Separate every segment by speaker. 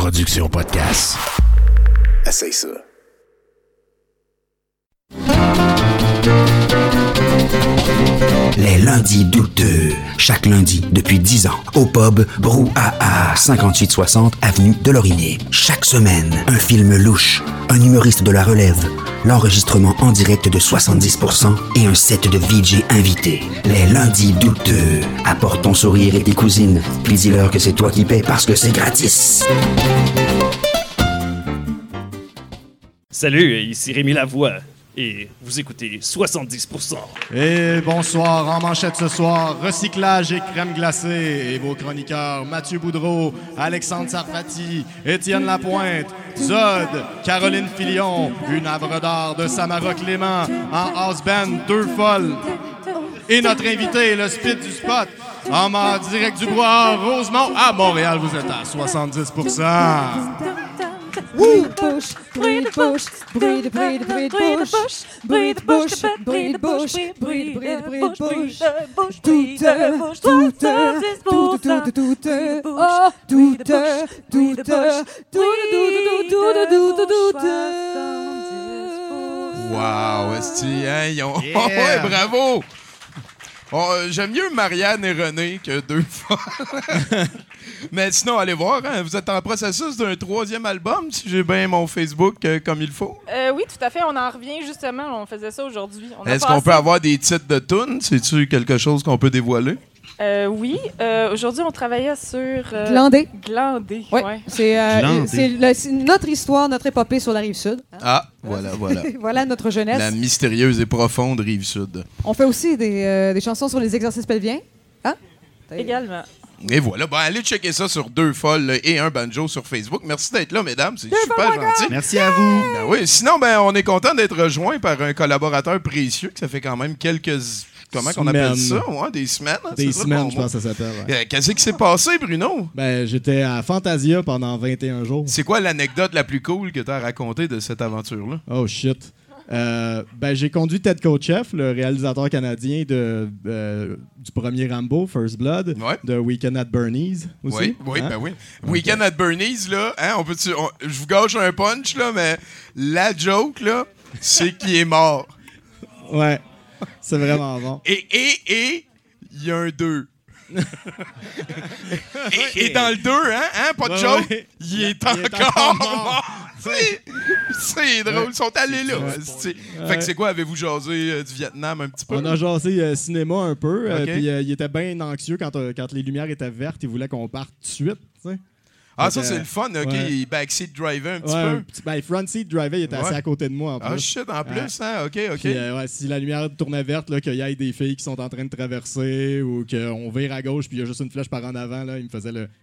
Speaker 1: production podcast. Essaye ça.
Speaker 2: Les lundis douteux. Chaque lundi, depuis 10 ans, au pub Brouhaha, 5860 avenue de Laurier. Chaque semaine, un film louche, un humoriste de la relève, l'enregistrement en direct de 70% et un set de VJ invités. Les lundis douteux. Apporte ton sourire et tes cousines, puis dis-leur que c'est toi qui paies parce que c'est gratis.
Speaker 3: Salut, ici Rémi Lavoie. Et vous écoutez 70%.
Speaker 4: Et bonsoir, en manchette ce soir, recyclage et crème glacée. Et vos chroniqueurs Mathieu Boudreau, Alexandre Sarfati, Étienne Lapointe, Zod, Caroline Filion, une œuvre d'art de Samara Clément, en house band, deux folles. Et notre invité, le speed du spot, en direct du bois, Rosemont, à Montréal, vous êtes à 70%.
Speaker 5: Breed bush, breed bush, breed bush, breed bush, breed bush, breed bush,
Speaker 6: Wow, esti, hein, ils ont... Yeah. Ouais, bravo! J'aime mieux Marianne et René que deux fois. Mais sinon, allez voir, hein, vous êtes en processus d'un 3e album, si j'ai bien mon Facebook comme il faut.
Speaker 5: Oui, tout à fait. On en revient justement. On faisait ça aujourd'hui.
Speaker 6: Est-ce qu'on peut avoir des titres de tunes? C'est-tu quelque chose qu'on peut dévoiler?
Speaker 5: Oui. Aujourd'hui, on travaillait sur...
Speaker 7: Glandé.
Speaker 5: Glandé,
Speaker 7: oui.
Speaker 5: Ouais.
Speaker 7: C'est notre histoire, notre épopée sur la Rive-Sud. Hein?
Speaker 6: Ah, voilà.
Speaker 7: Voilà notre jeunesse.
Speaker 6: La mystérieuse et profonde Rive-Sud.
Speaker 7: On fait aussi des chansons sur les exercices pelviens. Hein?
Speaker 5: Également.
Speaker 6: Et voilà, allez checker ça sur deux folles et un banjo sur Facebook. Merci d'être là, mesdames, c'est super gentil.
Speaker 4: Merci à vous.
Speaker 6: Ben oui, sinon, on est content d'être rejoint par un collaborateur précieux, que ça fait quand même quelques... Comment qu'on appelle ça? Ouais, des semaines. Hein,
Speaker 4: des semaines, je pense que ça s'appelle. Ouais.
Speaker 6: Qu'est-ce qui s'est passé, Bruno?
Speaker 4: J'étais à Fantasia pendant 21 jours.
Speaker 6: C'est quoi l'anecdote la plus cool que tu as racontée de cette aventure-là?
Speaker 4: Oh, shit. J'ai conduit Ted Kotcheff, le réalisateur canadien du premier Rambo, First Blood, de Weekend at Bernie's aussi.
Speaker 6: Oui. Weekend at Bernie's, là, hein, je vous gâche un punch, là, mais la joke, là, c'est qu'il est mort.
Speaker 4: Ouais. C'est vraiment bon.
Speaker 6: Et il y a un 2. et dans le 2, hein, pas de joke, il est encore mort. C'est drôle, ils sont allés là. Fait que c'est quoi, avez-vous jasé du Vietnam un petit peu?
Speaker 4: On a jasé cinéma un peu, puis il était bien anxieux quand les lumières étaient vertes, il voulait qu'on parte tout de suite, tu sais.
Speaker 6: Ah, ça, c'est le fun, OK? Il backseat driver un petit peu.
Speaker 4: Front seat driver, il était assis à côté de moi, en plus.
Speaker 6: Ah, shit, en plus, hein? OK.
Speaker 4: Puis, si la lumière tournait verte, qu'il y ait des filles qui sont en train de traverser ou qu'on vire à gauche puis il y a juste une flèche par en avant, là, il me faisait le...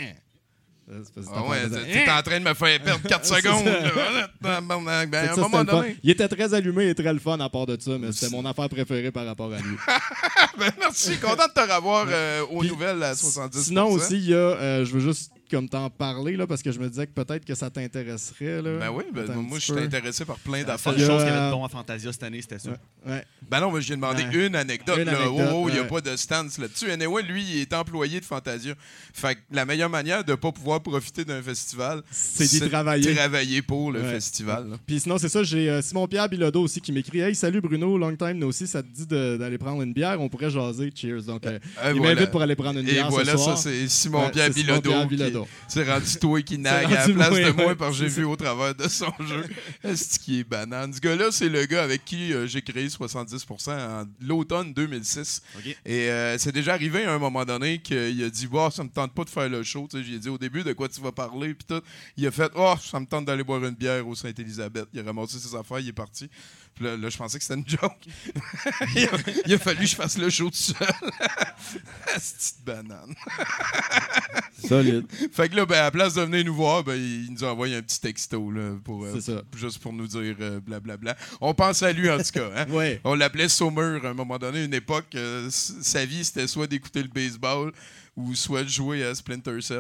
Speaker 6: T'es en train de me faire perdre 4 secondes. À un moment donné.
Speaker 4: Il était très allumé et très le fun à part de ça, mais c'était mon affaire préférée par rapport à lui.
Speaker 6: Merci, content de te revoir aux nouvelles à 70%.
Speaker 4: Sinon aussi, il y a, je veux juste comme t'en parler, là, parce que je me disais que peut-être que ça t'intéresserait. Là,
Speaker 6: moi, je suis intéressé par plein d'affaires.
Speaker 8: La seule chose qui avait de bon à Fantasia cette année, c'était ça.
Speaker 4: Ouais.
Speaker 6: Ben non, mais j'ai demandé une anecdote. Il n'y a pas de stance là-dessus. Anyway, lui, il est employé de Fantasia. Fait que la meilleure manière de ne pas pouvoir profiter d'un festival,
Speaker 4: c'est d'y travailler.
Speaker 6: Travailler pour le festival.
Speaker 4: Puis sinon, c'est ça, j'ai Simon-Pierre Bilodeau aussi qui m'écrit « Hey, salut Bruno, long time no see, ça te dit d'aller prendre une bière? On pourrait jaser, cheers. » Donc, il m'invite pour aller prendre une bière ce soir.
Speaker 6: Ça, c'est Simon-Pierre Bilodeau. C'est rendu toi qui nague à la place de moi parce que j'ai vu au travers de son jeu. C'est qui est banane. Ce gars-là, c'est le gars avec qui j'ai créé 70% en l'automne 2006. Okay. Et c'est déjà arrivé à un moment donné qu'il a dit « ça me tente pas de faire le show. » J'ai dit au début de quoi tu vas parler. Puis tout. Il a fait « ça me tente d'aller boire une bière au Sainte-Élisabeth. » Il a ramassé ses affaires, il est parti. Puis là, je pensais que c'était une joke. il a fallu que je fasse le show tout seul. Petite banane.
Speaker 4: Solide.
Speaker 6: Fait que là, à la place de venir nous voir, il nous a envoyé un petit texto là, juste pour nous dire blablabla. On pense à lui en tout cas. Hein?
Speaker 4: Ouais.
Speaker 6: On l'appelait Saumur à un moment donné, une époque. Sa vie, c'était soit d'écouter le baseball ou soit de jouer à Splinter Cell.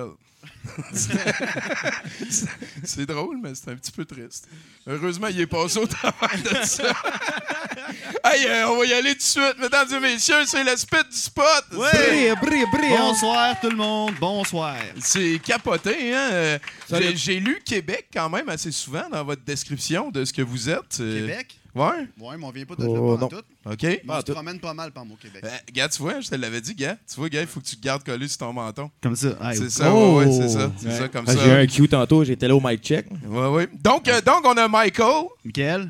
Speaker 6: C'est drôle, mais c'est un petit peu triste. Heureusement, il est passé au travers de ça. Hey, on va y aller tout de suite. Mesdames et messieurs, c'est le spit du spot.
Speaker 8: Ouais. Bonsoir tout le monde, bonsoir.
Speaker 6: C'est capoté, hein? J'ai lu Québec quand même assez souvent dans votre description de ce que vous êtes.
Speaker 8: Québec?
Speaker 6: Ouais?
Speaker 8: Ouais, mais on vient pas de là pas en tout.
Speaker 6: OK.
Speaker 8: On se promène pas mal par mon Québec.
Speaker 6: Gars, tu vois, je te l'avais dit, gars. Tu vois, gars, il faut que tu te gardes collé sur ton menton.
Speaker 8: Comme ça.
Speaker 6: C'est ça, ouais, c'est ça. C'est ça, comme ça.
Speaker 9: J'ai eu un cue tantôt, j'étais là au mic check.
Speaker 6: Ouais. Donc, on a Michael.
Speaker 8: Michael?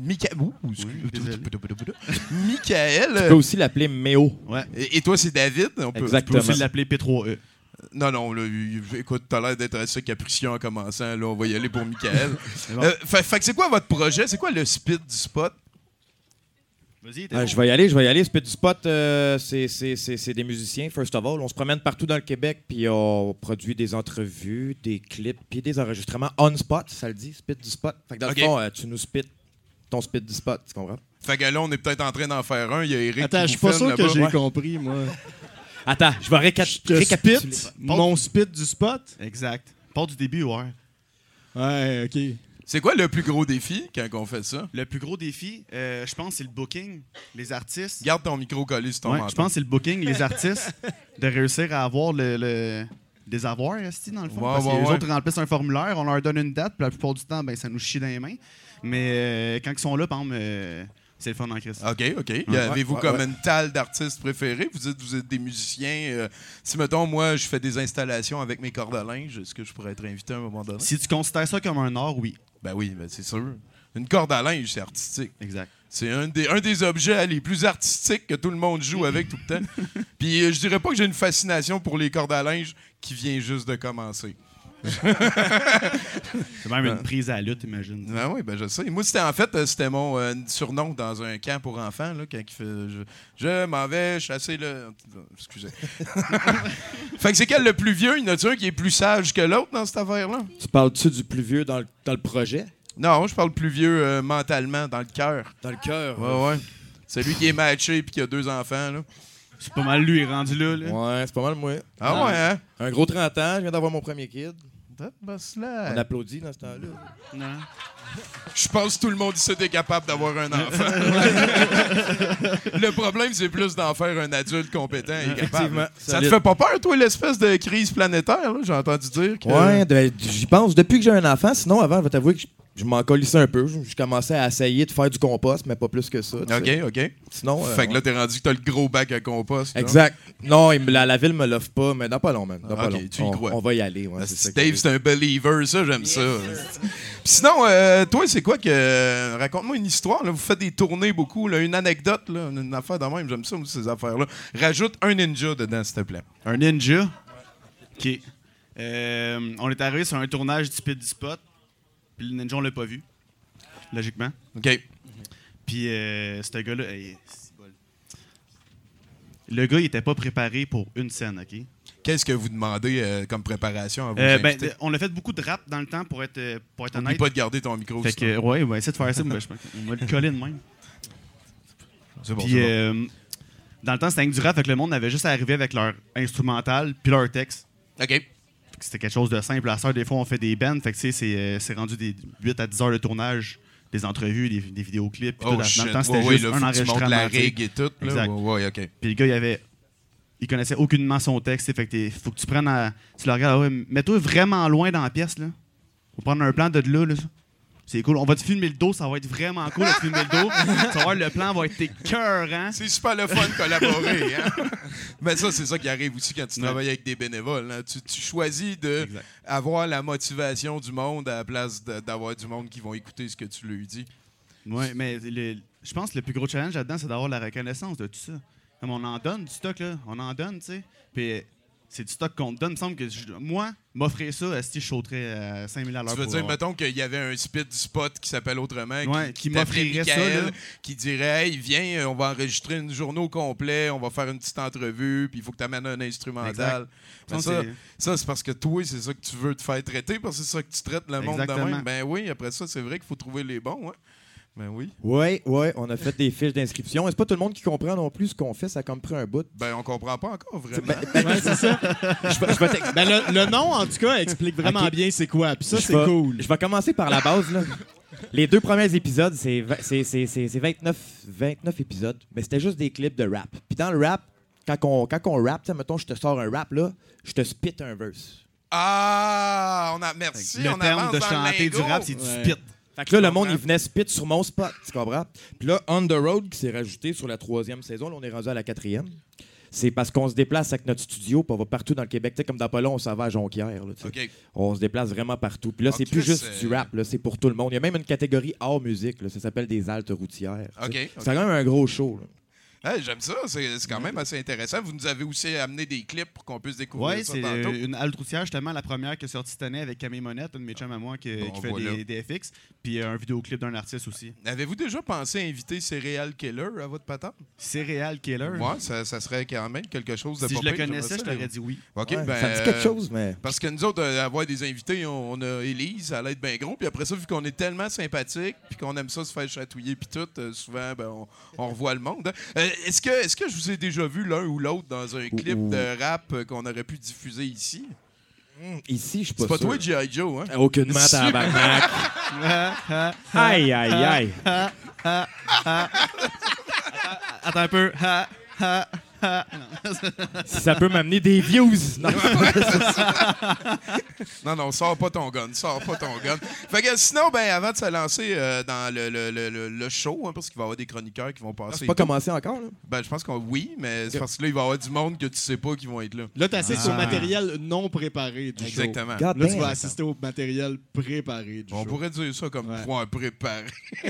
Speaker 6: Michael.
Speaker 9: Tu peux aussi l'appeler Méo.
Speaker 8: Ouais.
Speaker 6: Et toi, c'est David.
Speaker 8: On peut aussi l'appeler P3E.
Speaker 6: Non, là, écoute, t'as l'air d'être assez capricieux en commençant. Là, on va y aller pour Michael. Fait que c'est quoi votre projet? C'est quoi le spit du spot?
Speaker 8: Vas-y,
Speaker 9: Je vais y aller. Spit du spot, c'est des musiciens, first of all. On se promène partout dans le Québec, puis on produit des entrevues, des clips, puis des enregistrements on spot, ça le dit, spit du spot. Fait que dans le fond, tu nous spit ton spit du spot, tu comprends?
Speaker 6: Fait que là, on est peut-être en train d'en faire un. Il y a Eric.
Speaker 4: Attends, je suis pas sûr que j'ai compris, moi.
Speaker 9: Attends, je vais récapituler.
Speaker 4: Mon spit du spot?
Speaker 8: Exact. Part du début, ouais.
Speaker 4: Ouais, OK.
Speaker 6: C'est quoi le plus gros défi quand on fait ça?
Speaker 8: Le plus gros défi, je pense, c'est le booking. Les artistes.
Speaker 6: Garde ton micro collé sur ton menton.
Speaker 8: Je pense que c'est le booking, les artistes, de réussir à avoir des avoirs, dans le fond. Parce que les autres remplissent un formulaire, on leur donne une date, puis la plupart du temps, ça nous chie dans les mains. Mais quand ils sont là, par exemple, c'est le fun en Christ.
Speaker 6: OK. Avez-vous comme une talle d'artistes préférés? Vous êtes des musiciens. Si, mettons, moi, je fais des installations avec mes cordes à linge, est-ce que je pourrais être invité à un moment donné?
Speaker 8: Si tu considères ça comme un art, oui.
Speaker 6: Ben oui, c'est sûr. Une corde à linge, c'est artistique.
Speaker 8: Exact.
Speaker 6: C'est un des objets les plus artistiques que tout le monde joue avec tout le temps. Puis je dirais pas que j'ai une fascination pour les cordes à linge qui vient juste de commencer.
Speaker 8: C'est même une prise à la lutte, imagine.
Speaker 6: Ah oui, je sais. Moi, c'était mon surnom dans un camp pour enfants, là, quand il fait je m'en vais chasser le. Excusez. Fait que c'est quel le plus vieux? Il y en a-tu un qui est plus sage que l'autre dans cette affaire-là?
Speaker 9: Tu parles-tu du plus vieux dans le projet?
Speaker 6: Non, je parle plus vieux mentalement, dans le cœur.
Speaker 9: Dans le cœur?
Speaker 6: Ouais. Celui qui est matché et qui a 2 enfants, là.
Speaker 8: C'est pas mal lui, rendu là.
Speaker 9: Ouais, c'est pas mal moi.
Speaker 6: Ah ouais, hein?
Speaker 9: Un gros 30 ans, je viens d'avoir mon premier kid.
Speaker 6: On
Speaker 9: On applaudit dans ce temps-là.
Speaker 8: Non.
Speaker 6: Je pense que tout le monde ici est capable d'avoir un enfant. Le problème, c'est plus d'en faire un adulte compétent et capable. Ça te fait pas peur, toi, l'espèce de crise planétaire? Là? J'ai entendu dire que...
Speaker 9: Ouais, j'y pense depuis que j'ai un enfant. Sinon, avant, je vais t'avouer que je m'en colissais un peu. Je commençais à essayer de faire du compost, mais pas plus que ça.
Speaker 6: OK.
Speaker 9: Sinon,
Speaker 6: fait que là, t'es rendu que t'as le gros bac à compost.
Speaker 9: Exact. Non, la ville me l'offre pas, mais dans pas long, man. Dans pas long.
Speaker 6: Tu y crois.
Speaker 9: On va y aller. Ouais,
Speaker 6: Dave, c'est un believer, ça, j'aime ça. Puis sinon, toi, c'est quoi que... Raconte-moi une histoire. Là. Vous faites des tournées beaucoup. Là, une anecdote, là, une affaire de même. J'aime ça, moi, ces affaires-là. Rajoute un ninja dedans, s'il te plaît.
Speaker 8: Un ninja? OK. On est arrivé sur un tournage du Spit du Spot, puis le ninja, on l'a pas vu. Logiquement.
Speaker 6: OK.
Speaker 8: Puis, ce gars-là... le gars, il était pas préparé pour une scène, OK?
Speaker 6: Qu'est-ce que vous demandez comme préparation à vos invités?
Speaker 8: On a fait beaucoup de rap dans le temps pour être honnête.
Speaker 6: N'oublie pas de garder ton micro.
Speaker 8: Fait que, ouais, on va essayer de faire ça. On va le coller de même.
Speaker 6: C'est bon,
Speaker 8: puis, dans le temps, c'était du rap, fait que le monde avait juste à arriver avec leur instrumental puis leur texte.
Speaker 6: OK.
Speaker 8: C'était quelque chose de simple. À ça, des fois, on fait des bands. Fait que, c'est rendu des 8 à 10 heures de tournage, des entrevues, des vidéoclips. Puis tout. Dans le temps, c'était juste un enregistrement.
Speaker 6: La rig et tout. Là.
Speaker 8: Exact.
Speaker 6: Ouais, OK.
Speaker 8: Puis le gars, il connaissait aucunement son texte. Fait que faut que tu prennes tu le regardes, mets-toi vraiment loin dans la pièce. Là. Faut prendre un plan de là. C'est cool. On va te filmer le dos, ça va être vraiment cool de te filmer le dos. Tu vas voir, le plan va être écœurant.
Speaker 6: C'est super le fun de collaborer. Hein? Mais ça, c'est ça qui arrive aussi quand tu travailles avec des bénévoles. Hein? Tu choisis d'avoir la motivation du monde à la place d'avoir du monde qui vont écouter ce que tu lui dis.
Speaker 8: Oui, mais je pense que le plus gros challenge là-dedans, c'est d'avoir la reconnaissance de tout ça. Comme on en donne du stock, là. On en donne, tu sais. Puis c'est du stock qu'on te donne. Il me semble que moi, m'offrir ça, si je sauterais à 5 000 à l'heure.
Speaker 6: Tu veux dire, mettons qu'il y avait un spit du spot qui s'appelle autrement,
Speaker 8: qui m'offrirait
Speaker 6: Michael,
Speaker 8: ça,
Speaker 6: qui dirait, hey, viens, on va enregistrer une journée au complet, on va faire une petite entrevue, puis il faut que tu amènes un instrumental. Ça, c'est parce que toi, c'est ça que tu veux te faire traiter, parce que c'est ça que tu traites le monde de même. Ben oui, après ça, c'est vrai qu'il faut trouver les bons. Hein. Ben oui.
Speaker 9: Oui, on a fait des fiches d'inscription. Et c'est pas tout le monde qui comprend non plus ce qu'on fait. Ça a comme pris un bout.
Speaker 6: Ben, on comprend pas encore, vraiment.
Speaker 7: Ouais, c'est ça. Ben, le nom, en tout cas, explique vraiment bien c'est quoi. Puis ça, c'est cool.
Speaker 9: Je vais commencer par la base, là. Les 2 premiers épisodes, c'est 29 épisodes. Mais c'était juste des clips de rap. Puis dans le rap, quand on rappe, mettons, je te sors un rap, là, je te spit un verse.
Speaker 6: Ah, merci.
Speaker 8: Le
Speaker 6: on
Speaker 8: terme
Speaker 6: avance
Speaker 8: de
Speaker 6: dans le
Speaker 8: chanter du
Speaker 6: lingo.
Speaker 8: rap, c'est du spit.
Speaker 9: Fait que là, le monde, il venait spit sur mon spot, tu comprends? Puis là, On the Road, qui s'est rajouté sur la 3e saison, là, on est rendu à la 4e. C'est parce qu'on se déplace avec notre studio, puis on va partout dans le Québec. Tu sais, comme dans pas long, on s'en va à Jonquière. Là,
Speaker 6: OK.
Speaker 9: On se déplace vraiment partout. Puis là, c'est plus juste du rap, là, c'est pour tout le monde. Il y a même une catégorie hors musique, là, ça s'appelle des haltes routières.
Speaker 6: OK.
Speaker 9: C'est quand même un gros show. Là.
Speaker 6: Hey, j'aime ça, c'est quand même assez intéressant. Vous nous avez aussi amené des clips pour qu'on puisse découvrir
Speaker 8: Oui,
Speaker 6: ça
Speaker 8: c'est
Speaker 6: tantôt.
Speaker 8: une halte routière, justement, la première qui est sortie cette année avec Camille Monette, un de mes chums à moi qui fait
Speaker 6: voilà.
Speaker 8: des FX, puis un vidéoclip d'un artiste aussi.
Speaker 6: Avez-vous déjà pensé à inviter Serial Killer à votre patente?
Speaker 8: Serial Killer?
Speaker 6: Moi, ça serait quand même quelque chose de
Speaker 8: Si
Speaker 6: pas
Speaker 8: je le
Speaker 6: pire,
Speaker 8: connaissais, je
Speaker 6: j'aimerais ça,
Speaker 8: t'aurais dit oui.
Speaker 6: OK,
Speaker 9: Ouais,
Speaker 6: ben,
Speaker 9: ça me dit quelque chose, mais...
Speaker 6: Parce que nous autres, avoir des invités, on a Élise, elle être bien gros. Puis après ça, vu qu'on est tellement sympathique, puis qu'on aime ça se faire chatouiller, puis tout, souvent, ben, on revoit le monde. Est-ce que je vous ai déjà vu l'un ou l'autre dans un clip de rap qu'on aurait pu diffuser ici?
Speaker 9: Ici, je suis pas
Speaker 6: C'est pas
Speaker 9: sûr.
Speaker 6: toi, G.I. Joe, hein?
Speaker 9: Aucunement, tabarnak. Aïe, aïe, aïe.
Speaker 8: Attends un peu.
Speaker 9: Si ça peut m'amener des views. Non.
Speaker 6: Non, sors pas ton gun, Fait que sinon, ben, avant de se lancer dans le show, hein, parce qu'il va y avoir des chroniqueurs qui vont passer.
Speaker 9: C'est pas commencé encore, là?
Speaker 6: Ben, je pense oui, mais c'est parce que là, il va y avoir du monde que tu sais pas qui vont être là.
Speaker 4: Là, tu assistes au matériel non préparé du show.
Speaker 6: Exactement.
Speaker 4: Là, tu vas assister au matériel préparé du show.
Speaker 6: On pourrait dire ça comme point préparé.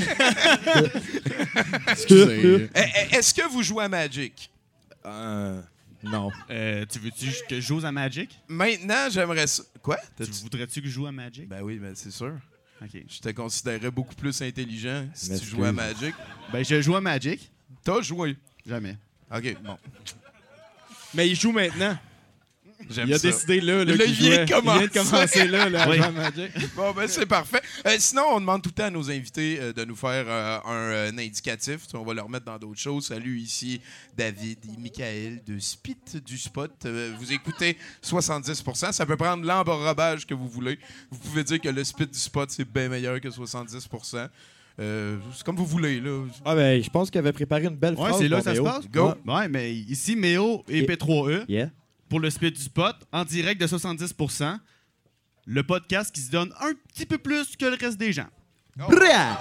Speaker 4: Excusez.
Speaker 6: Est-ce que vous jouez à Magic?
Speaker 9: Non.
Speaker 8: Tu veux-tu que je joue à Magic?
Speaker 6: Maintenant, j'aimerais ça. Quoi?
Speaker 8: Voudrais-tu que je joue à Magic?
Speaker 6: Ben oui, ben c'est sûr.
Speaker 8: OK.
Speaker 6: Je te considérais beaucoup plus intelligent si
Speaker 9: Mais
Speaker 6: tu jouais à Magic.
Speaker 8: Ben, je joue à Magic.
Speaker 6: T'as joué?
Speaker 8: Jamais.
Speaker 6: OK, bon.
Speaker 4: Mais il joue maintenant.
Speaker 6: J'aime
Speaker 4: Il a
Speaker 6: ça.
Speaker 4: décidé là
Speaker 6: Là,
Speaker 4: qu'il
Speaker 6: il vient
Speaker 4: jouait.
Speaker 6: de
Speaker 4: Il vient de commencer là à
Speaker 8: Oui.
Speaker 4: jouer à Magic.
Speaker 6: Bon, ben c'est parfait. Sinon, on demande tout le temps à nos invités de nous faire un indicatif. On va le remettre dans d'autres choses. Salut, ici David et Michael de Spit du Spot. Vous écoutez 70%. Ça peut prendre l'embarrabage que vous voulez. Vous pouvez dire que le Spit du Spot, c'est bien meilleur que 70%. C'est comme vous voulez, là.
Speaker 9: Ah ben, je pense qu'il avait préparé une belle
Speaker 8: Ouais,
Speaker 9: phrase.
Speaker 8: c'est là
Speaker 9: pour
Speaker 8: que ça se
Speaker 9: Méo.
Speaker 8: passe?
Speaker 6: Go.
Speaker 8: Ouais, mais ici, Méo et
Speaker 9: Et-
Speaker 8: P3E
Speaker 9: Yeah.
Speaker 8: pour le spit du spot, en direct de 70%. Le podcast qui se donne un petit peu plus que le reste des gens.
Speaker 9: Bra!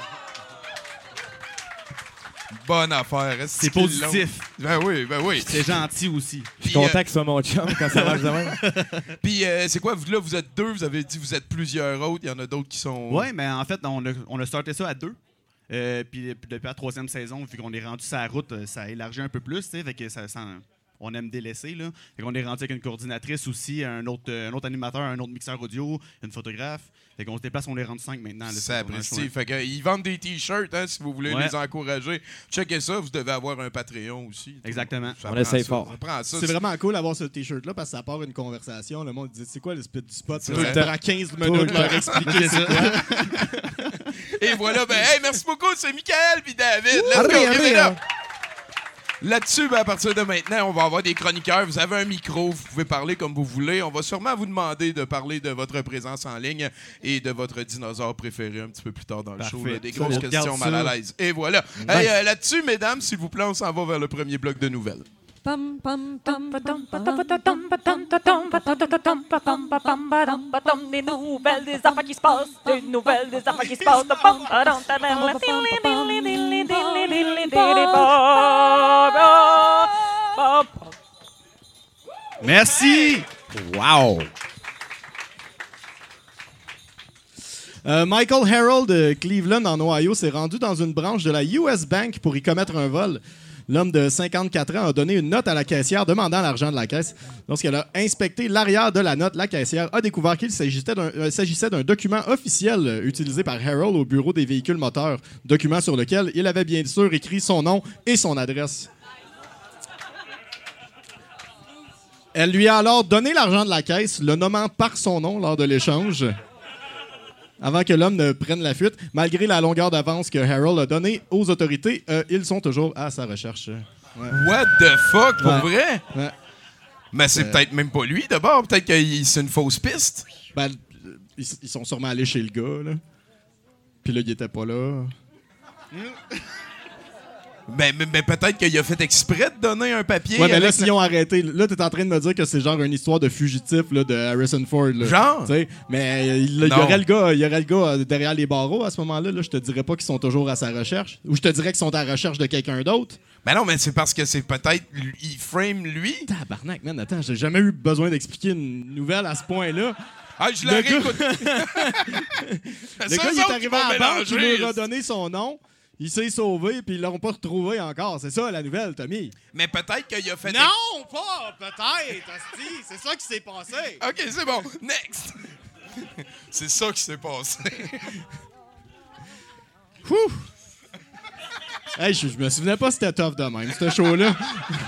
Speaker 6: Bonne affaire. Est-ce
Speaker 8: C'est
Speaker 6: qu'ils l'ont?
Speaker 8: positif.
Speaker 6: Ben oui.
Speaker 8: C'est gentil aussi.
Speaker 9: Je suis content que ce soit mon chum quand ça marche de même.
Speaker 6: Puis, c'est quoi? Là, vous êtes deux. Vous avez dit vous êtes plusieurs autres. Il y en a d'autres qui sont...
Speaker 8: Ouais, mais en fait, on a starté ça à 2. Puis depuis la 3e saison, vu qu'on est rendu sur la route, ça élargit un peu plus, tu sais, fait que on aime délaisser, là. Fait qu'on est rendu avec une coordinatrice aussi, un autre animateur, un autre mixeur audio, une photographe. Fait qu'on se déplace, on est rendu 5 maintenant. Là,
Speaker 6: Ça
Speaker 8: pour un
Speaker 6: apprécie.
Speaker 8: show.
Speaker 6: Fait que, ils vendent des t-shirts, hein, si vous voulez
Speaker 8: Ouais.
Speaker 6: les encourager. Checkez ça, vous devez avoir un Patreon aussi.
Speaker 8: Exactement.
Speaker 6: Ça
Speaker 9: On
Speaker 6: prend
Speaker 9: essaye
Speaker 6: ça,
Speaker 9: fort.
Speaker 6: ça prend ça.
Speaker 4: C'est vraiment cool d'avoir ce t-shirt-là parce que ça part une conversation. Le monde dit c'est quoi le spit du spot? Ça
Speaker 6: vrai.
Speaker 4: prend 15 minutes de leur expliquer c'est quoi.
Speaker 6: Et voilà, ben, hey, merci beaucoup, c'est Michael puis David. Let's go, give it up. Là-dessus, ben, à partir de maintenant, on va avoir des chroniqueurs. Vous avez un micro, vous pouvez parler comme vous voulez. On va sûrement vous demander de parler de votre présence en ligne et de votre dinosaure préféré un petit peu plus tard dans le
Speaker 8: Parfait.
Speaker 6: show. Là, des
Speaker 8: Ça,
Speaker 6: grosses
Speaker 8: on
Speaker 6: questions
Speaker 8: regarde
Speaker 6: mal
Speaker 8: ça.
Speaker 6: à l'aise. Et voilà.
Speaker 9: Nice.
Speaker 6: Hey, là-dessus, mesdames, s'il vous plaît, on s'en va vers le premier bloc de nouvelles.
Speaker 5: Pam, pam, pam, pam, pam.
Speaker 10: Des nouvelles, des affaires qui se passent, des nouvelles, des affaires qui se passent.
Speaker 8: Merci!
Speaker 9: Wow!
Speaker 4: Michael Harold de Cleveland, en Ohio, s'est rendu dans une branche de la US Bank pour y commettre un vol. L'homme de 54 ans a donné une note à la caissière demandant l'argent de la caisse. Lorsqu'elle a inspecté l'arrière de la note, la caissière a découvert qu'il s'agissait d'un document officiel utilisé par Harold au bureau des véhicules moteurs, document sur lequel il avait bien sûr écrit son nom et son adresse. Elle lui a alors donné l'argent de la caisse, le nommant par son nom lors de l'échange. Avant que l'homme ne prenne la fuite, malgré la longueur d'avance que Harold a donnée aux autorités, ils sont toujours à sa recherche. Ouais.
Speaker 6: What the fuck, pour
Speaker 4: Ouais.
Speaker 6: vrai?
Speaker 4: Ouais.
Speaker 6: Mais c'est peut-être même pas lui, d'abord. Peut-être que c'est une fausse piste.
Speaker 4: Ben, ils sont sûrement allés chez le gars, là. Puis là, il était pas là.
Speaker 6: Mais peut-être qu'il a fait exprès de donner un papier.
Speaker 4: Ouais, mais là,
Speaker 6: avec
Speaker 4: s'ils ont arrêté, là, t'es en train de me dire que c'est genre une histoire de fugitif là, de Harrison Ford. Là.
Speaker 6: Genre?
Speaker 4: Tu sais, mais il y
Speaker 6: Non.
Speaker 4: aurait le gars derrière les barreaux à ce moment-là. Là, je te dirais pas qu'ils sont toujours à sa recherche. Ou je te dirais qu'ils sont à la recherche de quelqu'un d'autre.
Speaker 6: Mais non, mais c'est parce que c'est peut-être... Il frame lui.
Speaker 4: Tabarnak, man, attends, j'ai jamais eu besoin d'expliquer une nouvelle à ce point-là.
Speaker 6: Ah, je
Speaker 4: Le
Speaker 6: l'aurais
Speaker 4: gars-
Speaker 6: écouté.
Speaker 4: Le gars, il est arrivé à la banque, il leur a donné son nom. Il s'est sauvé, puis ils l'ont pas retrouvé encore. C'est ça, la nouvelle, Tommy.
Speaker 6: Mais peut-être qu'il a fait...
Speaker 4: Non, pas peut-être, hostie. C'est ça qui s'est passé.
Speaker 6: OK, c'est bon. Next. C'est ça qui s'est passé.
Speaker 4: Hey, je me souvenais pas que c'était tough de même, ce show-là.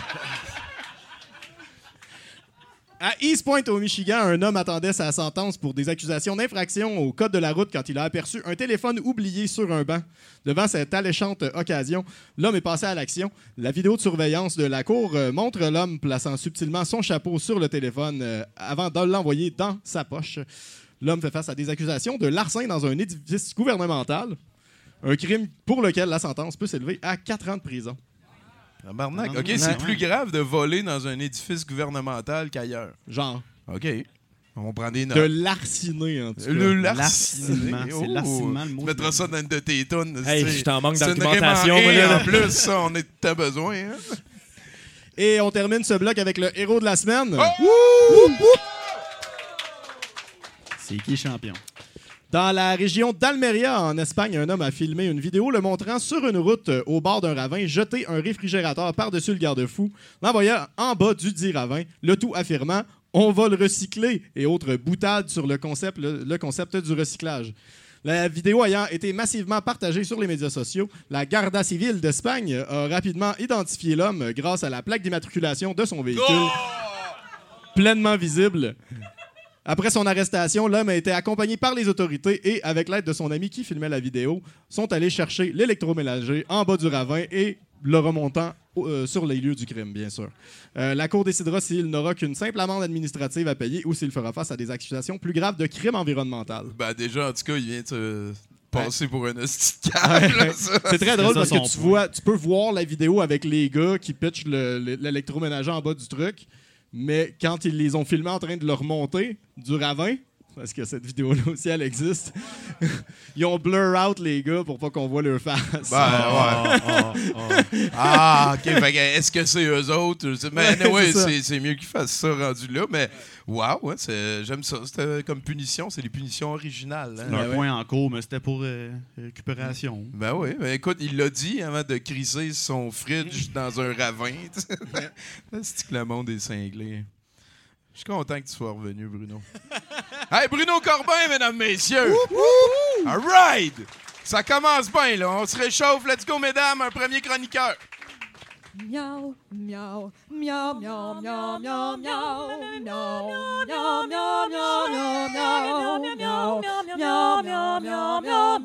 Speaker 4: À East Point, au Michigan, un homme attendait sa sentence pour des accusations d'infraction au code de la route quand il a aperçu un téléphone oublié sur un banc. Devant cette alléchante occasion, l'homme est passé à l'action. La vidéo de surveillance de la cour montre l'homme plaçant subtilement son chapeau sur le téléphone avant de l'envoyer dans sa poche. L'homme fait face à des accusations de larcin dans un édifice gouvernemental, un crime pour lequel la sentence peut s'élever à 4 ans de prison.
Speaker 6: Tabarnak. OK, c'est plus grave de voler dans un édifice gouvernemental qu'ailleurs.
Speaker 4: Genre.
Speaker 6: OK. On prend des notes.
Speaker 4: De larciner, en tout cas.
Speaker 6: Le larciner.
Speaker 8: C'est larcinement le mot.
Speaker 6: Tu mettras ça dans une de tes tonnes.
Speaker 9: Hey, je t'en manque
Speaker 6: C'est une
Speaker 9: d'argumentation,
Speaker 6: rime en
Speaker 9: moi, là.
Speaker 6: en plus, ça, on a besoin. Hein?
Speaker 4: Et on termine ce bloc avec le héros de la semaine.
Speaker 8: C'est qui champion?
Speaker 4: Dans la région d'Almeria, en Espagne, un homme a filmé une vidéo le montrant sur une route au bord d'un ravin jeter un réfrigérateur par-dessus le garde-fou, l'envoyant en bas du dit ravin, le tout affirmant « On va le recycler » et autres boutades sur le concept du recyclage. La vidéo ayant été massivement partagée sur les médias sociaux, la Guardia Civil d'Espagne a rapidement identifié l'homme grâce à la plaque d'immatriculation de son véhicule, pleinement visible. Après son arrestation, l'homme a été accompagné par les autorités et, avec l'aide de son ami qui filmait la vidéo, sont allés chercher l'électroménager en bas du ravin et le remontant sur les lieux du crime, bien sûr. La Cour décidera s'il n'aura qu'une simple amende administrative à payer ou s'il fera face à des accusations plus graves de crime environnemental.
Speaker 6: Ben déjà, en tout cas, il vient de se passer pour un hostie de câble, là, ça.
Speaker 4: C'est très drôle
Speaker 8: ça
Speaker 4: parce
Speaker 8: son
Speaker 4: que tu peux voir la vidéo avec les gars qui pitchent l'électroménager en bas du truc, mais quand ils les ont filmés en train de le remonter du ravin, parce que cette vidéo-là aussi, elle existe, ils ont blur out les gars pour pas qu'on voit leur face.
Speaker 6: Ah, OK. Fait que est-ce que c'est eux autres? Mais
Speaker 4: Ouais, c'est ça.
Speaker 6: c'est mieux qu'ils fassent ça rendu là. Mais wow, ouais, j'aime ça. C'était comme punition. C'est les punitions originales. Hein?
Speaker 8: Un point en cours, mais c'était pour récupération.
Speaker 6: Ben oui. Ben écoute, il l'a dit avant de crisser son fridge dans un ravin. C'est que le monde est cinglé. Je suis content que tu sois revenu, Bruno. Hey, Bruno Corbin, mesdames, messieurs! All right! Ça commence bien, là. On se réchauffe. Let's go, mesdames. Un premier chroniqueur.
Speaker 5: Miaou, miaou, miaou, miaou, miaou, miaou, miaou, miaou, miaou, miaou, miaou, miaou, miaou, miaou, miaou,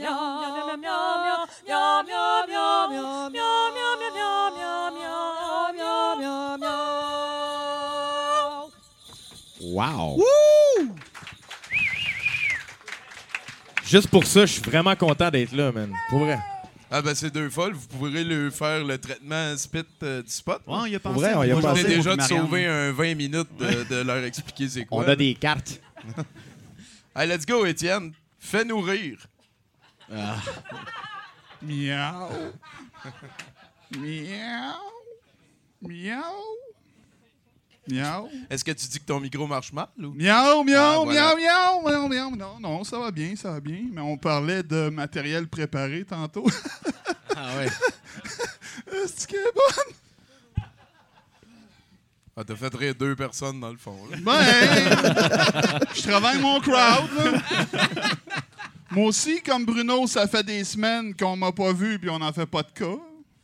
Speaker 9: Wow! Juste pour ça, je suis vraiment content d'être là, man. Pour vrai.
Speaker 6: Ah ben c'est deux folles. Vous pourrez lui faire le traitement spit du spot.
Speaker 8: Ouais, on y a pensé.
Speaker 9: vrai, on y a
Speaker 8: Moi, je
Speaker 9: pensé.
Speaker 6: On
Speaker 8: pensais
Speaker 6: est déjà
Speaker 8: pour
Speaker 6: de
Speaker 8: Marianne.
Speaker 6: sauver un 20 minutes de leur expliquer c'est quoi.
Speaker 9: On a des cartes.
Speaker 6: Hey, let's go, Étienne. Fais-nous rire.
Speaker 11: Miaou. Miaou. Miaou. Miaou.
Speaker 6: Est-ce que tu dis que ton micro marche mal? Ou?
Speaker 11: Miaou, miaou,
Speaker 6: Ah, voilà.
Speaker 11: miaou, miaou, miaou, miaou. Non, non, ça va bien, ça va bien. Mais on parlait de matériel préparé tantôt.
Speaker 9: Ah ouais.
Speaker 11: C'est qui est bonne?
Speaker 6: Ah, t'as fait rire deux personnes dans le fond. Là.
Speaker 11: Ben, je travaille mon crowd, là. Moi aussi, comme Bruno, ça fait des semaines qu'on m'a pas vu puis on n'en fait pas de cas.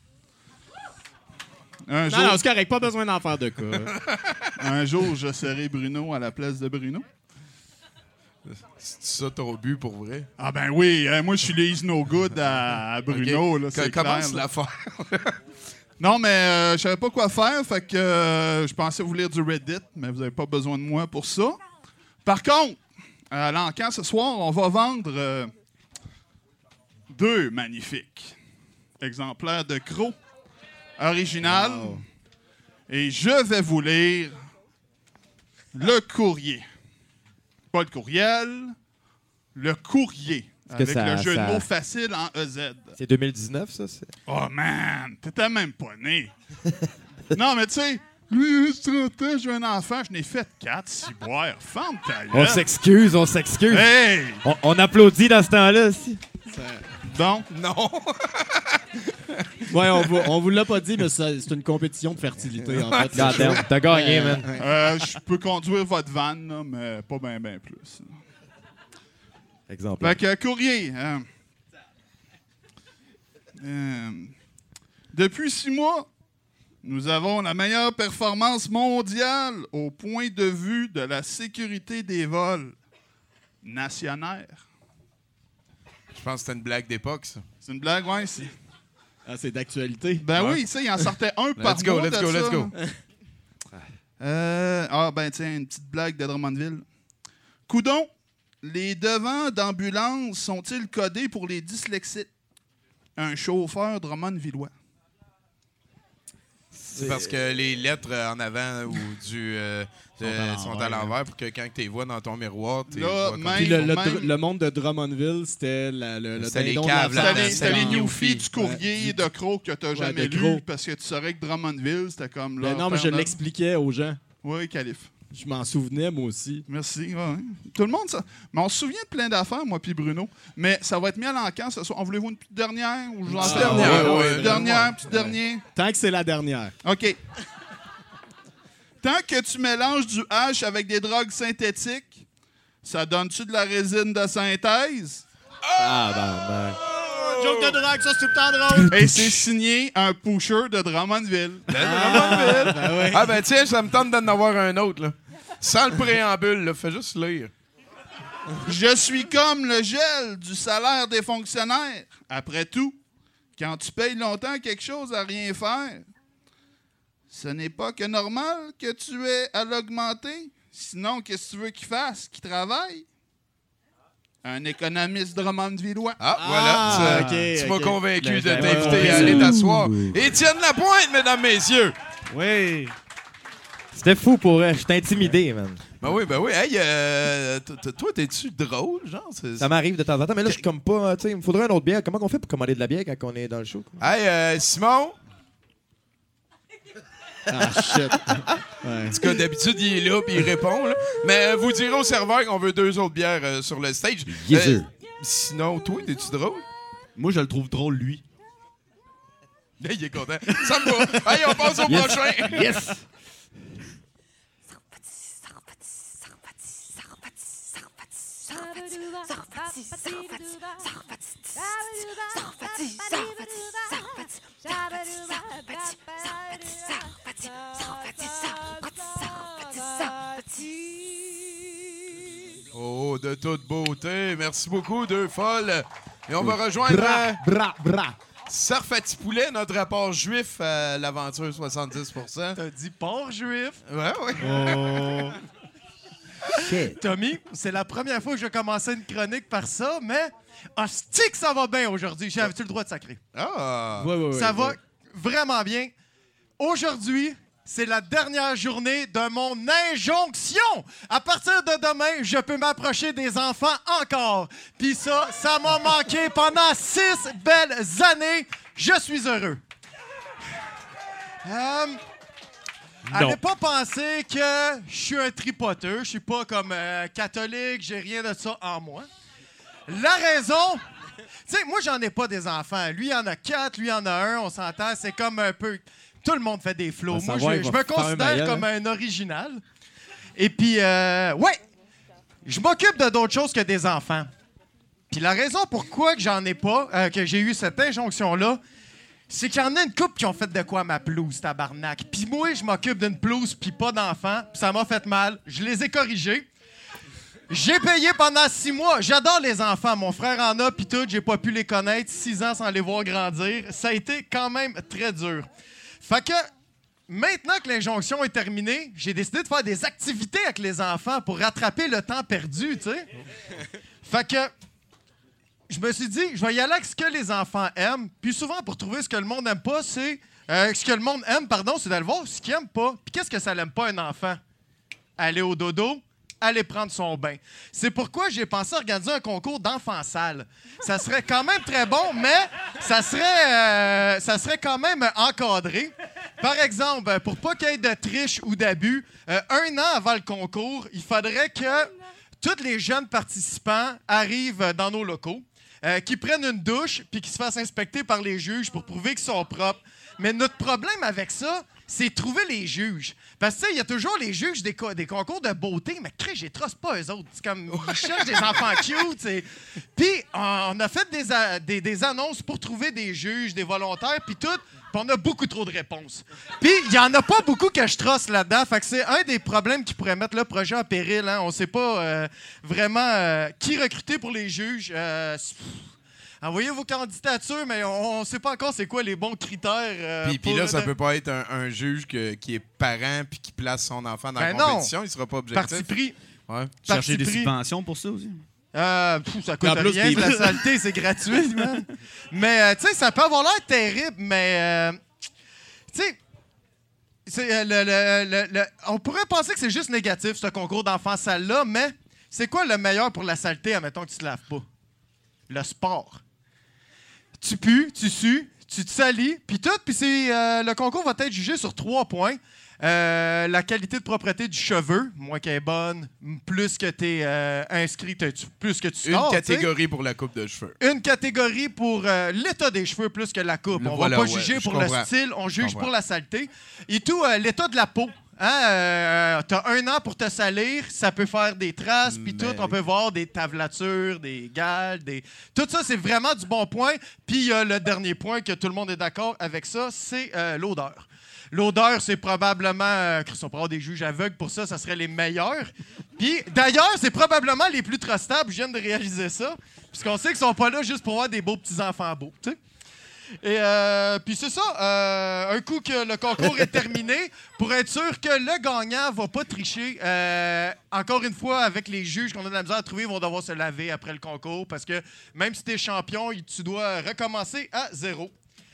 Speaker 11: Un jour,
Speaker 4: Non, c'est correct, pas besoin d'en faire de cas.
Speaker 11: un jour, je serai Bruno à la place de Bruno.
Speaker 6: C'est ça ton but pour vrai?
Speaker 11: Ah ben oui, moi je suis le He's No Good à Bruno.
Speaker 6: Okay.
Speaker 11: Là, c'est
Speaker 6: Commence
Speaker 11: clair,
Speaker 6: l'affaire.
Speaker 11: Non, mais je savais pas quoi faire, fait que je pensais vous lire du Reddit, mais vous avez pas besoin de moi pour ça. Par contre, à l'encan ce soir, on va vendre 2 magnifiques exemplaires de Croc original. Wow. Et je vais vous lire le courrier. Pas le courriel, le courrier. Avec le jeu de mots facile en EZ.
Speaker 9: C'est 2019, ça?
Speaker 11: Oh man, t'étais même pas né. Non, mais tu sais, lui, 30 ans, j'ai un enfant, je n'ai fait 4, 6 boire. Ferme ta gueule.
Speaker 9: On s'excuse.
Speaker 11: Hey!
Speaker 9: On applaudit dans ce temps-là aussi.
Speaker 11: Bon?
Speaker 6: Non.
Speaker 7: Ouais, on vous l'a pas dit, mais c'est une compétition de fertilité, en fait.
Speaker 9: T'as gagné, man.
Speaker 11: Je peux conduire votre van, là, mais pas bien plus.
Speaker 9: Exemple.
Speaker 11: Fait que, courrier. Depuis 6 mois, nous avons la meilleure performance mondiale au point de vue de la sécurité des vols nationaires.
Speaker 6: Je pense que c'était une blague d'époque, ça.
Speaker 11: C'est une blague, ouais, c'est...
Speaker 7: Ah, c'est d'actualité.
Speaker 11: Ben oui, tu sais, il en sortait un par mois.
Speaker 6: Let's go.
Speaker 11: Ben tiens, une petite blague de Drummondville. Coudon, les devants d'ambulance sont-ils codés pour les dyslexiques? Un chauffeur Drummondvillois.
Speaker 6: C'est parce que les lettres en avant ou sont à l'envers pour que quand tu les vois dans ton miroir, tu vois comme...
Speaker 7: Puis le monde de Drummondville, c'était
Speaker 6: les caves.
Speaker 11: C'était les newfies du courrier de Croc que tu n'as jamais lu parce que tu saurais que Drummondville, c'était comme...
Speaker 7: Ben non, mais je l'expliquais aux gens.
Speaker 11: Oui, calife.
Speaker 7: Je m'en souvenais, moi aussi.
Speaker 11: Merci. Ouais. Tout le monde, ça. Mais on se souvient de plein d'affaires, moi puis Bruno. Mais ça va être mis à l'encan ce soir. En voulez-vous une petite dernière? Ou petite dernière.
Speaker 7: Tant que c'est la dernière.
Speaker 11: OK. Tant que tu mélanges du hash avec des drogues synthétiques, ça donne-tu de la résine de synthèse?
Speaker 7: Joke de drague, ça, c'est tout le temps drôle.
Speaker 11: Et c'est signé un pusher de Drummondville.
Speaker 6: Oui. Ah ben tiens, ça me tente d'en avoir un autre, là. Sans le préambule, là. Fais juste lire.
Speaker 11: Je suis comme le gel du salaire des fonctionnaires. Après tout, quand tu payes longtemps quelque chose à rien faire, ce n'est pas que normal que tu aies à l'augmenter. Sinon, qu'est-ce que tu veux qu'il fasse? Qu'il travaille? Un économiste Drummondvillois.
Speaker 6: Voilà. Tu m'as convaincu de t'inviter à aller t'asseoir. Étienne Lapointe, mesdames, messieurs.
Speaker 8: Oui.
Speaker 9: C'était fou pour elle. J'étais intimidé, man.
Speaker 6: Ben oui. Hey, toi, t'es-tu drôle, genre?
Speaker 9: Ça m'arrive de temps en temps, mais là, je suis comme pas... Tu sais, il me faudrait une autre bière. Comment on fait pour commander de la bière quand on est dans le show?
Speaker 6: Hey, Simon?
Speaker 7: Ah, shit.
Speaker 6: En tout cas, d'habitude, il est là puis il répond. Là. Mais vous direz au serveur qu'on veut 2 autres bières sur le stage. Sinon, toi, t'es-tu drôle?
Speaker 8: Moi, je le trouve drôle, lui.
Speaker 6: Là, il est content. Ça me va. Hey, on passe au prochain.
Speaker 9: Yes!
Speaker 6: Oh, de toute beauté. Merci beaucoup, deux folles. Et on va rejoindre...
Speaker 7: Bra.
Speaker 6: Sarfati Poulet, notre rapport juif à l'aventure 70%.
Speaker 12: T'as dit port juif?
Speaker 6: Ouais.
Speaker 7: Oh.
Speaker 12: Shit. Tommy, c'est la première fois que je vais commencer une chronique par ça, mais hostie que ça va bien aujourd'hui. J'avais-tu le droit de sacrer?
Speaker 6: Ah!
Speaker 12: Ça va vraiment bien. Aujourd'hui, c'est la dernière journée de mon injonction. À partir de demain, je peux m'approcher des enfants encore. Puis ça m'a manqué pendant 6 belles années. Je suis heureux. Allez pas penser que je suis un tripoteur. Je suis pas comme catholique. J'ai rien de ça en moi. La raison... Tu sais, moi, j'en ai pas des enfants. Lui, il y en a 4. Lui, il y en a 1. On s'entend. C'est comme un peu... Tout le monde fait des flows. Moi, je me considère comme un original. Et puis, je m'occupe de d'autres choses que des enfants. Puis la raison pourquoi que j'en ai pas, que j'ai eu cette injonction-là, c'est qu'il y en a une couple qui ont fait de quoi à ma pelouse, tabarnak. Puis moi, je m'occupe d'une pelouse puis pas d'enfants. Puis ça m'a fait mal. Je les ai corrigés. J'ai payé pendant 6 mois. J'adore les enfants. Mon frère en a, puis tout. J'ai pas pu les connaître. 6 ans sans les voir grandir. Ça a été quand même très dur. Fait que, maintenant que l'injonction est terminée, j'ai décidé de faire des activités avec les enfants pour rattraper le temps perdu, tu sais. Fait que, je me suis dit, je vais y aller avec ce que les enfants aiment. Puis souvent, pour trouver ce que le monde aime pas, c'est... ce que le monde aime, c'est d'aller voir ce qu'il aime pas. Puis qu'est-ce que ça l'aime pas, un enfant? Aller au dodo, aller prendre son bain. C'est pourquoi j'ai pensé organiser un concours d'enfants sales. Ça serait quand même très bon, mais ça serait quand même encadré. Par exemple, pour pas qu'il y ait de triche ou d'abus, 1 an avant le concours, il faudrait que tous les jeunes participants arrivent dans nos locaux, qu'ils prennent une douche puis qu'ils se fassent inspecter par les juges pour prouver qu'ils sont propres. Mais notre problème avec ça, c'est trouver les juges. Parce que, tu sais, il y a toujours les juges des concours de beauté, mais crée, je les trosse pas, eux autres. C'est comme, ils cherchent des enfants cute, t'sais. Puis, on a fait des annonces pour trouver des juges, des volontaires, puis tout, puis on a beaucoup trop de réponses. Puis, il y en a pas beaucoup que je trosse là-dedans. Fait que c'est un des problèmes qui pourrait mettre le projet en péril. Hein. On sait pas vraiment qui recruter pour les juges. Envoyez vos candidatures, mais on ne sait pas encore c'est quoi les bons critères.
Speaker 6: Puis là, ça peut pas être un juge qui est parent puis qui place son enfant dans la compétition. Il sera pas objectif.
Speaker 12: Parti pris.
Speaker 6: Ouais.
Speaker 8: Chercher des subventions pour ça aussi.
Speaker 12: Ça coûte rien, la saleté, c'est gratuit, man. Mais, tu sais, ça peut avoir l'air terrible, mais, tu sais, on pourrait penser que c'est juste négatif, ce concours d'enfants sales-là, mais c'est quoi le meilleur pour la saleté, admettons que tu te laves pas? Le sport. Tu pues, tu sues, tu te salis, puis tout. Puis le concours va être jugé sur 3 points. La qualité de propreté du cheveu, moins qu'elle est bonne, plus que tu es inscrit, plus que tu scores.
Speaker 6: Une catégorie pour la coupe de cheveux.
Speaker 12: Une catégorie pour l'état des cheveux plus que la coupe. On va pas juger pour le style, on juge pour la saleté. Et tout, l'état de la peau. Hein, t'as 1 an pour te salir, ça peut faire des traces, puis tout, on peut voir des tavelatures, des gales, tout ça, c'est vraiment du bon point. Puis il y a le dernier point, que tout le monde est d'accord avec ça, c'est l'odeur. L'odeur, c'est probablement... on peut avoir des juges aveugles pour ça, ça serait les meilleurs. Puis d'ailleurs, c'est probablement les plus trustables, je viens de réaliser ça, puisqu'on sait qu'ils sont pas là juste pour avoir des beaux petits-enfants beaux, tu sais. Et puis c'est ça, un coup que le concours est terminé, pour être sûr que le gagnant va pas tricher, encore une fois, avec les juges qu'on a de la misère à trouver, ils vont devoir se laver après le concours, parce que même si tu es champion, tu dois recommencer à 0.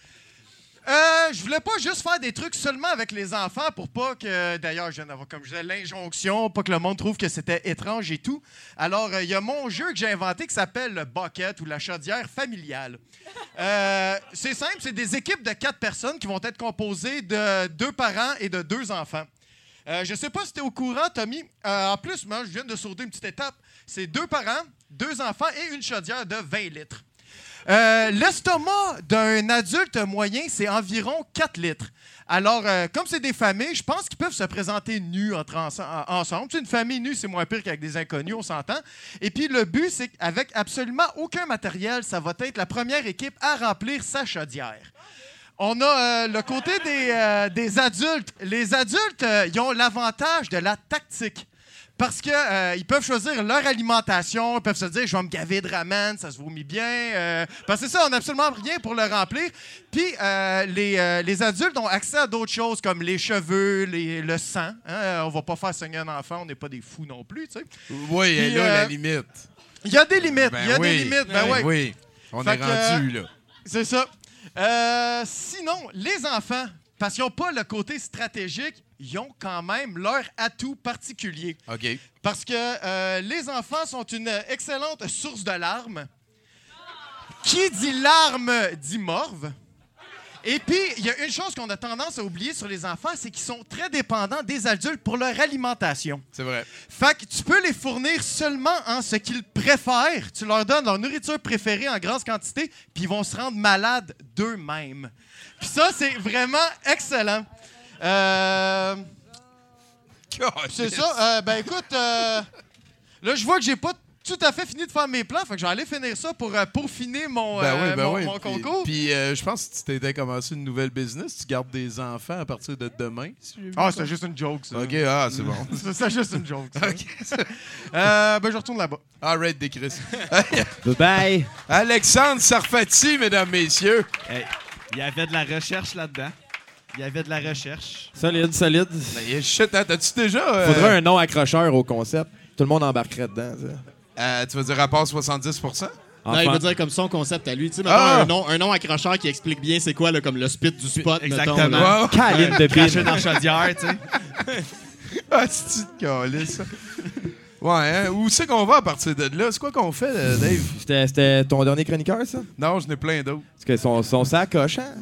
Speaker 12: Je voulais pas juste faire des trucs seulement avec les enfants pour pas que, d'ailleurs, je viens d'avoir, comme je disais, l'injonction, pas que le monde trouve que c'était étrange et tout. Alors, il y a mon jeu que j'ai inventé qui s'appelle le bucket ou la chaudière familiale. C'est simple, c'est des équipes de 4 personnes qui vont être composées de 2 parents et de 2 enfants. Je sais pas si tu es au courant, Tommy. En plus, moi, je viens de sauter une petite étape. C'est 2 parents, 2 enfants et une chaudière de 20 litres. L'estomac d'un adulte moyen, c'est environ 4 litres. Alors, comme c'est des familles, je pense qu'ils peuvent se présenter nus ensemble. Tu sais, une famille nue, c'est moins pire qu'avec des inconnus, on s'entend. Et puis, le but, c'est qu'avec absolument aucun matériel, ça va être la première équipe à remplir sa chaudière. On a le côté des adultes. Les adultes, ils ont l'avantage de la tactique. Parce qu'ils peuvent choisir leur alimentation, ils peuvent se dire « je vais me gaver de ramen, ça se vomit bien ». Parce que ça, on n'a absolument rien pour le remplir. Puis les adultes ont accès à d'autres choses comme les cheveux, le sang. Hein? On va pas faire saigner un enfant, on n'est pas des fous non plus. Tu sais.
Speaker 6: Oui, et là, la limite.
Speaker 12: Il y a des limites, des limites.
Speaker 6: Oui, on est rendu là.
Speaker 12: C'est ça. Sinon, les enfants, parce qu'ils n'ont pas le côté stratégique, ils ont quand même leur atout particulier.
Speaker 6: OK.
Speaker 12: Parce que les enfants sont une excellente source de larmes. Qui dit larmes dit morve. Et puis, il y a une chose qu'on a tendance à oublier sur les enfants, c'est qu'ils sont très dépendants des adultes pour leur alimentation.
Speaker 6: C'est vrai.
Speaker 12: Fait que tu peux les fournir seulement en ce qu'ils préfèrent. Tu leur donnes leur nourriture préférée en grande quantité, puis ils vont se rendre malades d'eux-mêmes. Puis ça, c'est vraiment excellent. C'est ça. Ben écoute, là, je vois que j'ai pas tout à fait fini de faire mes plans. Fait que je vais aller finir ça pour peaufiner mon concours.
Speaker 6: Puis je pense que tu t'étais commencé une nouvelle business. Tu gardes des enfants à partir de demain. Si
Speaker 12: c'était juste une joke, ça.
Speaker 6: OK, c'est bon.
Speaker 12: C'est juste une joke, ça.
Speaker 6: OK.
Speaker 12: Je retourne là-bas.
Speaker 6: All right, des Chris.
Speaker 9: Bye.
Speaker 6: Alexandre Sarfati, mesdames, messieurs.
Speaker 8: Hey, il y avait de la recherche là-dedans. Il y avait de la recherche.
Speaker 9: Solide.
Speaker 6: Mais shit, t'as-tu déjà...
Speaker 9: Faudrait un nom accrocheur au concept. Tout le monde embarquerait dedans.
Speaker 6: Tu veux dire rapport 70%?
Speaker 7: Non, il veut dire comme son concept à lui. Tu sais, mettons, un nom accrocheur qui explique bien c'est quoi, là, comme le spit du spot.
Speaker 8: Exactement.
Speaker 9: Caline de
Speaker 8: cracher dans la chaudière, tu sais.
Speaker 6: C'est une calice. Ouais, hein? Où c'est qu'on va à partir de là? C'est quoi qu'on fait, Dave?
Speaker 9: C'était ton dernier chroniqueur, ça?
Speaker 6: Non, j'en ai plein d'autres.
Speaker 9: Parce que son sac coche, hein?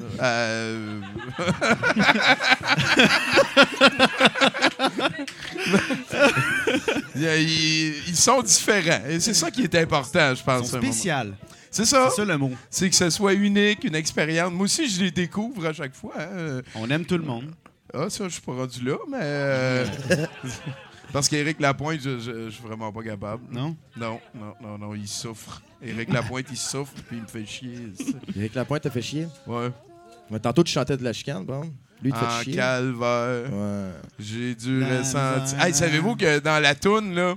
Speaker 6: Ils sont différents. Et c'est ça qui est important, je pense.
Speaker 8: Ils sont spécial.
Speaker 6: C'est ça.
Speaker 8: C'est ça le mot.
Speaker 6: C'est que ce soit unique, une expérience. Moi aussi, je les découvre à chaque fois. Hein.
Speaker 8: On aime tout le monde.
Speaker 6: Ah, ça, je suis pas rendu là, mais... Parce qu'Éric Lapointe, je suis vraiment pas capable.
Speaker 8: Non?
Speaker 6: Non, il souffre. Éric Lapointe, il souffre, puis il me fait chier.
Speaker 9: Éric Lapointe t'a fait chier?
Speaker 6: Ouais.
Speaker 9: Mais tantôt, tu chantais de la chicane, bon? Lui, il te fait chier.
Speaker 6: Calvaire.
Speaker 9: Ouais.
Speaker 6: J'ai dû ressentir... Hey, savez-vous que dans la toune, là,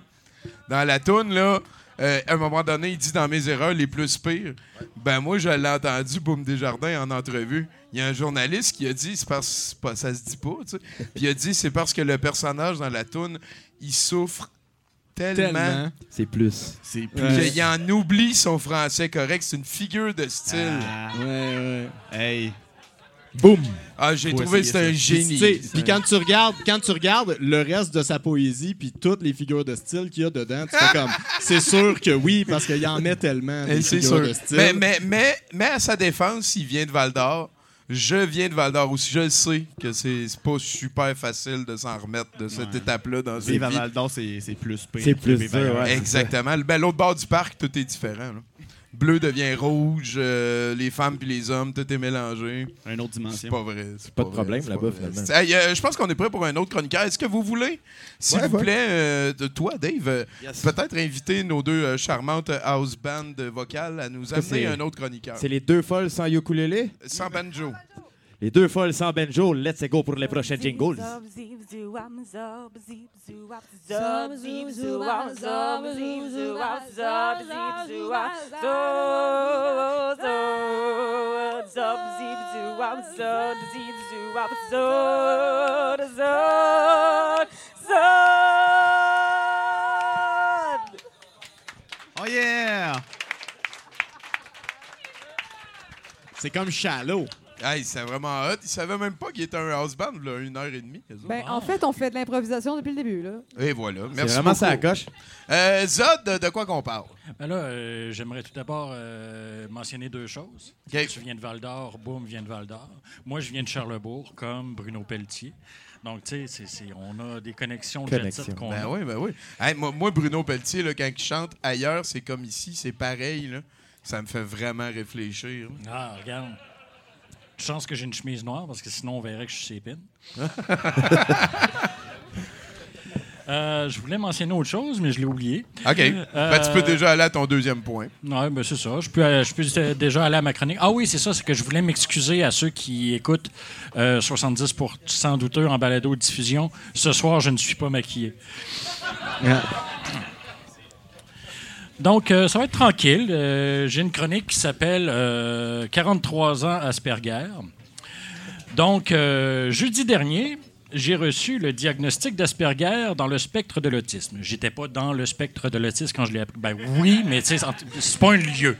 Speaker 6: à un moment donné, il dit dans mes erreurs les plus pires. Ben moi, je l'ai entendu, Boum Desjardins, en entrevue. Il y a un journaliste qui a dit, ça se dit pas, tu sais. Puis il a dit, c'est parce que le personnage dans la toune, il souffre tellement.
Speaker 9: C'est plus.
Speaker 6: Qu'il en oublie son français correct. C'est une figure de style.
Speaker 7: Ouais.
Speaker 8: Hey.
Speaker 6: Boum! J'ai trouvé que c'était un génie.
Speaker 7: Puis quand tu regardes le reste de sa poésie puis toutes les figures de style qu'il y a dedans, tu fais comme, c'est sûr que oui, parce qu'il en met tellement des figures de style.
Speaker 6: Mais à sa défense, il vient de Val-d'Or. Je viens de Val-d'Or aussi. Je sais que c'est pas super facile de s'en remettre de cette étape-là dans une vie.
Speaker 8: À Val-d'Or, c'est plus pire.
Speaker 9: C'est plus dur, ouais.
Speaker 6: Exactement. L'autre bord du parc, tout est différent. Là. Bleu devient rouge, les femmes puis les hommes, tout est mélangé.
Speaker 8: Une autre dimension.
Speaker 6: C'est pas vrai.
Speaker 9: Pas de problème là-bas, finalement.
Speaker 6: Je pense qu'on est prêt pour un autre chroniqueur. Est-ce que vous voulez, s'il vous plaît, de toi, Dave, peut-être inviter nos deux charmantes house band vocales à nous amener un autre chroniqueur?
Speaker 9: C'est les deux folles sans ukulélé?
Speaker 6: Sans banjo.
Speaker 9: Les deux folles sans banjo, let's go pour les prochains jingles.
Speaker 8: Oh yeah!
Speaker 7: C'est comme Shallow.
Speaker 6: Hey, c'est vraiment hot. Il savait même pas qu'il était un house band, là, 1h30.
Speaker 5: En fait, on fait de l'improvisation depuis le début, là.
Speaker 6: Et voilà. Merci
Speaker 9: C'est vraiment
Speaker 6: beaucoup.
Speaker 9: ça à coche.
Speaker 6: Zod, de quoi qu'on parle?
Speaker 13: Ben là, j'aimerais tout d'abord mentionner deux choses.
Speaker 6: Okay.
Speaker 13: Tu viens de Val-d'Or, Boum vient de Val-d'Or. Moi, je viens de Charlesbourg, comme Bruno Pelletier. Donc, tu sais, on a des connexions jet-set qu'on a.
Speaker 6: Ben oui. Hey, moi, Bruno Pelletier, là, quand il chante ailleurs, c'est comme ici, c'est pareil. Là. Ça me fait vraiment réfléchir.
Speaker 13: Ah, regarde. Chance que j'ai une chemise noire, parce que sinon, on verrait que je suis sépine. Je voulais mentionner autre chose, mais je l'ai oublié.
Speaker 6: OK. Tu peux déjà aller à ton deuxième point.
Speaker 13: Oui, ben c'est ça. Je peux déjà aller à ma chronique. Ah oui, c'est ça. C'est que je voulais m'excuser à ceux qui écoutent 70% douteux en balado-diffusion. Ce soir, je ne suis pas maquillé. Donc, ça va être tranquille. J'ai une chronique qui s'appelle 43 ans Asperger. Donc, jeudi dernier, j'ai reçu le diagnostic d'Asperger dans le spectre de l'autisme. J'étais pas dans le spectre de l'autisme quand je l'ai appris. Ben oui, mais tu sais, c'est pas un lieu.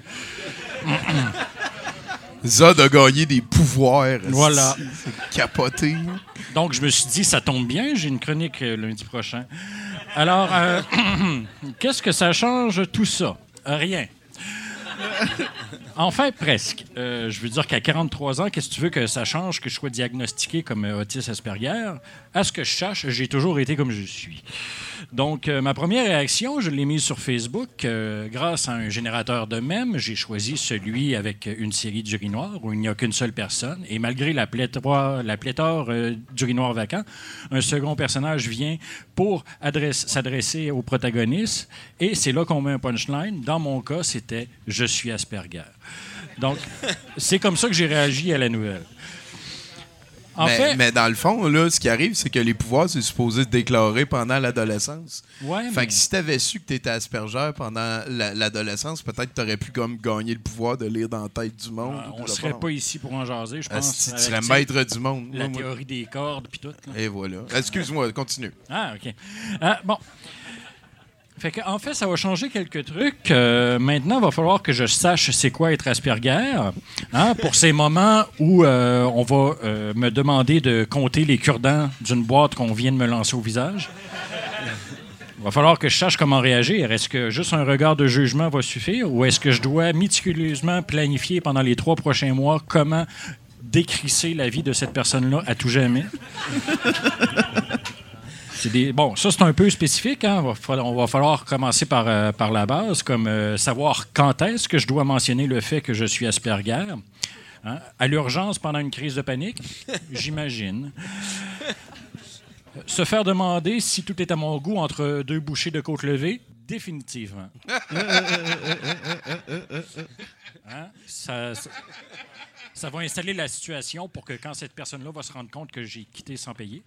Speaker 6: Zod a gagné des pouvoirs.
Speaker 13: Voilà.
Speaker 6: C'est capoté.
Speaker 13: Donc, je me suis dit, ça tombe bien, j'ai une chronique lundi prochain. Alors, qu'est-ce que ça change tout ça? Rien. Enfin, presque. Je veux dire qu'à 43 ans, qu'est-ce que tu veux que ça change que je sois diagnostiqué comme autisme Asperger? À ce que je sache, j'ai toujours été comme je suis. Donc, ma première réaction, je l'ai mise sur Facebook. Grâce à un générateur de mèmes, j'ai choisi celui avec une série d'urinoirs où il n'y a qu'une seule personne. Et malgré la pléthore d'urinoirs vacants, un second personnage vient pour s'adresser au protagoniste. Et c'est là qu'on met un punchline. Dans mon cas, c'était « Je suis Asperger ». Donc, c'est comme ça que j'ai réagi à la nouvelle.
Speaker 6: Mais dans le fond, là, ce qui arrive, c'est que les pouvoirs, c'est supposé se déclarer pendant l'adolescence.
Speaker 13: Ouais,
Speaker 6: fait que si t'avais su que t'étais Asperger pendant l'adolescence, peut-être que t'aurais pu comme gagner le pouvoir de lire dans la tête du monde.
Speaker 13: On serait pas ici pour en jaser, je pense.
Speaker 6: Tu serais maître du monde.
Speaker 13: La théorie des cordes, puis tout. Là.
Speaker 6: Et voilà. Excuse-moi, continue.
Speaker 13: Ah, OK. Bon. En fait, ça va changer quelques trucs. Maintenant, il va falloir que je sache c'est quoi être Asperger. Pour ces moments où on va me demander de compter les cure-dents d'une boîte qu'on vient de me lancer au visage. Il va falloir que je sache comment réagir. Est-ce que juste un regard de jugement va suffire ou est-ce que je dois méticuleusement planifier pendant les 3 prochains mois comment décrisser la vie de cette personne-là à tout jamais? Bon, ça, c'est un peu spécifique. Hein? On va falloir commencer par la base, comme savoir quand est-ce que je dois mentionner le fait que je suis Asperger. Hein? À l'urgence, pendant une crise de panique, j'imagine. Se faire demander si tout est à mon goût entre 2 bouchées de côte levée, définitivement. Hein? Ça va installer la situation pour que quand cette personne-là va se rendre compte que j'ai quitté sans payer.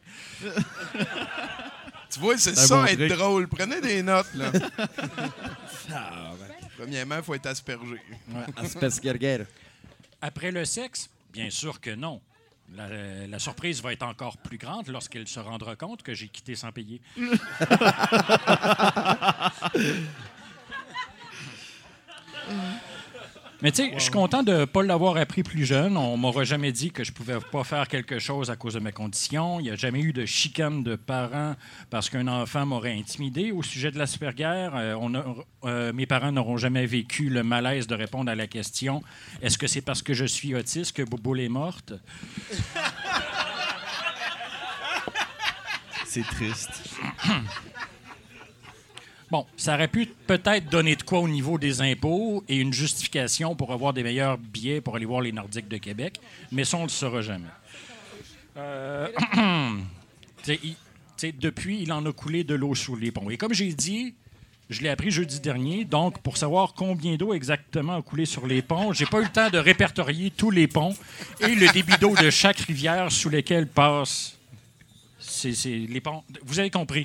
Speaker 6: Tu vois, c'est ça, bon être truc. Drôle. Prenez des notes, là. Premièrement, il faut être aspergé.
Speaker 9: Ouais. Asperger.
Speaker 13: Après le sexe, bien sûr que non. La surprise va être encore plus grande lorsqu'elle se rendra compte que j'ai quitté sans payer. Mais tu sais, je suis content de ne pas l'avoir appris plus jeune. On m'aurait jamais dit que je pouvais pas faire quelque chose à cause de mes conditions. Il n'y a jamais eu de chicane de parents parce qu'un enfant m'aurait intimidé au sujet de l'Asperger. Mes parents n'auront jamais vécu le malaise de répondre à la question « Est-ce que c'est parce que je suis autiste que Boboule est morte? »
Speaker 8: C'est triste.
Speaker 13: Bon, ça aurait pu peut-être donner de quoi au niveau des impôts et une justification pour avoir des meilleurs billets pour aller voir les Nordiques de Québec, mais ça, on ne le saura jamais. Depuis, il en a coulé de l'eau sous les ponts. Et comme j'ai dit, je l'ai appris jeudi dernier, donc pour savoir combien d'eau exactement a coulé sur les ponts, j'ai pas eu le temps de répertorier tous les ponts et le débit d'eau de chaque rivière sous lesquelles passent les ponts. Vous avez compris.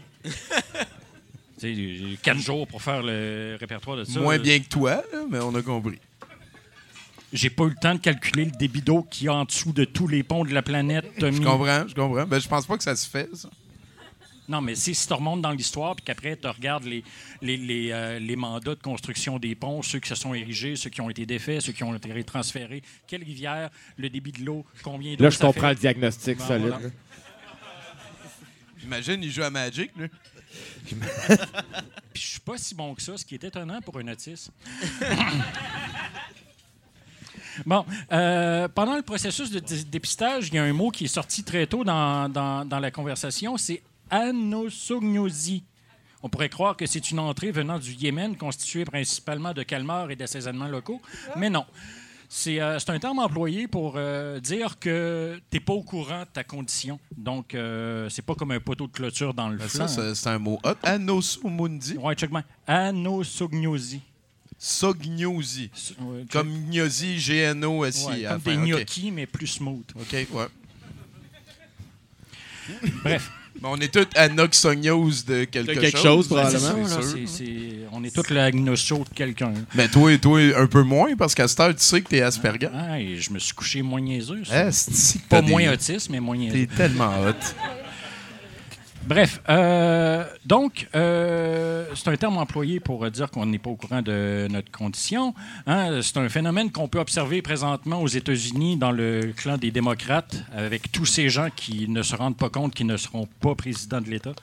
Speaker 13: J'ai 4 jours pour faire le répertoire de ça.
Speaker 6: Moins bien que toi, là, mais on a compris.
Speaker 13: J'ai pas eu le temps de calculer le débit d'eau qu'il y a en dessous de tous les ponts de la planète.
Speaker 6: Je comprends. Ben, je pense pas que ça se fait, ça.
Speaker 13: Non, mais si tu remontes dans l'histoire puis qu'après, tu regardes les mandats de construction des ponts, ceux qui se sont érigés, ceux qui ont été défaits, ceux qui ont été transférés, quelle rivière, le débit de l'eau, combien d'eau
Speaker 9: là, je comprends le diagnostic solide. Voilà.
Speaker 6: Imagine, il joue à Magic, là.
Speaker 13: Puis je suis pas si bon que ça, ce qui est étonnant pour un autiste. Bon, pendant le processus de dépistage, il y a un mot qui est sorti très tôt dans la conversation, c'est anosognosie. On pourrait croire que c'est une entrée venant du Yémen, constituée principalement de calmars et d'assaisonnements locaux, mais non. C'est un terme employé pour dire que tu n'es pas au courant de ta condition. Donc, c'est pas comme un poteau de clôture dans le flanc.
Speaker 6: Ça, c'est un mot hot. Anosognosie.
Speaker 13: Oui, check-moi. Anosognosie.
Speaker 6: Sognosie. Comme gnosie, G-N-O-S-I.
Speaker 13: Ouais, comme des gnocchis, mais plus smooth.
Speaker 6: OK, ouais.
Speaker 13: Bref.
Speaker 6: Mais on est tous anoxognose de quelque chose,
Speaker 8: probablement.
Speaker 13: C'est ça, on est tous l'agnoso de quelqu'un.
Speaker 6: Mais toi, un peu moins, parce qu'à cette heure, tu sais que t'es Asperger.
Speaker 13: Ah, et je me suis couché moins niaiseux.
Speaker 6: Pas
Speaker 13: moins autiste, mais moins niaiseux.
Speaker 6: T'es tellement hot.
Speaker 13: Bref, donc, c'est un terme employé pour dire qu'on n'est pas au courant de notre condition. Hein? C'est un phénomène qu'on peut observer présentement aux États-Unis dans le clan des démocrates, avec tous ces gens qui ne se rendent pas compte qu'ils ne seront pas présidents de l'État.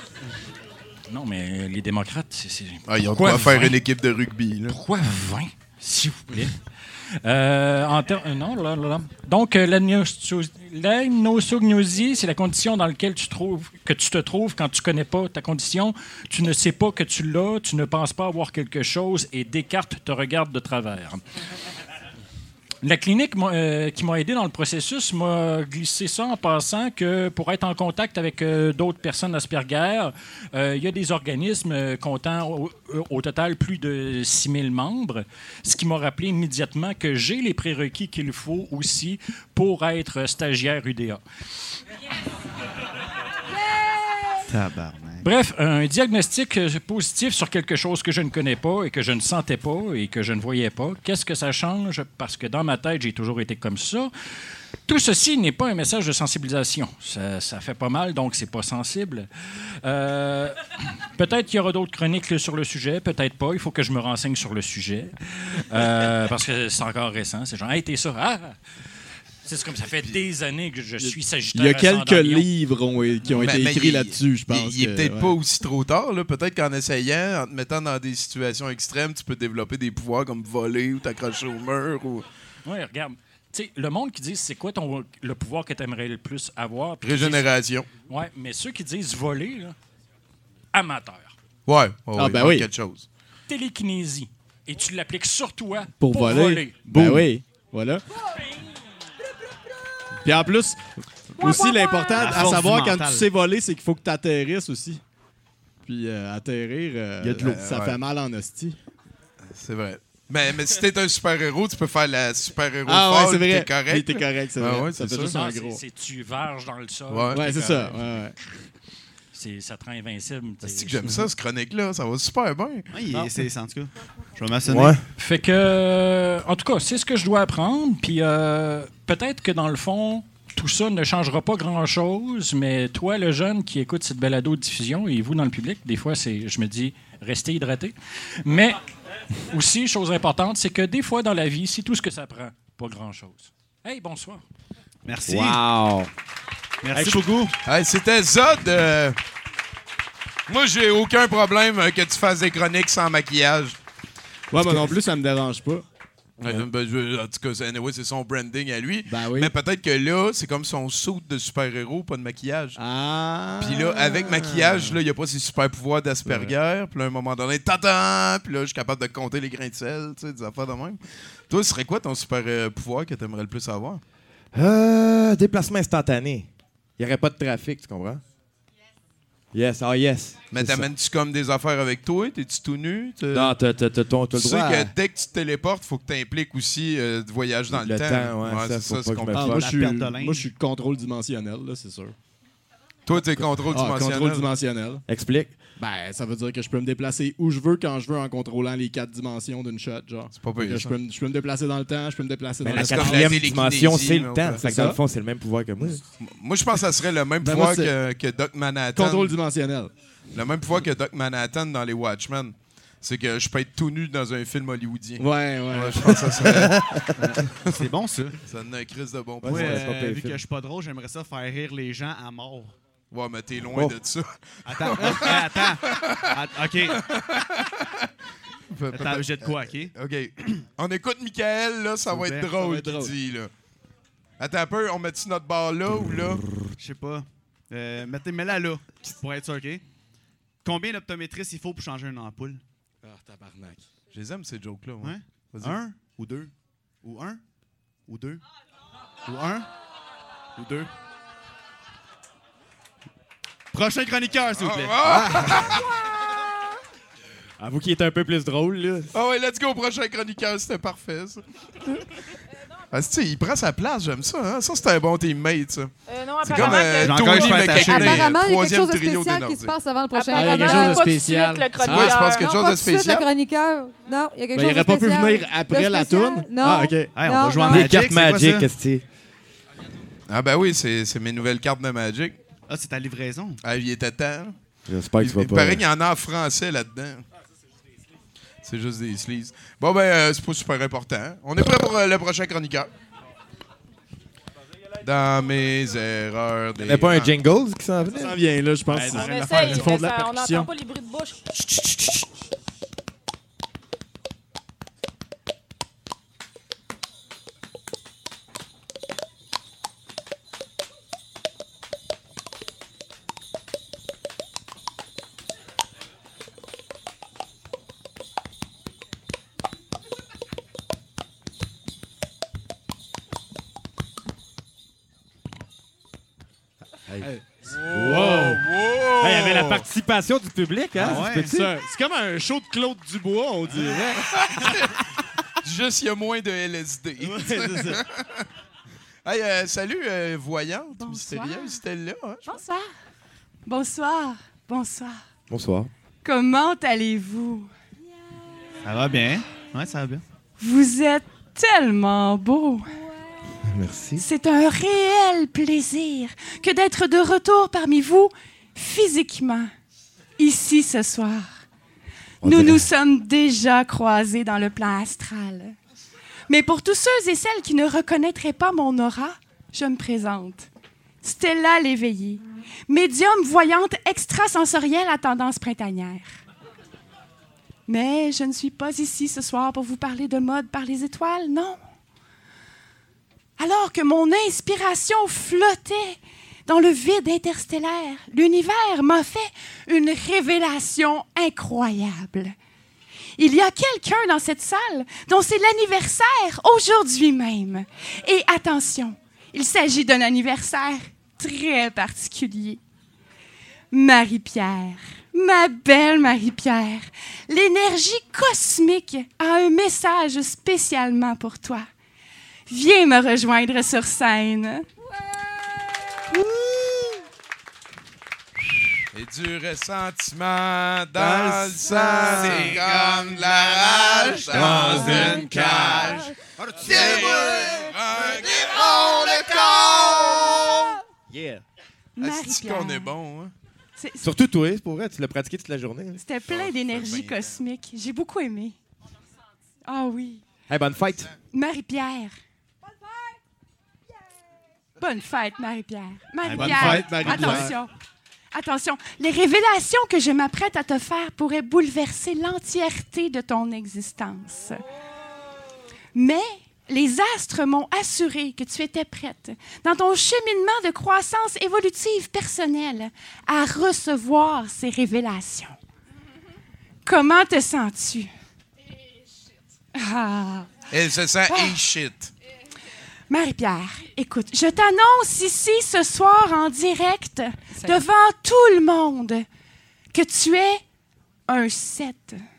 Speaker 13: Non, mais les démocrates, c'est...
Speaker 6: Ils ont quoi faire une équipe de rugby. Là.
Speaker 13: Pourquoi 20? S'il vous plaît. Non, là. Donc, l'anosognosie, c'est la condition dans laquelle tu te trouves quand tu ne connais pas ta condition, tu ne sais pas que tu l'as, tu ne penses pas avoir quelque chose et Descartes te regarde de travers. La clinique qui m'a aidé dans le processus m'a glissé ça en passant que pour être en contact avec d'autres personnes Asperger, il y a des organismes comptant au total plus de 6000 membres, ce qui m'a rappelé immédiatement que j'ai les prérequis qu'il faut aussi pour être stagiaire UDA.
Speaker 8: Tabarnak.
Speaker 13: Bref, un diagnostic positif sur quelque chose que je ne connais pas et que je ne sentais pas et que je ne voyais pas. Qu'est-ce que ça change? Parce que dans ma tête, j'ai toujours été comme ça. Tout ceci n'est pas un message de sensibilisation. Ça fait pas mal, donc c'est pas sensible. Peut-être qu'il y aura d'autres chroniques sur le sujet, peut-être pas. Il faut que je me renseigne sur le sujet. Parce que c'est encore récent. C'est genre, hey, t'es ça. Ah! C'est comme ça fait des années que je suis Sagittaire.
Speaker 7: Il y a quelques livres qui ont été écrits là-dessus, je pense.
Speaker 6: Il est peut-être pas aussi trop tard. Là. Peut-être qu'en essayant, en te mettant dans des situations extrêmes, tu peux développer des pouvoirs comme voler ou t'accrocher au mur. Ou...
Speaker 13: Oui, regarde. Tu sais, le monde qui dit c'est quoi le pouvoir que tu aimerais le plus avoir?
Speaker 6: Régénération.
Speaker 13: Oui, mais ceux qui disent voler, là, amateur.
Speaker 6: Ouais,
Speaker 7: oui.
Speaker 6: Quelque chose.
Speaker 13: Télékinésie. Et tu l'appliques sur toi
Speaker 7: pour voler. Ben oui, voilà. Puis en plus, aussi l'important à savoir quand tu sais voler, c'est qu'il faut que tu atterrisses aussi. Puis atterrir,
Speaker 8: il y a de l'eau.
Speaker 7: Ça fait mal en hostie.
Speaker 6: C'est vrai. Mais si t'es un super-héros, tu peux faire la super-héros
Speaker 7: folle,
Speaker 6: c'est vrai.
Speaker 7: T'es correct. Oui, t'es correct, c'est vrai.
Speaker 6: Ouais,
Speaker 7: ça fait juste un gros.
Speaker 13: C'est tu verges dans le sol.
Speaker 7: Ouais, c'est ça. Ouais.
Speaker 13: Ça te rend invincible.
Speaker 6: C'est que j'aime ça, ce chronique-là. Ça va super bien.
Speaker 8: Oui, c'est en tout cas. Je vais m'assonner.
Speaker 6: Ouais.
Speaker 13: Fait que, en tout cas, c'est ce que je dois apprendre. Puis peut-être que dans le fond, tout ça ne changera pas grand-chose. Mais toi, le jeune qui écoute cette balado-diffusion, et vous dans le public, des fois, je me dis, restez hydraté. Mais aussi, chose importante, c'est que des fois dans la vie, c'est tout ce que ça prend. Pas grand-chose. Hey, bonsoir.
Speaker 8: Merci.
Speaker 9: Wow.
Speaker 8: Merci beaucoup.
Speaker 6: Hey, c'était Zod. Moi, j'ai aucun problème que tu fasses des chroniques sans maquillage.
Speaker 7: Ouais, moi non plus, ça me dérange pas.
Speaker 6: En tout cas, c'est son branding à lui.
Speaker 7: Ben oui.
Speaker 6: Mais peut-être que là, c'est comme son suit de super-héros, pas de maquillage.
Speaker 7: Ah.
Speaker 6: Puis là, avec maquillage, il n'y a pas ses super-pouvoirs d'Asperger. Puis là, à un moment donné, tata! Puis là, je suis capable de compter les grains de sel, tu sais, des affaires de même. Toi, ce serait quoi ton super-pouvoir que tu aimerais le plus avoir?
Speaker 9: Déplacement instantané. Il n'y aurait pas de trafic, tu comprends? Yes, yes.
Speaker 6: Mais t'amènes-tu comme des affaires avec toi? T'es-tu tout nu?
Speaker 9: Non, t'as le droit.
Speaker 6: Tu sais que dès que tu te téléportes, il faut que tu impliques aussi le voyage dans le temps.
Speaker 9: Ouais,
Speaker 6: c'est ça, c'est compliqué.
Speaker 7: Moi, je suis contrôle dimensionnel, là, c'est sûr.
Speaker 6: Toi, t'es contrôle dimensionnel.
Speaker 7: Contrôle dimensionnel.
Speaker 9: Explique.
Speaker 7: Ben, ça veut dire que je peux me déplacer où je veux, quand je veux, en contrôlant les 4 dimensions d'une shot, genre.
Speaker 6: C'est pas pire,
Speaker 7: je peux me déplacer dans le temps, je peux me déplacer dans
Speaker 9: la
Speaker 7: l'espace.
Speaker 9: 4e dimension, c'est le temps.
Speaker 7: C'est
Speaker 9: ça. Dans le fond, c'est le même pouvoir que moi.
Speaker 6: Moi, je pense que ça serait le même pouvoir que Doc Manhattan.
Speaker 7: Contrôle dimensionnel.
Speaker 6: Le même pouvoir que Doc Manhattan dans les Watchmen. C'est que je peux être tout nu dans un film hollywoodien.
Speaker 7: Ouais.
Speaker 6: Je pense que ça serait...
Speaker 8: C'est bon, ça.
Speaker 6: Ça donne un crise de bon pouvoir.
Speaker 8: Vu que je suis pas drôle, j'aimerais ça faire rire les gens à mort.
Speaker 6: Ouais, mais t'es loin de ça.
Speaker 8: Attends. OK. Attends, j'ai de quoi, OK?
Speaker 6: OK. On écoute Michael, là, ça va être drôle, qu'il dit, là. Attends un peu, on met-tu notre barre là ou là?
Speaker 8: Je sais pas. Mets-la là, pour être sûr, OK? Combien d'optométristes il faut pour changer une ampoule?
Speaker 7: Ah, tabarnak.
Speaker 6: Je les aime, ces jokes-là.
Speaker 8: Ouais. 1 ou 2? Ou 1? Ou 2? Ou 1? Ou 2? Prochain chroniqueur, s'il vous plaît.
Speaker 9: Avoue qu'il est un peu plus drôle, là.
Speaker 6: Ah ouais, let's go, prochain chroniqueur, c'était parfait, ça. Il prend sa place, j'aime ça. Hein? Ça, c'est un bon teammate, ça.
Speaker 10: Non,
Speaker 6: c'est comme
Speaker 10: Tony
Speaker 5: apparemment, il y a quelque chose de
Speaker 6: trio
Speaker 5: spécial qui se passe avant le prochain.
Speaker 7: Il y a quelque chose de spécial.
Speaker 6: Ouais, tu penses quelque chose de spécial?
Speaker 5: Le chroniqueur. Non, il y a quelque chose de spécial.
Speaker 7: Il n'aurait pas pu venir après la tourne?
Speaker 5: Non.
Speaker 7: Ah, OK.
Speaker 8: Hey, on va jouer en Magic.
Speaker 9: Les cartes Magic, qu'est-ce que
Speaker 6: Ah, ben oui, c'est mes nouvelles cartes de Magic.
Speaker 8: Ah, c'est ta livraison.
Speaker 6: Ah, il était temps.
Speaker 9: J'espère que tu vas pas...
Speaker 6: Il paraît qu'il y en a en français là-dedans. C'est juste des sleeves. Bon, ben, c'est pas super important. On est prêt pour le prochain chroniqueur. Dans mes erreurs des...
Speaker 9: Il n'y a pas un jingle qui s'en venait?
Speaker 7: Ça vient là, je pense.
Speaker 10: On essaye, mais on n'entend pas les bruits de bouche.
Speaker 9: Hey.
Speaker 8: Wow!
Speaker 9: Il y avait la participation du public, hein?
Speaker 7: Ah ouais, c'est comme un show de Claude Dubois, on dirait.
Speaker 6: Juste, il y a moins de LSD.
Speaker 7: Ouais, c'est ça.
Speaker 6: Hey, salut, voyante mystérieuse, c'était là. Hein,
Speaker 14: Bonsoir. Bonsoir. Bonsoir.
Speaker 9: Bonsoir.
Speaker 14: Comment allez-vous?
Speaker 8: Ça va bien. Ouais, ça va bien.
Speaker 14: Vous êtes tellement beau.
Speaker 9: Merci.
Speaker 14: C'est un réel plaisir que d'être de retour parmi vous physiquement, ici ce soir. Nous nous sommes déjà croisés dans le plan astral. Mais pour tous ceux et celles qui ne reconnaîtraient pas mon aura, je me présente. Stella l'éveillée, médium voyante extrasensorielle à tendance printanière. Mais je ne suis pas ici ce soir pour vous parler de mode par les étoiles, non. Alors que mon inspiration flottait dans le vide interstellaire, l'univers m'a fait une révélation incroyable. Il y a quelqu'un dans cette salle dont c'est l'anniversaire aujourd'hui même. Et attention, il s'agit d'un anniversaire très particulier. Marie-Pierre, ma belle Marie-Pierre, l'énergie cosmique a un message spécialement pour toi. Viens me rejoindre sur scène.
Speaker 6: Et du ressentiment dans le sang, c'est comme de la rage dans une cage. Tiens-moi un guéron de corps!
Speaker 9: Yeah!
Speaker 6: Est-ce qu'on est bon, hein?
Speaker 9: Surtout toi, c'est pour vrai, tu l'as pratiqué toute la journée.
Speaker 14: C'était plein d'énergie cosmique. J'ai beaucoup aimé. Ah oui.
Speaker 9: Hey, bonne fête!
Speaker 14: Marie-Pierre. Bonne fête, Marie-Pierre. Marie-Pierre,
Speaker 7: bonne fête, Marie-Pierre.
Speaker 14: Attention. Attention, les révélations que je m'apprête à te faire pourraient bouleverser l'entièreté de ton existence. Mais les astres m'ont assuré que tu étais prête, dans ton cheminement de croissance évolutive personnelle, à recevoir ces révélations. Comment te sens-tu? Ah.
Speaker 6: Elle se sent shit.
Speaker 14: Marie-Pierre, écoute, je t'annonce ici ce soir en direct, devant tout le monde, que tu es un 7.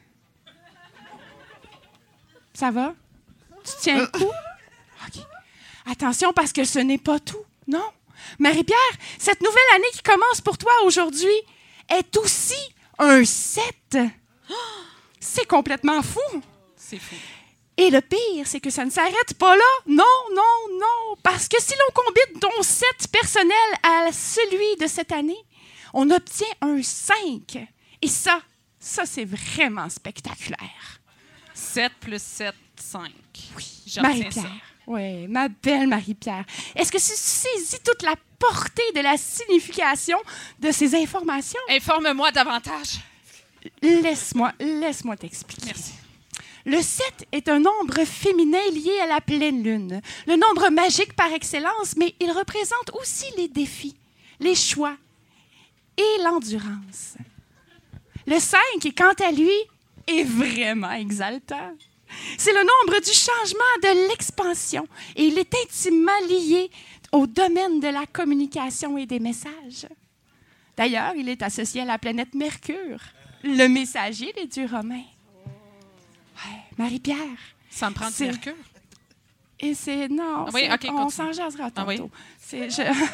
Speaker 14: Ça va? Tu tiens le coup? OK. Attention, parce que ce n'est pas tout, non? Marie-Pierre, cette nouvelle année qui commence pour toi aujourd'hui est aussi un 7. C'est complètement fou.
Speaker 5: C'est fou.
Speaker 14: Et le pire, c'est que ça ne s'arrête pas là. Non, non, non. Parce que si l'on combine ton 7 personnel à celui de cette année, on obtient un 5. Et ça, c'est vraiment spectaculaire.
Speaker 5: 7 plus 7, 5.
Speaker 14: Oui,
Speaker 5: j'obtiens
Speaker 14: Marie-Pierre.
Speaker 5: ça.
Speaker 14: Oui, ma belle Marie-Pierre. Est-ce que tu saisis toute la portée de la signification de ces informations?
Speaker 5: Informe-moi davantage.
Speaker 14: Laisse-moi t'expliquer.
Speaker 5: Merci.
Speaker 14: Le 7 est un nombre féminin lié à la pleine lune, le nombre magique par excellence, mais il représente aussi les défis, les choix et l'endurance. Le 5, quant à lui, est vraiment exaltant. C'est le nombre du changement, de l'expansion, et il est intimement lié au domaine de la communication et des messages. D'ailleurs, il est associé à la planète Mercure, le messager des dieux romains. Ouais, Marie-Pierre.
Speaker 5: Ça me prend du Mercure?
Speaker 14: Et c'est... Non,
Speaker 5: ah oui, okay,
Speaker 14: on s'en jasera tantôt.
Speaker 5: Ah oui?
Speaker 14: C'est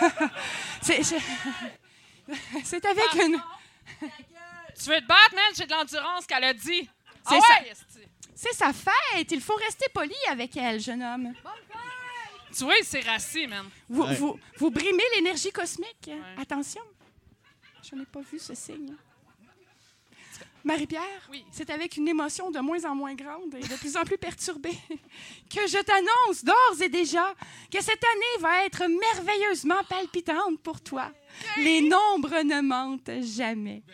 Speaker 14: avec une...
Speaker 5: Tu veux te battre, man? J'ai de l'endurance qu'elle a dit.
Speaker 14: C'est c'est sa fête. Il faut rester poli avec elle, jeune homme.
Speaker 5: Tu vois, c'est raciste, man.
Speaker 14: Vous brimez l'énergie cosmique. Ouais. Attention. Je n'ai pas vu ce signe. Marie-Pierre, oui. C'est avec une émotion de moins en moins grande et de plus en plus perturbée que je t'annonce d'ores et déjà que cette année va être merveilleusement palpitante pour toi. Les nombres ne mentent jamais.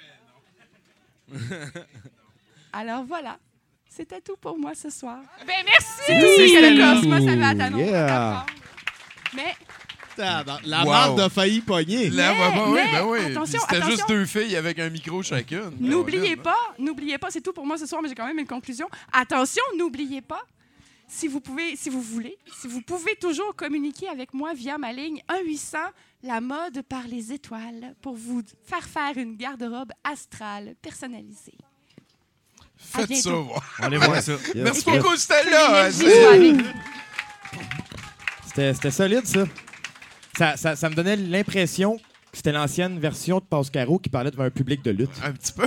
Speaker 14: Alors voilà, c'était tout pour moi ce soir.
Speaker 5: Ben merci!
Speaker 14: C'est tout ce que le cosmos avait à t'annoncer.
Speaker 9: Yeah.
Speaker 14: Mais...
Speaker 7: La marde a failli pogner.
Speaker 6: Oui.
Speaker 14: Attention,
Speaker 6: c'était juste deux filles avec un micro chacune.
Speaker 14: N'oubliez pas, c'est tout pour moi ce soir, mais j'ai quand même une conclusion. Attention, n'oubliez pas si vous pouvez toujours communiquer avec moi via ma ligne 1-800 La mode par les étoiles pour vous faire une garde-robe astrale personnalisée.
Speaker 6: Faites ça, voir.
Speaker 8: On va voir ça.
Speaker 6: Merci beaucoup, c'était là.
Speaker 9: C'était solide, ça. Ça me donnait l'impression que c'était l'ancienne version de Pascaro qui parlait devant un public de lutte.
Speaker 6: Un petit peu.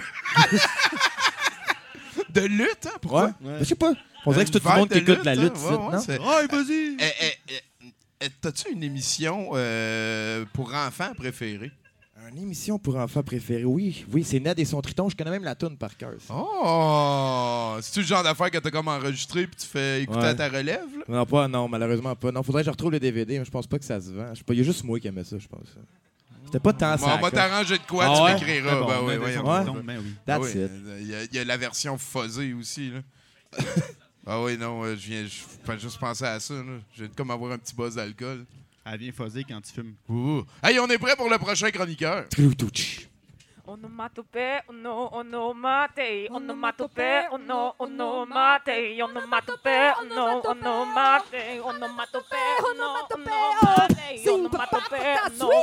Speaker 6: De lutte, hein? Pourquoi?
Speaker 9: Ouais. Je sais pas. On dirait que c'est tout le monde qui écoute la lutte, non?
Speaker 6: Ouais, vas-y. T'as-tu une émission pour enfants préférée?
Speaker 9: Une émission pour enfants préférée, oui. Oui, c'est Ned et son triton. Je connais même la toune par cœur.
Speaker 6: Oh! C'est-tu le genre d'affaire que t'as comme enregistré puis tu fais écouter à ta relève? Là?
Speaker 9: Non, malheureusement pas. Non, faudrait que je retrouve le DVD, mais je pense pas que ça se vend. Il y a juste moi qui aimais ça, je pense. C'était pas tant ça.
Speaker 6: On va t'arranger de quoi, tu m'écriras.
Speaker 9: That's it.
Speaker 6: Il y a la version fuzzée aussi, là. Ah oui, non, je viens juste penser à ça. Là. Je viens de comme avoir un petit buzz d'alcool.
Speaker 8: Elle vient fuzzer quand tu fumes.
Speaker 6: Hey, on est prêt pour le prochain chroniqueur.
Speaker 10: Onomatopée, onomatopée, onomatopée, onomatopée, onomatopée, onomatopée, onomatopée, onomatopée, onomatopée, onomatopée,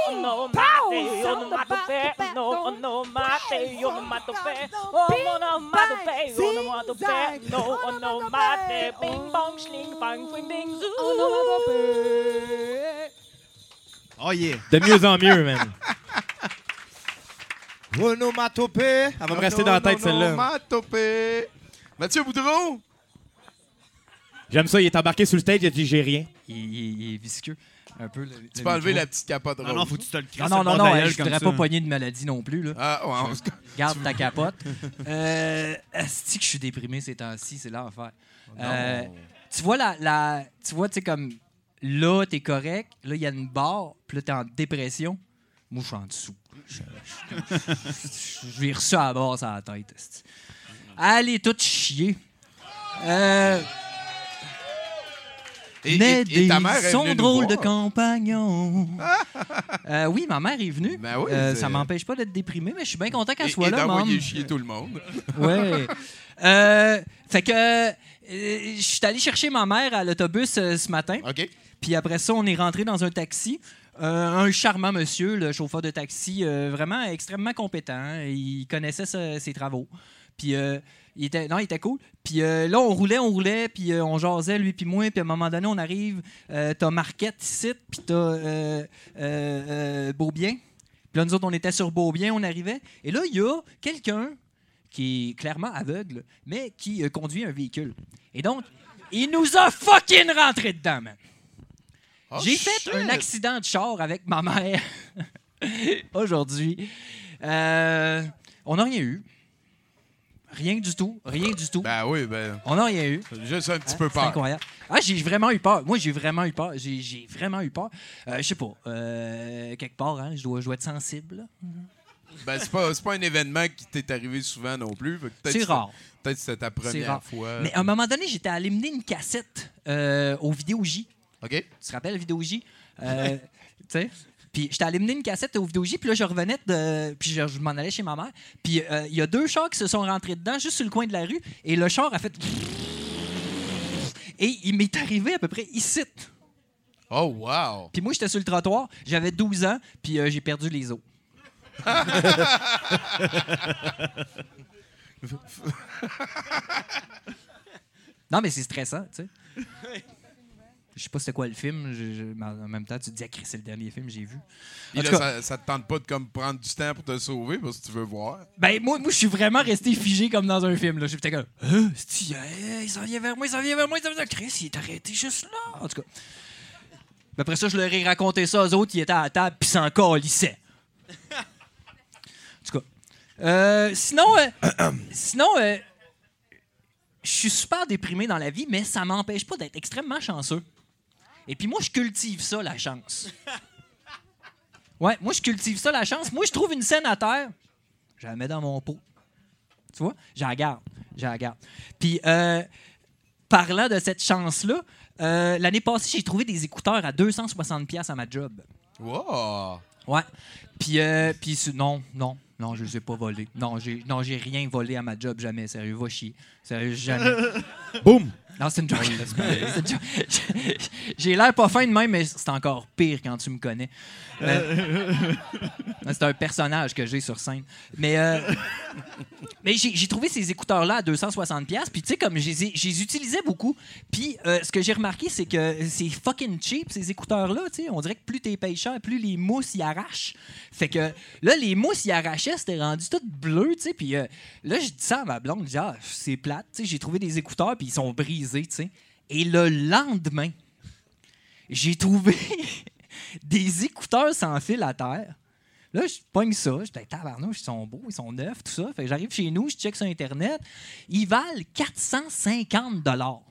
Speaker 10: onomatopée, onomatopée, bing bong schling bang swing bing zoo.
Speaker 8: Oh yeah.
Speaker 9: De mieux en mieux, même. Onomatopée. Elle va me rester dans la tête, celle-là.
Speaker 6: Onomatopée. Mathieu Boudreau.
Speaker 9: J'aime ça, il est embarqué sur le stage, il a dit j'ai rien.
Speaker 15: Il est visqueux. Un peu.
Speaker 6: Tu peux enlever la petite capote rose.
Speaker 8: Non, faut que tu te le crisses.
Speaker 15: Non, je voudrais pas pogner de maladie non plus. Là.
Speaker 6: Ah, ouais,
Speaker 15: Garde ta capote. Est-ce que je suis déprimé ces temps-ci? C'est l'enfer. Tu vois, tu vois, tu sais, comme là, t'es correct. Là, il y a une barre. Puis là, t'es en dépression. Moi, je suis en dessous. Je vais reçu à la barre sur la tête. Allez, tout chier. Mais des sont drôles de compagnons. Oui, ma mère est venue.
Speaker 6: Ben oui,
Speaker 15: ça m'empêche pas d'être déprimé, mais je suis bien content qu'elle soit là.
Speaker 6: Et d'envoyer chier tout le monde.
Speaker 15: Ouais. Fait que je suis allé chercher ma mère à l'autobus ce matin.
Speaker 6: OK.
Speaker 15: Puis après ça, on est rentré dans un taxi. Un charmant monsieur, le chauffeur de taxi, vraiment extrêmement compétent. Il connaissait ses travaux. Puis il était cool. Puis là, on roulait, puis on jasait, lui puis moi. Puis à un moment donné, on arrive, t'as Marquette ici, puis t'as Beaubien. Puis là, nous autres, on était sur Beaubien, on arrivait. Et là, il y a quelqu'un qui est clairement aveugle, mais qui conduit un véhicule. Et donc, il nous a fucking rentré dedans, man. Oh, j'ai fait un accident de char avec ma mère aujourd'hui. On n'a rien eu. Rien du tout.
Speaker 6: Ben oui,
Speaker 15: on n'a rien eu.
Speaker 6: Juste un petit peu peur.
Speaker 15: C'est incroyable. Ah, j'ai vraiment eu peur. Moi, j'ai vraiment eu peur. J'ai vraiment eu peur. Je sais pas. Quelque part, hein, je dois être sensible. Là.
Speaker 6: Ben, c'est pas un événement qui t'est arrivé souvent non plus.
Speaker 15: C'est rare.
Speaker 6: Peut-être que c'était ta première fois.
Speaker 15: Mais à un moment donné, j'étais allé mener une cassette au Vidéo J.
Speaker 6: OK.
Speaker 15: Tu te rappelles, Vidéo J? Tu sais? Puis j'étais allé mener une cassette au Vidéo J, puis là, je revenais puis je m'en allais chez ma mère. Puis il y a 2 chars qui se sont rentrés dedans, juste sur le coin de la rue, et le char a fait... Et il m'est arrivé à peu près ici.
Speaker 6: Oh, wow!
Speaker 15: Puis moi, j'étais sur le trottoir, j'avais 12 ans, puis j'ai perdu les os. Non, mais c'est stressant, tu sais. Je sais pas c'était quoi le film, mais en même temps, tu te dis, c'est le dernier film que j'ai vu.
Speaker 6: Et là, ça te tente pas de comme, prendre du temps pour te sauver parce que tu veux voir?
Speaker 15: Ben, moi je suis vraiment resté figé comme dans un film. Là. J'étais comme, il s'en vient vers moi, Chris, il est arrêté juste là. En tout cas. Ben, après ça, je leur ai raconté ça aux autres, ils étaient à la table, puis s'en calissaient. En tout cas. Sinon, je suis super déprimé dans la vie, mais ça m'empêche pas d'être extrêmement chanceux. Et puis moi, je cultive ça, la chance. Ouais, moi, je cultive ça, la chance. Moi, je trouve une scène à terre, je la mets dans mon pot. Tu vois? Je la garde. Puis, parlant de cette chance-là, l'année passée, j'ai trouvé des écouteurs à 260$ à ma job.
Speaker 6: Wow!
Speaker 15: Ouais. Puis non, je les ai pas volés. Non, j'ai rien volé à ma job, jamais. Sérieux, va chier. Sérieux, jamais.
Speaker 9: Boum!
Speaker 15: Non, c'est une joke. C'est une joke. J'ai l'air pas fin de même, mais c'est encore pire quand tu me connais. C'est un personnage que j'ai sur scène. Mais j'ai trouvé ces écouteurs-là à 260$. Puis, tu sais, comme je les utilisais beaucoup. Puis, ce que j'ai remarqué, c'est que c'est fucking cheap, ces écouteurs-là. Tu sais, on dirait que plus t'es payé cher, plus les mousses y arrachent. Fait que là, les mousses y arrachaient, c'était rendu tout bleu. Tu sais, puis là, je dis ça à ma blonde. Je dis, c'est plate. Tu sais, j'ai trouvé des écouteurs, puis ils sont brisés. Tu sais. Et le lendemain, j'ai trouvé des écouteurs sans fil à terre. Là, je pogne ça. Je dis, tabarnouche, ils sont beaux, ils sont neufs, tout ça. Fait que j'arrive chez nous, je check sur Internet. Ils valent 450$.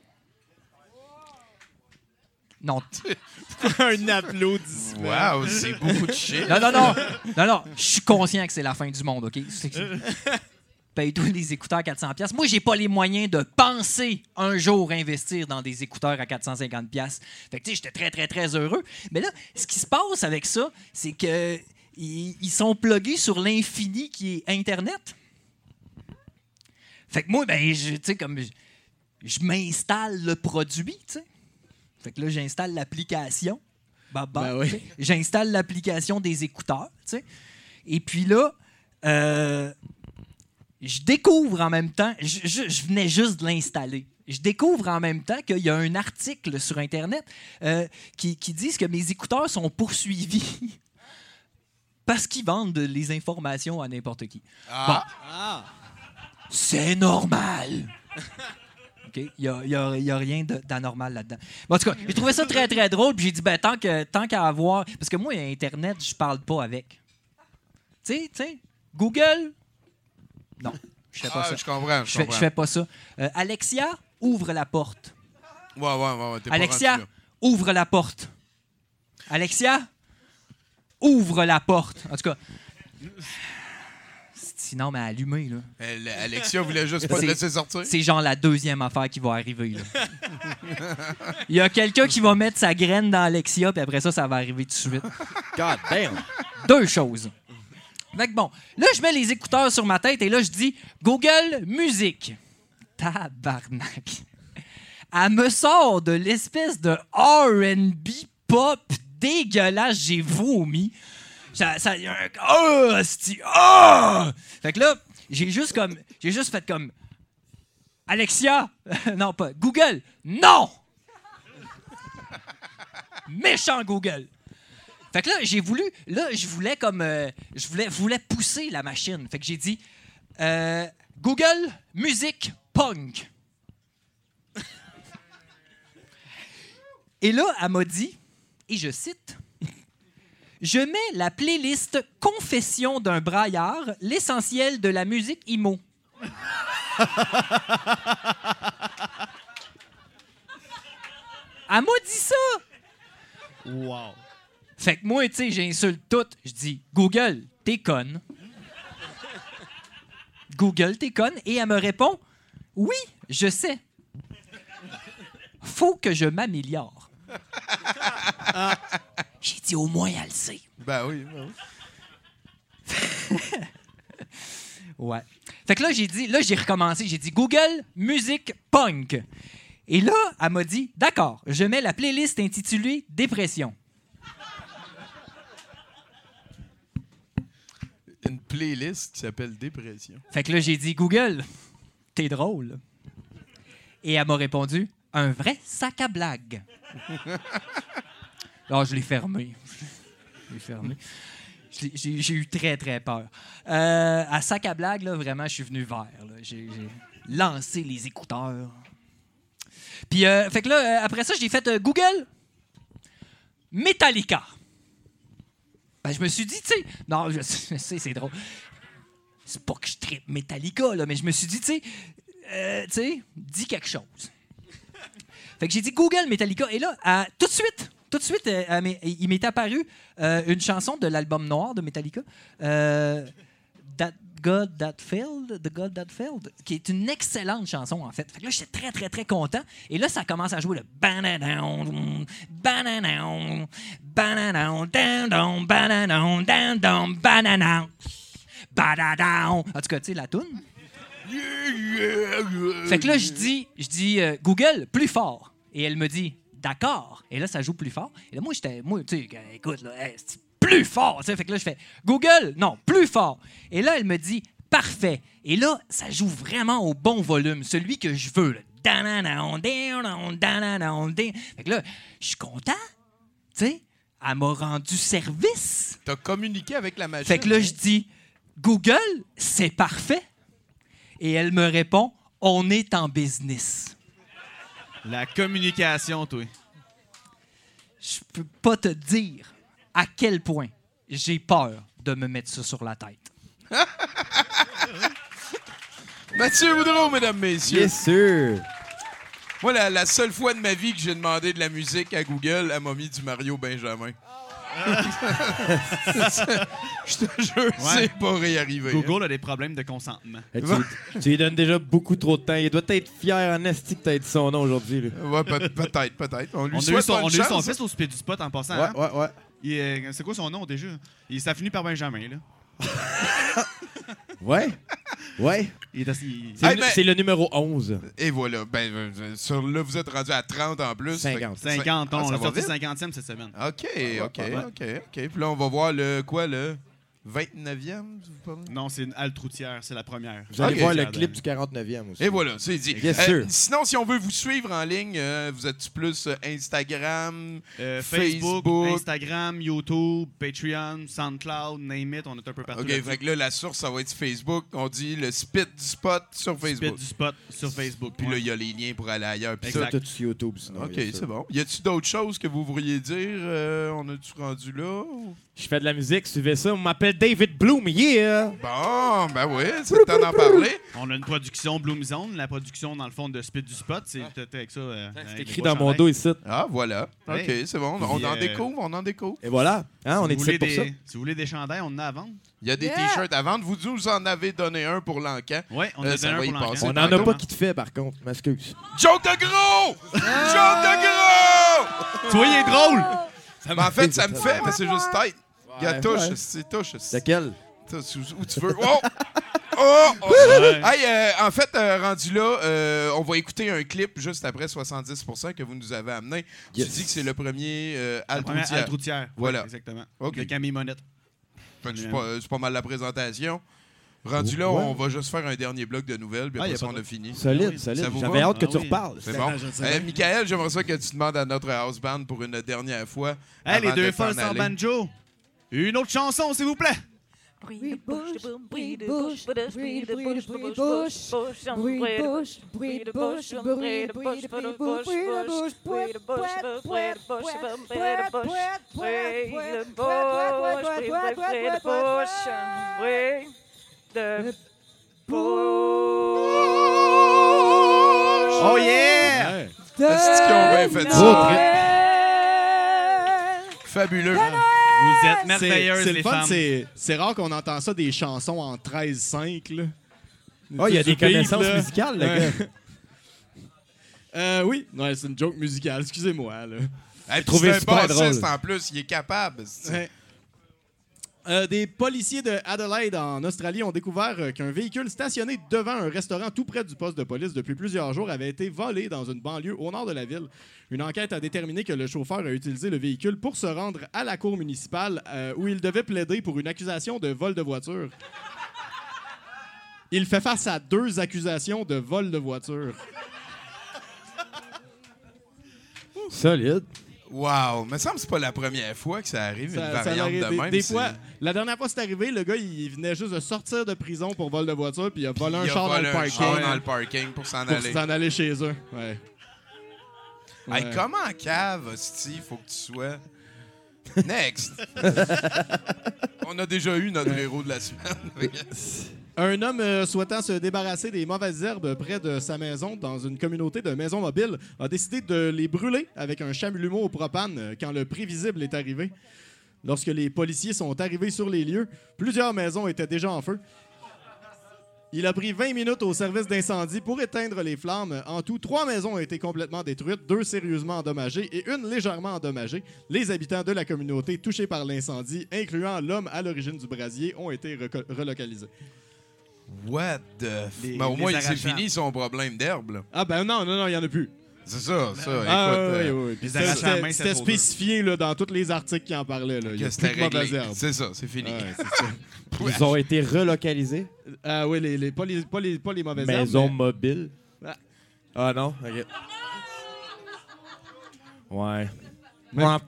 Speaker 15: Non.
Speaker 7: Un applaudissement.
Speaker 6: Wow, c'est beaucoup de shit.
Speaker 15: Non. Je suis conscient que c'est la fin du monde, OK? Paye-toi les écouteurs à 400$. Moi, j'ai pas les moyens de penser un jour investir dans des écouteurs à 450$. Fait que, tu sais, j'étais très, très, très heureux. Mais là, ce qui se passe avec ça, c'est que ils sont plugués sur l'infini qui est Internet. Fait que moi, ben, tu sais, comme je m'installe le produit, tu sais. Fait que là, j'installe l'application.
Speaker 7: Ben oui.
Speaker 15: J'installe l'application des écouteurs, tu sais. Et puis là, je découvre en même temps, je venais juste de l'installer. Je découvre en même temps qu'il y a un article sur Internet qui dit que mes écouteurs sont poursuivis parce qu'ils vendent les informations à n'importe qui. Bon. C'est normal. OK? Il n'y a rien d'anormal là-dedans. Bon, en tout cas, j'ai trouvé ça très, très drôle. Puis j'ai dit, ben, tant qu'à avoir... Parce que moi, Internet, je parle pas avec. Tu sais, Google... Non, je fais pas ça.
Speaker 6: Je comprends.
Speaker 15: Je fais pas ça. Alexia, ouvre la porte.
Speaker 6: Ouais.
Speaker 15: Alexia, ouvre la porte. Alexia, ouvre la porte. En tout cas... Sinon, mais allumé, là.
Speaker 6: Alexia voulait juste pas te laisser sortir.
Speaker 15: C'est genre la deuxième affaire qui va arriver, là. Il y a quelqu'un qui va mettre sa graine dans Alexia, puis après ça, ça va arriver tout de suite.
Speaker 9: God damn!
Speaker 15: 2 choses. Fait que bon, là, je mets les écouteurs sur ma tête et là, je dis « Google Musique ». Tabarnak. Elle me sort de l'espèce de R&B pop dégueulasse. J'ai vomi. Ça y a un... Fait que là, j'ai juste fait comme... Alexia! Non, pas... Google! Non! Méchant Google! Fait que là, je voulais comme... je voulais pousser la machine. Fait que j'ai dit... Google, musique, punk. Et là, elle m'a dit, et je cite... Je mets la playlist Confession d'un braillard, l'essentiel de la musique emo. Elle m'a dit ça!
Speaker 7: Wow.
Speaker 15: Fait que moi, tu sais, j'insulte tout. Je dis, Google, t'es conne. Google, t'es conne. Et elle me répond, oui, je sais. Faut que je m'améliore. J'ai dit, au moins, elle le sait.
Speaker 6: Ben oui.
Speaker 15: Ouais. Fait que là, j'ai recommencé. J'ai dit, Google, musique, punk. Et là, elle m'a dit, d'accord, je mets la playlist intitulée Dépression.
Speaker 6: Une playlist qui s'appelle Dépression.
Speaker 15: Fait que là, j'ai dit, Google, t'es drôle. Et elle m'a répondu, un vrai sac à blagues. Alors, je l'ai fermé. J'ai eu très, très peur. À sac à blagues, là, vraiment, je suis venu vert. Là. J'ai lancé les écouteurs. Puis, fait que là, après ça, j'ai fait Google Metallica. Ben, je me suis dit, tu sais... Non, je sais, c'est drôle. C'est pas que je trippe Metallica, là, mais je me suis dit, tu sais, dis quelque chose. Fait que j'ai dit Google Metallica. Et là, tout de suite, il m'est apparu une chanson de l'album noir de Metallica, The God That Failed, qui est une excellente chanson, en fait. Fait que là, j'étais très, très, très content. Et là, ça commence à jouer le bananaon, bananaon, bananaon, down, bananaon, down, bananaon, bananaon. En tout cas, tu sais, la toune. Fait que là, je dis Google, plus fort. Et elle me dit, d'accord. Et là, ça joue plus fort. Et là, moi, tu sais, écoute, là, hey, c'est plus fort. Fait que là, je fais Google, non, plus fort. Et là, elle me dit, parfait. Et là, ça joue vraiment au bon volume, celui que je veux. Là. Fait que là, je suis content. Tu sais, elle m'a rendu service.
Speaker 6: T'as communiqué avec la machine.
Speaker 15: Fait que là, je dis, Google, c'est parfait. Et elle me répond, on est en business.
Speaker 8: La communication, toi.
Speaker 15: Je peux pas te dire à quel point j'ai peur de me mettre ça sur la tête.
Speaker 6: Mathieu Boudreau, mesdames, messieurs.
Speaker 9: Yes, sir.
Speaker 6: Moi, la seule fois de ma vie que j'ai demandé de la musique à Google, elle m'a mis du Mario Benjamin. Je te jure, c'est pas réarrivé.
Speaker 8: Google a des problèmes de consentement.
Speaker 9: Tu lui donnes déjà beaucoup trop de temps. Il doit être fier en esti que t'as dit son nom aujourd'hui. Là.
Speaker 6: Ouais, peut-être. On lui
Speaker 8: a eu son fils au Speed du Spot en passant.
Speaker 9: Ouais.
Speaker 8: C'est quoi son nom déjà? Ça finit par Benjamin, là.
Speaker 9: Ouais. C'est le numéro 11.
Speaker 6: Et voilà. Là, vous êtes rendu à 30 en plus.
Speaker 8: 50. On a sorti 50e cette semaine.
Speaker 6: OK. Puis là, on va voir le 29e?
Speaker 8: Non, c'est une halte routière, c'est la première.
Speaker 9: Vous allez voir le clip du 49e aussi.
Speaker 6: Et voilà, c'est dit. Sinon, si on veut vous suivre en ligne, vous êtes plus Instagram,
Speaker 8: Facebook, Instagram, YouTube, Patreon, SoundCloud, name it, on est un peu partout.
Speaker 6: OK, fait que là, la source, ça va être Facebook. On dit le Spit du Spot sur Facebook.
Speaker 8: Spit du Spot sur Facebook.
Speaker 6: Puis là, il y a les liens pour aller ailleurs. Puis
Speaker 9: ça, tout sur YouTube. Sinon,
Speaker 6: OK, c'est bon. Y a-tu d'autres choses que vous voudriez dire? On a-tu rendu là?
Speaker 9: Je fais de la musique, suivez ça. On m'appelle David Bloom, yeah!
Speaker 6: Bon, ben oui, c'est le temps d'en parler.
Speaker 8: On a une production Bloom Zone, la production, dans le fond, de Spit du Spot. C'est avec ça.
Speaker 9: C'est écrit dans mon dos ici.
Speaker 6: Ah, voilà. OK, c'est bon. On en découvre.
Speaker 9: Et voilà. Hein, on est ici pour ça.
Speaker 8: Si vous voulez des chandails, on en a à vendre.
Speaker 6: Il y a des t-shirts à vendre. Vous nous en avez donné un pour l'encan.
Speaker 8: Oui, on en a donné un pour l'encan.
Speaker 9: On n'en a pas qui te fait, par contre. M'excuse.
Speaker 6: Joke de gros! Joke de gros!
Speaker 8: Toi, il est drôle!
Speaker 6: En fait, ça me fait, mais c'est juste tête. Regarde, touche.
Speaker 9: Laquelle?
Speaker 6: Où tu veux. Oh! Hey, en fait, rendu là, on va écouter un clip juste après 70% que vous nous avez amené. Tu dis que c'est le premier
Speaker 8: Alt routière.
Speaker 6: Voilà.
Speaker 8: Oui, exactement.
Speaker 6: Okay.
Speaker 8: De Camille Monette.
Speaker 6: C'est pas mal la présentation. Rendu là, on va juste faire un dernier bloc de nouvelles, puis après ça, on a fini.
Speaker 9: Solide. J'avais hâte que tu reparles.
Speaker 6: C'est bon. Michael, j'aimerais ça que tu demandes à notre house band pour une dernière fois.
Speaker 8: Hey, les deux folles sans banjo. Une autre chanson, s'il vous plaît.
Speaker 5: Breed the bush, breed the bush, breed the bush, breed the bush, breed the bush, breed the bush, breed the bush, breed the bush, breed the bush, breed the bush, breed the bush, breed the bush, breed the bush.
Speaker 8: Oh yeah!
Speaker 6: Est-ce qu'ils ont bien fait ça? Fabuleux.
Speaker 8: Vous êtes merveilleuses, les femmes.
Speaker 7: C'est rare qu'on entend ça des chansons en 13-5. Là.
Speaker 9: Oh, il y a des connaissances musicales, le
Speaker 7: gars. Oui, c'est une joke musicale. Excusez-moi.
Speaker 6: Hey, trouvé super drôle. En plus, il est capable.
Speaker 7: Des policiers de Adelaide, en Australie, ont découvert qu'un véhicule stationné devant un restaurant tout près du poste de police depuis plusieurs jours avait été volé dans une banlieue au nord de la ville. Une enquête a déterminé que le chauffeur a utilisé le véhicule pour se rendre à la cour municipale où il devait plaider pour une accusation de vol de voiture. Il fait face à 2 accusations de vol de voiture.
Speaker 9: Solide.
Speaker 6: Wow, me semble que c'est pas la première fois que ça arrive, une variante de même.
Speaker 7: Des fois, la dernière fois que c'est arrivé, le gars, il venait juste de sortir de prison pour vol de voiture, puis il a volé un char dans le parking.
Speaker 6: Dans le parking pour s'en aller.
Speaker 7: Pour s'en aller chez eux, ouais.
Speaker 6: Hey, comment en cave, Steve, faut que tu sois... Next! On a déjà eu notre héros de la semaine.
Speaker 7: Un homme souhaitant se débarrasser des mauvaises herbes près de sa maison dans une communauté de maisons mobiles a décidé de les brûler avec un chalumeau au propane quand le prévisible est arrivé. Lorsque les policiers sont arrivés sur les lieux, plusieurs maisons étaient déjà en feu. Il a pris 20 minutes au service d'incendie pour éteindre les flammes. En tout, 3 maisons ont été complètement détruites, 2 sérieusement endommagées et 1 légèrement endommagée. Les habitants de la communauté touchés par l'incendie, incluant l'homme à l'origine du brasier, ont été relocalisés.
Speaker 6: What the... Mais au moins, c'est fini son problème d'herbe. Là.
Speaker 7: Ah ben non, il n'y en a plus.
Speaker 6: C'est ça.
Speaker 7: Ah,
Speaker 6: écoute,
Speaker 7: oui. Puis c'était spécifié là, dans tous les articles qui en parlaient. Là. Il y a plus de mauvaises herbes.
Speaker 6: C'est ça, c'est fini.
Speaker 7: Ouais, c'est ça.
Speaker 9: Ils ont été relocalisés.
Speaker 7: Ah oui, pas les mauvaises herbes.
Speaker 9: Maison mobile. Ah non? OK. Ouais.
Speaker 7: Ben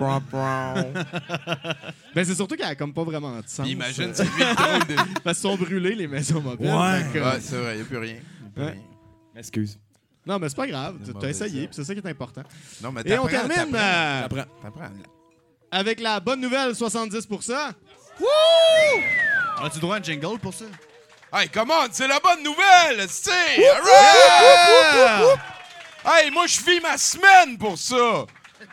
Speaker 7: c'est surtout qu'elle a comme pas vraiment de sens.
Speaker 6: Imagine, c'est lui le drôle de...
Speaker 7: Parce qu'ils sont brûlés, les maisons mobiles.
Speaker 6: Ouais, c'est vrai, il n'y a plus rien.
Speaker 9: Excuse.
Speaker 7: Non, mais c'est pas grave. Tu as essayé, puis c'est ça qui est important.
Speaker 6: Non, mais
Speaker 7: et on termine
Speaker 6: t'apprends.
Speaker 7: avec la bonne nouvelle 70%.
Speaker 8: Wouh! As-tu droit à un jingle pour ça?
Speaker 6: Hey, comment? C'est la bonne nouvelle! C'est! Hey, moi, je vis ma semaine pour ça!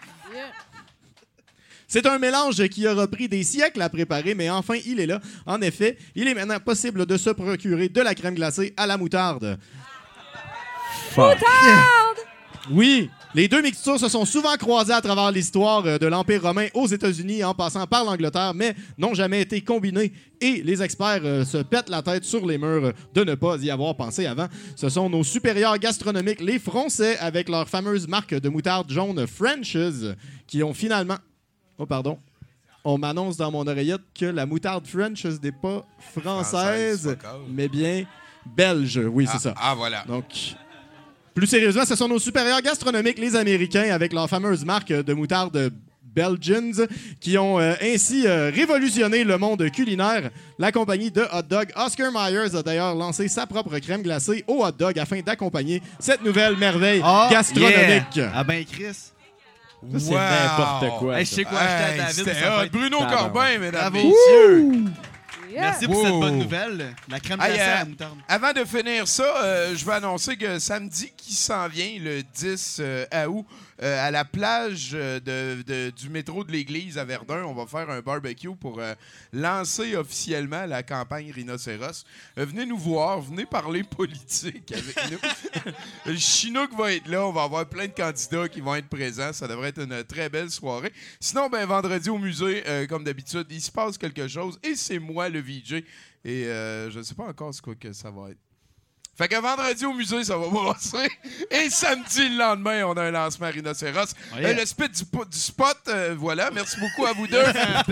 Speaker 7: C'est un mélange qui aura pris des siècles à préparer, mais enfin, il est là. En effet, il est maintenant possible de se procurer de la crème glacée à la moutarde.
Speaker 5: Moutarde!
Speaker 7: Oui, les deux mixtures se sont souvent croisées à travers l'histoire de l'Empire romain aux États-Unis en passant par l'Angleterre, mais n'ont jamais été combinées. Et les experts se pètent la tête sur les murs de ne pas y avoir pensé avant. Ce sont nos supérieurs gastronomiques, les Français, avec leur fameuse marque de moutarde jaune French's, qui ont finalement... Oh, pardon. On m'annonce dans mon oreillette que la moutarde French's n'est pas française, mais bien belge. Oui, c'est ça.
Speaker 6: Ah, voilà.
Speaker 7: Donc... Plus sérieusement, ce sont nos supérieurs gastronomiques, les Américains, avec leur fameuse marque de moutarde Belgians, qui ont ainsi révolutionné le monde culinaire. La compagnie de hot dog Oscar Mayer a d'ailleurs lancé sa propre crème glacée au hot dog afin d'accompagner cette nouvelle merveille gastronomique.
Speaker 8: Yeah. Ah ben, Chris.
Speaker 9: Ça, c'est n'importe quoi.
Speaker 8: Hey, je sais quoi acheter à David.
Speaker 6: Bruno Corbin, mesdames et
Speaker 8: messieurs.
Speaker 5: Yeah.
Speaker 8: Merci pour cette bonne nouvelle. La crème glacée à la moutarde.
Speaker 6: Avant de finir ça, je vais annoncer que samedi qui s'en vient, le 10 août, à la plage du métro de l'église à Verdun, on va faire un barbecue pour lancer officiellement la campagne Rhinocéros. Venez nous voir, venez parler politique avec nous. Le Chinook va être là, on va avoir plein de candidats qui vont être présents. Ça devrait être une très belle soirée. Sinon, ben, vendredi au musée, comme d'habitude, il se passe quelque chose et c'est moi le VJ. Et je ne sais pas encore ce que ça va être. Fait que vendredi au musée, ça va brasser. Et samedi, le lendemain, on a un lancement à Rhinocéros. Le spit du spot, voilà. Merci beaucoup à vous deux.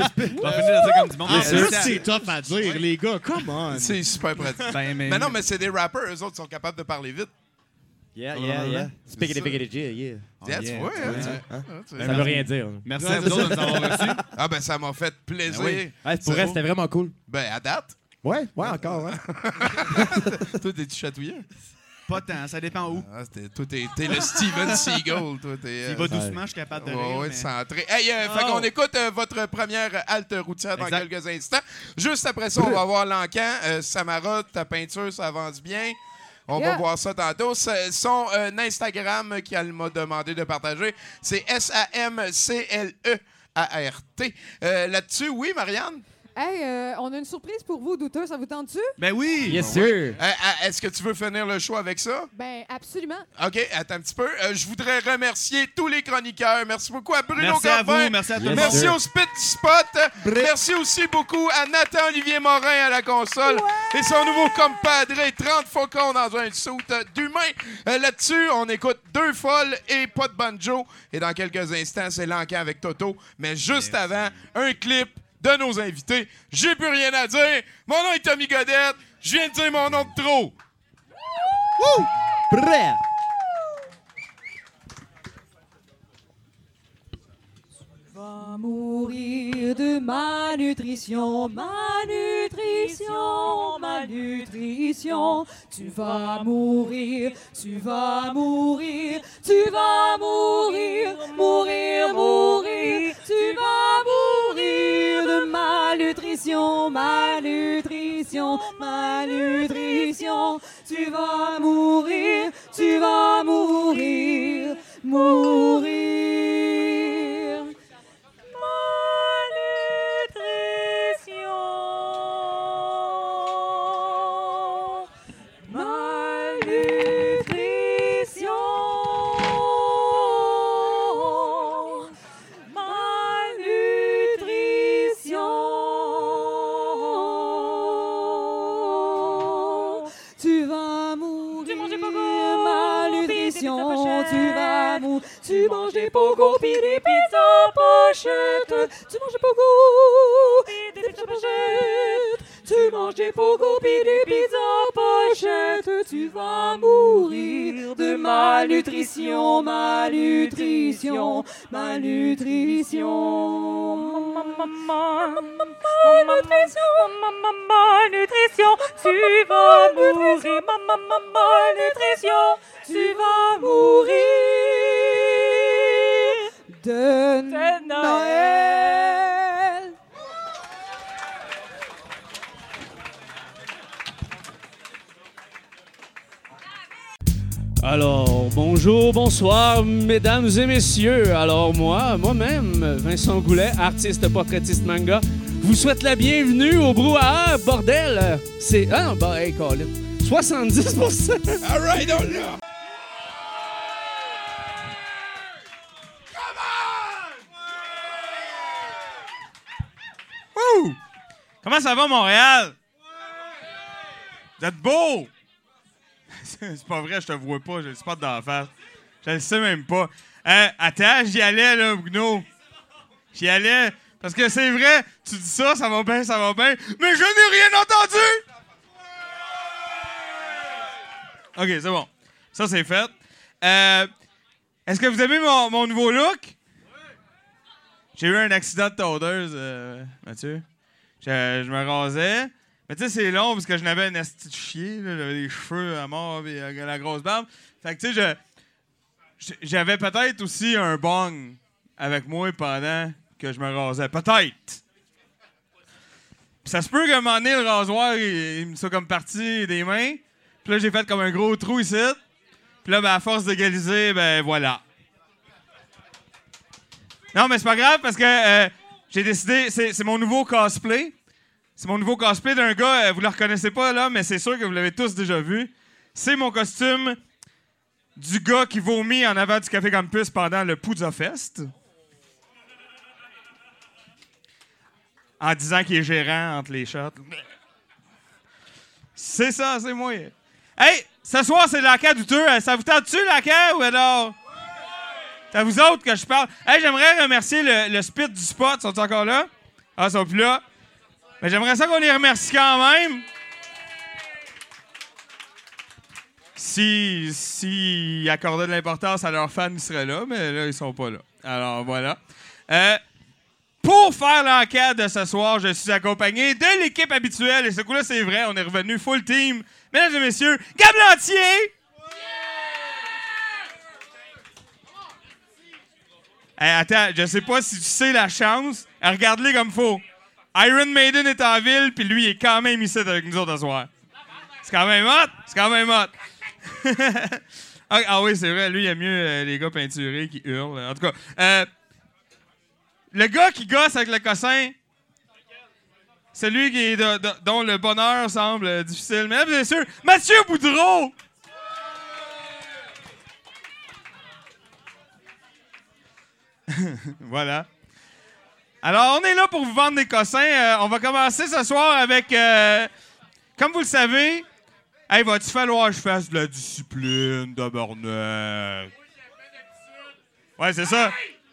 Speaker 7: C'est tough à dire, les gars. Come on.
Speaker 6: C'est super pratique. Mais non, mais c'est des rappers. Eux autres sont capables de parler vite.
Speaker 9: Yeah. Spiggity, yeah.
Speaker 6: Tu vois,
Speaker 9: ça veut rien dire.
Speaker 8: Merci à vous de nous avoir reçus.
Speaker 6: Ah ben, ça m'a fait plaisir.
Speaker 9: Pour vrai, c'était vraiment cool.
Speaker 6: Ben, à date.
Speaker 9: Ouais, encore.
Speaker 6: Toi, t'es-tu chatouillant?
Speaker 8: Pas tant, ça dépend où.
Speaker 6: Toi, t'es le Steven Seagal.
Speaker 8: Il va doucement, je suis capable de rire.
Speaker 6: Ouais, centré. Hey, fait qu'on écoute votre première halte routière dans quelques instants. Juste après ça, on va voir l'encan. Samara, ta peinture, ça avance bien. On va voir ça tantôt. C'est son Instagram qu'elle m'a demandé de partager. C'est SAMCLEART. Là-dessus, oui, Marianne?
Speaker 5: Hey, on a une surprise pour vous, douteux. Ça vous tente-tu?
Speaker 8: Ben oui!
Speaker 9: Yes, sir!
Speaker 6: Est-ce que tu veux finir le show avec ça?
Speaker 5: Ben, absolument.
Speaker 6: OK, attends un petit peu. Je voudrais remercier tous les chroniqueurs. Merci beaucoup à Bruno
Speaker 8: Merci
Speaker 6: Corbin.
Speaker 8: à vous, merci à tout le monde.
Speaker 6: Merci au Spit du Spot. Merci aussi beaucoup à Nathan-Olivier Morin à la console. Et son nouveau compadre, 30 faucons dans un suit d'humain. Là-dessus, on écoute 2 folles et pas de banjo. Et dans quelques instants, c'est l'encan avec Toto. Mais juste avant, un clip de nos invités. J'ai plus rien à dire. Mon nom est Tommy Godette. Je viens de dire mon nom de trop.
Speaker 9: Prêt!
Speaker 5: Va mourir de malnutrition, malnutrition, malnutrition. Tu vas mourir, tu vas mourir, tu vas mourir, mourir, mourir. Tu vas mourir de malnutrition, malnutrition, malnutrition. Tu vas mourir, tu vas mourir, mourir.
Speaker 10: mangeais pogo pis des pizzas pochettes. Tu mangeais pogo pis des pizzas pochettes. Tu manges des pogo pis des pizzas pochettes. Tu vas mourir de malnutrition, malnutrition, malnutrition. Malnutrition, tu vas mourir. Malnutrition, tu vas mourir de Noël.
Speaker 16: Alors, bonjour, bonsoir, mesdames et messieurs. Alors, moi-même, Vincent Goulet, artiste portraitiste manga, vous souhaite la bienvenue au Brouhaha, bordel. C'est... Ah non, bah, hey, Colin. 70%.
Speaker 6: All right, on là.
Speaker 12: Wouh! Comment ça va, Montréal? Vous êtes beau! C'est pas vrai, je te vois pas, j'ai le spot dans la face. Je le sais même pas. Attends, j'y allais, là, Bruno. J'y allais. Parce que c'est vrai, tu dis ça va bien, mais je n'ai rien entendu! OK, c'est bon. Ça, c'est fait. Est-ce que vous aimez mon nouveau look? J'ai eu un accident de tondeuse, Mathieu. Je me rasais. Mais tu sais, c'est long parce que je n'avais un asti de chier. J'avais des cheveux à mort et la grosse barbe. Fait que tu sais, j'avais peut-être aussi un bong avec moi pendant que je me rasais. Peut-être. Puis ça se peut qu'à un moment donné, le rasoir, il me soit comme parti des mains. Puis là, j'ai fait comme un gros trou ici. Puis là, ben, à force d'égaliser, ben voilà. Non, mais c'est pas grave parce que j'ai décidé... C'est mon nouveau cosplay. C'est mon nouveau cosplay d'un gars, vous le reconnaissez pas là, mais c'est sûr que vous l'avez tous déjà vu. C'est mon costume du gars qui vomit en avant du Café Campus pendant le Poudza Fest. En disant qu'il est gérant entre les shots. C'est ça, c'est moi. Hey, ce soir, c'est la douteux. Ça vous tente-tu, la ou alors? C'est à vous autres que je parle. Hey, j'aimerais remercier le spit du spot. Sont-ils encore là? Ah, ils sont plus là. Mais j'aimerais ça qu'on les remercie quand même. S'ils accordaient de l'importance à leurs fans, ils seraient là, mais là, ils sont pas là. Alors, voilà. Pour faire l'enquête de ce soir, je suis accompagné de l'équipe habituelle. Et ce coup-là, c'est vrai, on est revenu full team. Mesdames et messieurs, Gab Lantier! Hey, attends, je sais pas si tu sais la chance. Regarde-les comme faut. Iron Maiden est en ville, puis lui, il est quand même ici avec nous autres ce soir. C'est quand même hot! C'est quand même hot! Ah oui, c'est vrai, lui, il aime mieux les gars peinturés qui hurlent. En tout cas, le gars qui gosse avec le cossin, celui qui est dont le bonheur semble difficile. Mesdames et messieurs, Mathieu Boudreau! Voilà. Alors, on est là pour vous vendre des cossins. On va commencer ce soir avec... comme vous le savez... Hey, va-tu falloir que je fasse de la discipline, tabarnak? Ouais, c'est ça.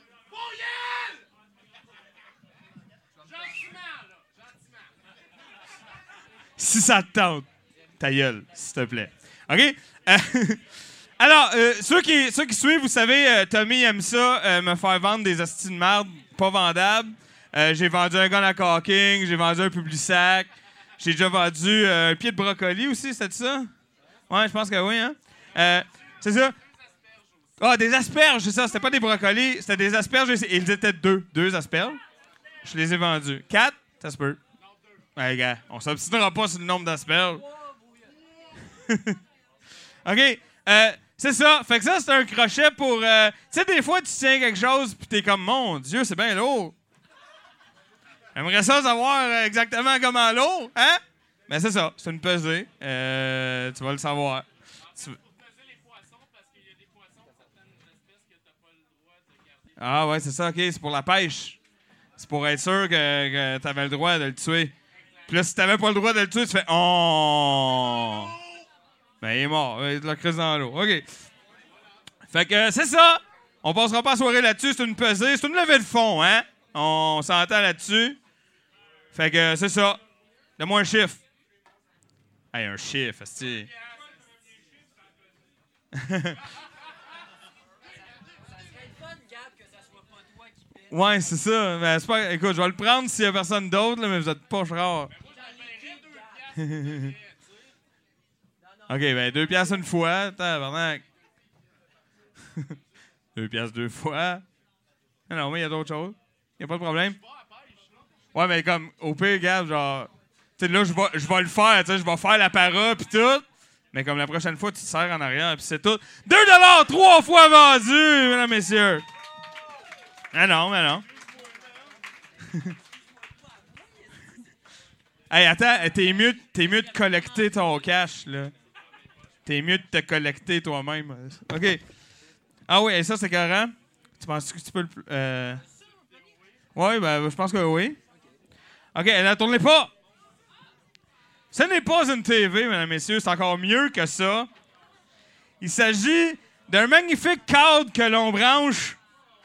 Speaker 12: Si ça te tente, ta gueule, s'il te plaît. OK? Alors, ceux qui suivent, vous savez, Tommy aime ça, me faire vendre des hosties de merde pas vendables. J'ai vendu un gun à caulking, j'ai vendu un Publisac, j'ai déjà vendu un pied de brocoli aussi, c'était ça? Ouais, je pense que oui, hein? C'est ça? Ah, des asperges, c'est ça, c'était pas des brocolis, c'était des asperges, et ils étaient deux asperges. Je les ai vendus. 4, ça se peut. Ouais, gars, on s'obstinera pas sur le nombre d'asperges. OK, c'est ça. Fait que ça, c'est un crochet pour... tu sais, des fois, tu tiens quelque chose puis t'es comme, mon Dieu, c'est bien lourd. J'aimerais ça savoir exactement comment lourd, hein? Mais c'est ça, c'est une pesée. Tu vas le savoir. Ah ouais, c'est ça, OK, c'est pour la pêche. C'est pour être sûr que t'avais le droit de le tuer. Puis là, si t'avais pas le droit de le tuer, tu fais « Oh! » Ben, il est mort. Il te l'a creusé dans l'eau. OK. Fait que c'est ça.
Speaker 17: On passera pas la soirée là-dessus, c'est une pesée, c'est une levée de fond, hein? On s'entend là-dessus. Fait que c'est ça. Donne-moi un chiffre. Hey, un chiffre, c'est... Ouais, c'est ça. Ben, c'est pas... Écoute, je vais le prendre s'il y a personne d'autre, là, mais vous êtes pas rare. OK, ben 2 piastres une fois. Tabarnak. 2 piastres 2 fois. Non, mais il y a d'autres choses. Il n'y a pas de problème. Ouais, mais comme, au pire, regarde, genre... Tu sais, là, je vais le faire, tu sais, je vais faire la para pis tout. Mais comme la prochaine fois, tu te sers en arrière pis c'est tout. 2 $, 3 fois vendu, mesdames, messieurs. Ah non, mais non. Hey, attends, t'es mieux de collecter ton cash, là. T'es mieux de te collecter toi-même. OK. Ah oui, et ça, c'est carré. Tu penses que tu peux le... Oui, ben, je pense que oui. OK, ne tournez pas. Ce n'est pas une TV, mesdames, messieurs. C'est encore mieux que ça. Il s'agit d'un magnifique cadre que l'on branche.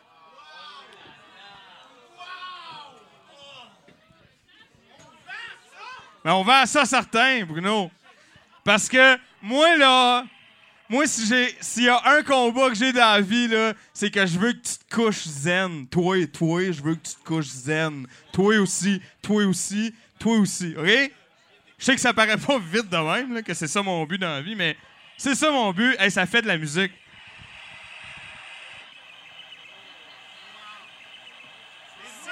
Speaker 17: Mais on vend ça certain, Bruno. Parce que moi, là... Moi, s'il y a un combat que j'ai dans la vie, là, c'est que je veux que tu te couches zen. Toi, je veux que tu te couches zen. Toi aussi, OK? Je sais que ça paraît pas vite de même, là, que c'est ça mon but dans la vie, mais c'est ça mon but. Hey, ça fait de la musique.
Speaker 10: C'est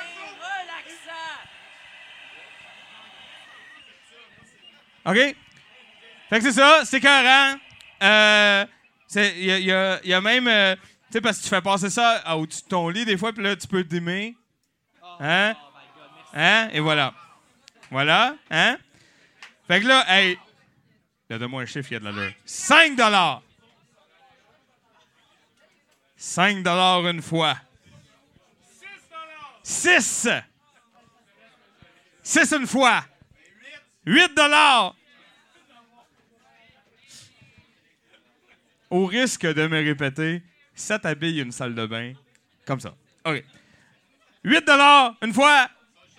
Speaker 10: relaxant.
Speaker 17: OK? Fait que c'est ça, c'est écœurant. Il y a même... tu sais, parce que tu fais passer ça au-dessus de ton lit des fois, puis là, tu peux t'aimer. Hein? Hein? Et voilà. Voilà. Hein? Fait que là, hey... Là, donne-moi un chiffre, il y a de l'allure. 5 $. 5 $ une fois. 6 $. 6 une fois. 8 $. Au risque de me répéter, ça t'habille une salle de bain. Comme ça. OK. 8 $ une fois.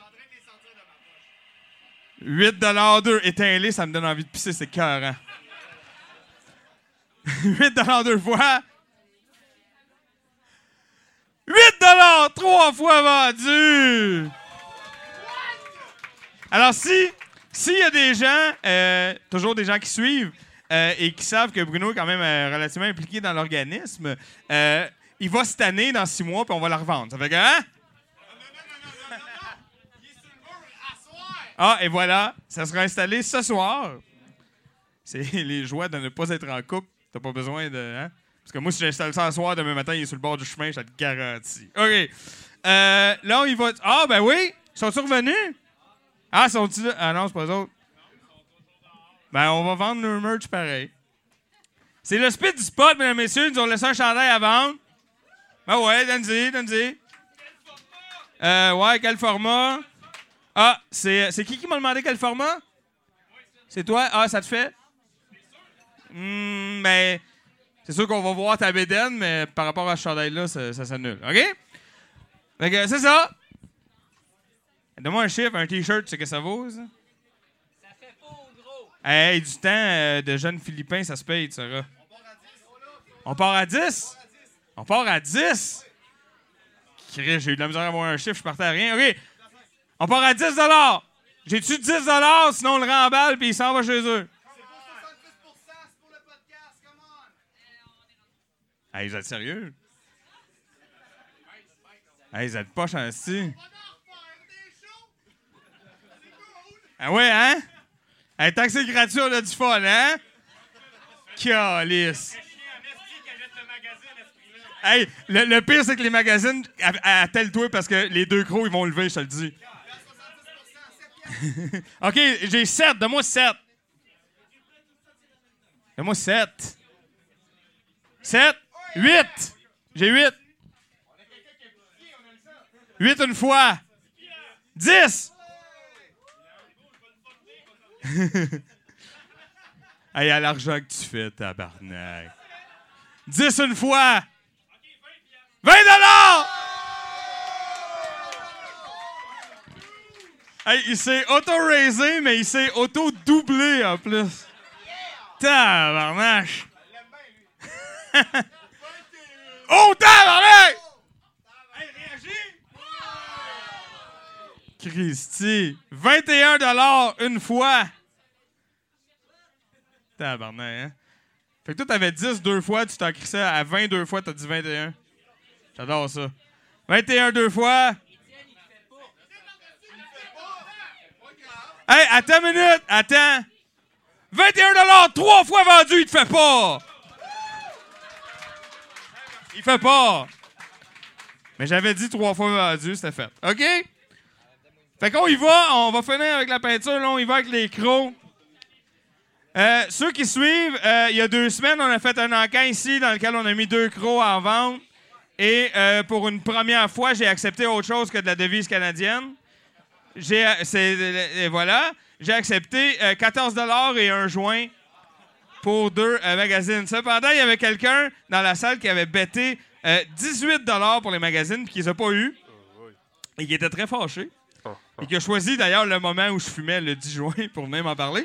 Speaker 17: 8 $ deux. Éteins-les, ça me donne envie de pisser, c'est écœurant. 8 $ deux fois. 8 $ 3 fois vendu. Alors, s'il y a des gens, toujours des gens qui suivent, et qui savent que Bruno est quand même relativement impliqué dans l'organisme, il va cette année, dans 6 mois, puis on va la revendre. Ça fait que, hein? Ah, et voilà, ça sera installé ce soir. C'est les joies de ne pas être en couple. T'as pas besoin de... Hein? Parce que moi, si j'installe ça ce soir, demain matin, il est sur le bord du chemin, je te le garantis. OK. Là, il va... Ah, ben oui! Sont-ils revenus? Ah, sont-ils là? Ah non, c'est pas eux autres. Ben, on va vendre nos merch pareil. C'est le speed du spot, mesdames et messieurs. Ils nous ont laissé un chandail à vendre. Ben ouais, donne-y. Ouais, quel format? Ah, c'est qui m'a demandé quel format? C'est toi? Ah, ça te fait? Ben, c'est sûr qu'on va voir ta bédaine, mais par rapport à ce chandail-là, ça s'annule. OK? Fait que c'est ça. Donne-moi un chiffre, un T-shirt, tu sais que ça vaut, ça? Hey, du temps de jeunes Philippins, ça se paye, tu sauras. On part à 10? On part à 10? J'ai eu de la misère à avoir un chiffre, je partais à rien. OK. On part à 10 $. J'ai-tu 10 $? Sinon, on le remballe puis il s'en va chez eux. C'est pour 70%, c'est pour le podcast, come on! Hey, vous êtes sérieux? Hey, vous êtes pas chanceux. Ah ouais, hein? Hey, tant que c'est gratuit, on a du fun, hein? Calice. Hey, le pire, c'est que les magazines attellent-toi parce que les 2 crocs, ils vont lever, je te le dis. OK, j'ai 7. Donne-moi 7. Donne-moi 7. 7. 8. J'ai 8. 8 une fois. 10. Hey, à l'argent que tu fais, tabarnak. 10 une fois. 20 $! Hey, il s'est auto-raisé, mais il s'est auto-doublé en plus. Tabarnache! Oh, tabarnache! Hey, réagis! Christy! 21 $ une fois! Tabarnache, hein? Fait que toi, t'avais 10 deux fois, tu t'en crissais à 22 fois, t'as dit 21. J'adore ça. 21 deux fois. Hey, attends une minute, attends. 21 $ 3 fois vendu, il te fait pas. Il fait pas. Mais j'avais dit 3 fois vendu, c'était fait. OK? Fait qu'on y va, on va finir avec la peinture, là, on y va avec les crocs. Ceux qui suivent, il y a 2 semaines, on a fait un encan ici dans lequel on a mis 2 crocs en vente. Et pour une première fois, j'ai accepté autre chose que de la devise canadienne. Voilà. J'ai accepté 14 $ et un joint pour 2 magazines. Cependant, il y avait quelqu'un dans la salle qui avait bêté 18 $ pour les magazines et qui les a pas eu. Et qui était très fâché. Et qui a choisi d'ailleurs le moment où je fumais le 10 juin pour venir m'en parler.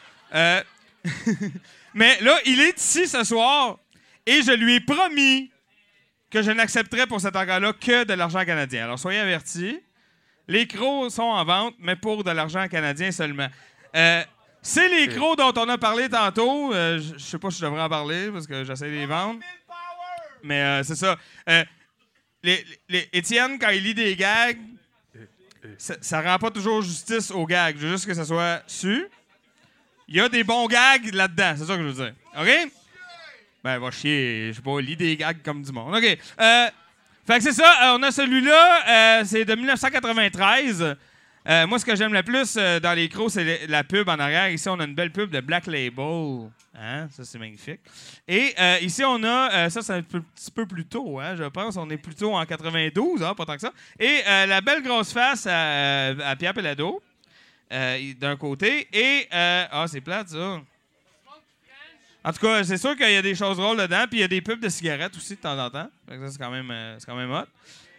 Speaker 17: Mais là, il est ici ce soir et je lui ai promis que je n'accepterais pour cet engrais-là que de l'argent canadien. Alors, soyez avertis. Les crocs sont en vente, mais pour de l'argent canadien seulement. C'est les crocs dont on a parlé tantôt. Je sais pas si je devrais en parler parce que j'essaie de les vendre. Mais c'est ça. Étienne, quand il lit des gags, ça rend pas toujours justice aux gags. Je veux juste que ça soit su. Il y a des bons gags là-dedans, c'est ça que je veux dire. OK? Ben, va chier, je sais pas, lis des gags comme du monde. OK. Fait que c'est ça, on a celui-là, c'est de 1993. Moi, ce que j'aime le plus dans les crocs, c'est la pub en arrière. Ici, on a une belle pub de Black Label. Hein? Ça, c'est magnifique. Et ici, on a, ça, c'est un petit peu plus tôt, hein, je pense. On est plutôt en 92, hein, pas tant que ça. Et la belle grosse face à Pierre Pellado, d'un côté. Et, c'est plate, ça. En tout cas, c'est sûr qu'il y a des choses drôles dedans. Puis il y a des pubs de cigarettes aussi de temps en temps. Fait que ça, c'est quand même hot.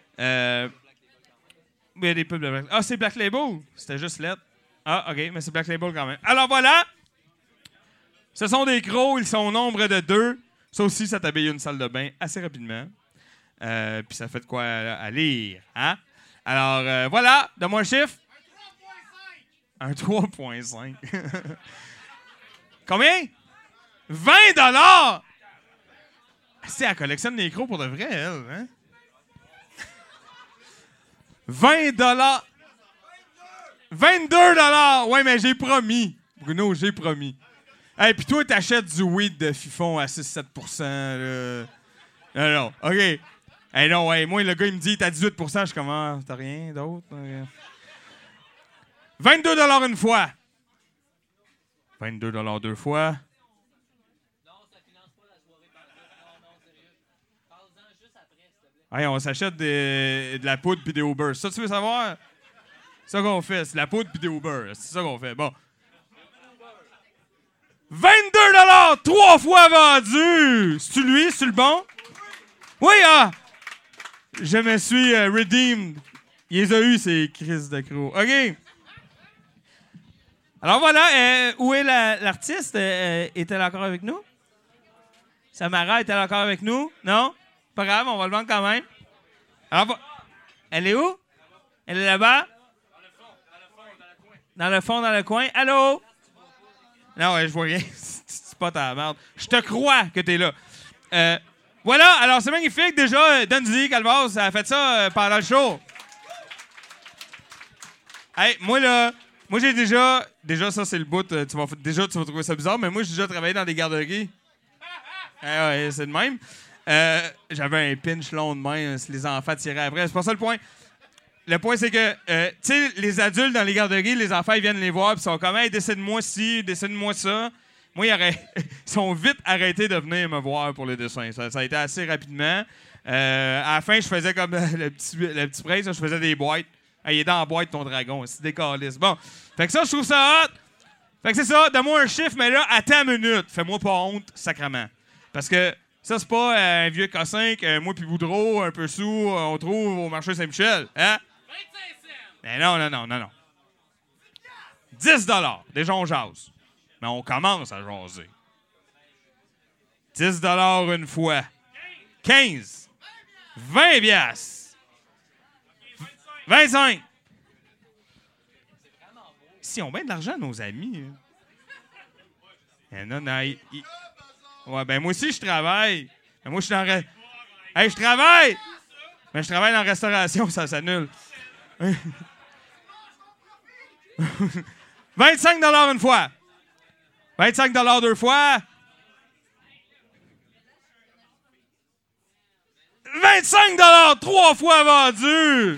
Speaker 17: Il y a des pubs de Black... Ah, c'est Black Label. C'était juste lettre. Ah, OK, mais c'est Black Label quand même. Alors voilà. Ce sont des crocs. Ils sont au nombre de 2. Ça aussi, ça t'habille une salle de bain assez rapidement. Puis ça fait de quoi à lire. Hein? Alors, voilà. Donne-moi un chiffre. Un 3,5. Combien? 20 $! C'est elle collectionne des crocs pour de vrai, elle. Hein? 20 $! 22 $! Ouais, mais j'ai promis. Bruno, j'ai promis. Hey, puis toi, t'achètes du weed de Fifon à 6-7 %. Là. Non, OK. Hey, non, ouais, moi, le gars, il me dit, t'as 18 %. Je suis comme, ah, t'as rien d'autre? 22 $ une fois. 22 $ 2 fois. Hey, on s'achète de la poudre puis des Uber. Ça, tu veux savoir? C'est ça qu'on fait. C'est la poudre puis des Uber. C'est ça qu'on fait. Bon. 22 $! 3 fois vendu! C'est-tu lui? C'est-tu le bon? Oui, ah! Je me suis redeemed. Il les a eu, ces crises de crocs. OK. Alors voilà. Où est l'artiste? Est-elle encore avec nous? Samara est-elle encore avec nous? Non? Pas grave, on va le vendre quand même. Alors, elle est où? Elle est là-bas? Dans le fond, dans le coin. Allô? Non, ouais, je vois rien. C'est pas ta merde. Je te crois que t'es là. Voilà, alors c'est magnifique. Déjà, Dundee, Calvas, a fait ça pendant le show. Hey, moi, j'ai déjà... Déjà, ça, c'est le bout. Tu vas trouver ça bizarre, mais moi, j'ai déjà travaillé dans des garderies. Ouais, c'est de même. J'avais un pinch long de main si les enfants tiraient après. C'est pas ça le point. Le point, c'est que, tu sais, les adultes dans les garderies, les enfants, ils viennent les voir, puis ils sont comme, hey, dessine-moi ci, dessine-moi ça. Moi, ils sont vite arrêtés de venir me voir pour le dessin. Ça a été assez rapidement. À la fin, je faisais comme le petit prêt, je faisais des boîtes. Hey, il est dans la boîte, ton dragon. C'est des calices. Bon. Fait que ça, je trouve ça hot. Fait que c'est ça. Donne-moi un chiffre, mais là, attends une minute. Fais-moi pas honte, sacrement. Parce que Ça, c'est pas un vieux cossin que moi puis Boudreau, un peu sous, on trouve au marché Saint-Michel. Hein? 25 cents! Ben non. 10 $. Déjà, on jase. Mais on commence à jaser. 10 $ une fois. 15. 20 piastres. 25. Si on met de l'argent, nos amis. Ouais, ben moi aussi, je travaille. Ben moi, je suis dans... Hey, je travaille! Ben, je travaille dans la restauration, ça s'annule. 25 $ une fois. 25 $ deux fois. 25 $ trois fois vendu.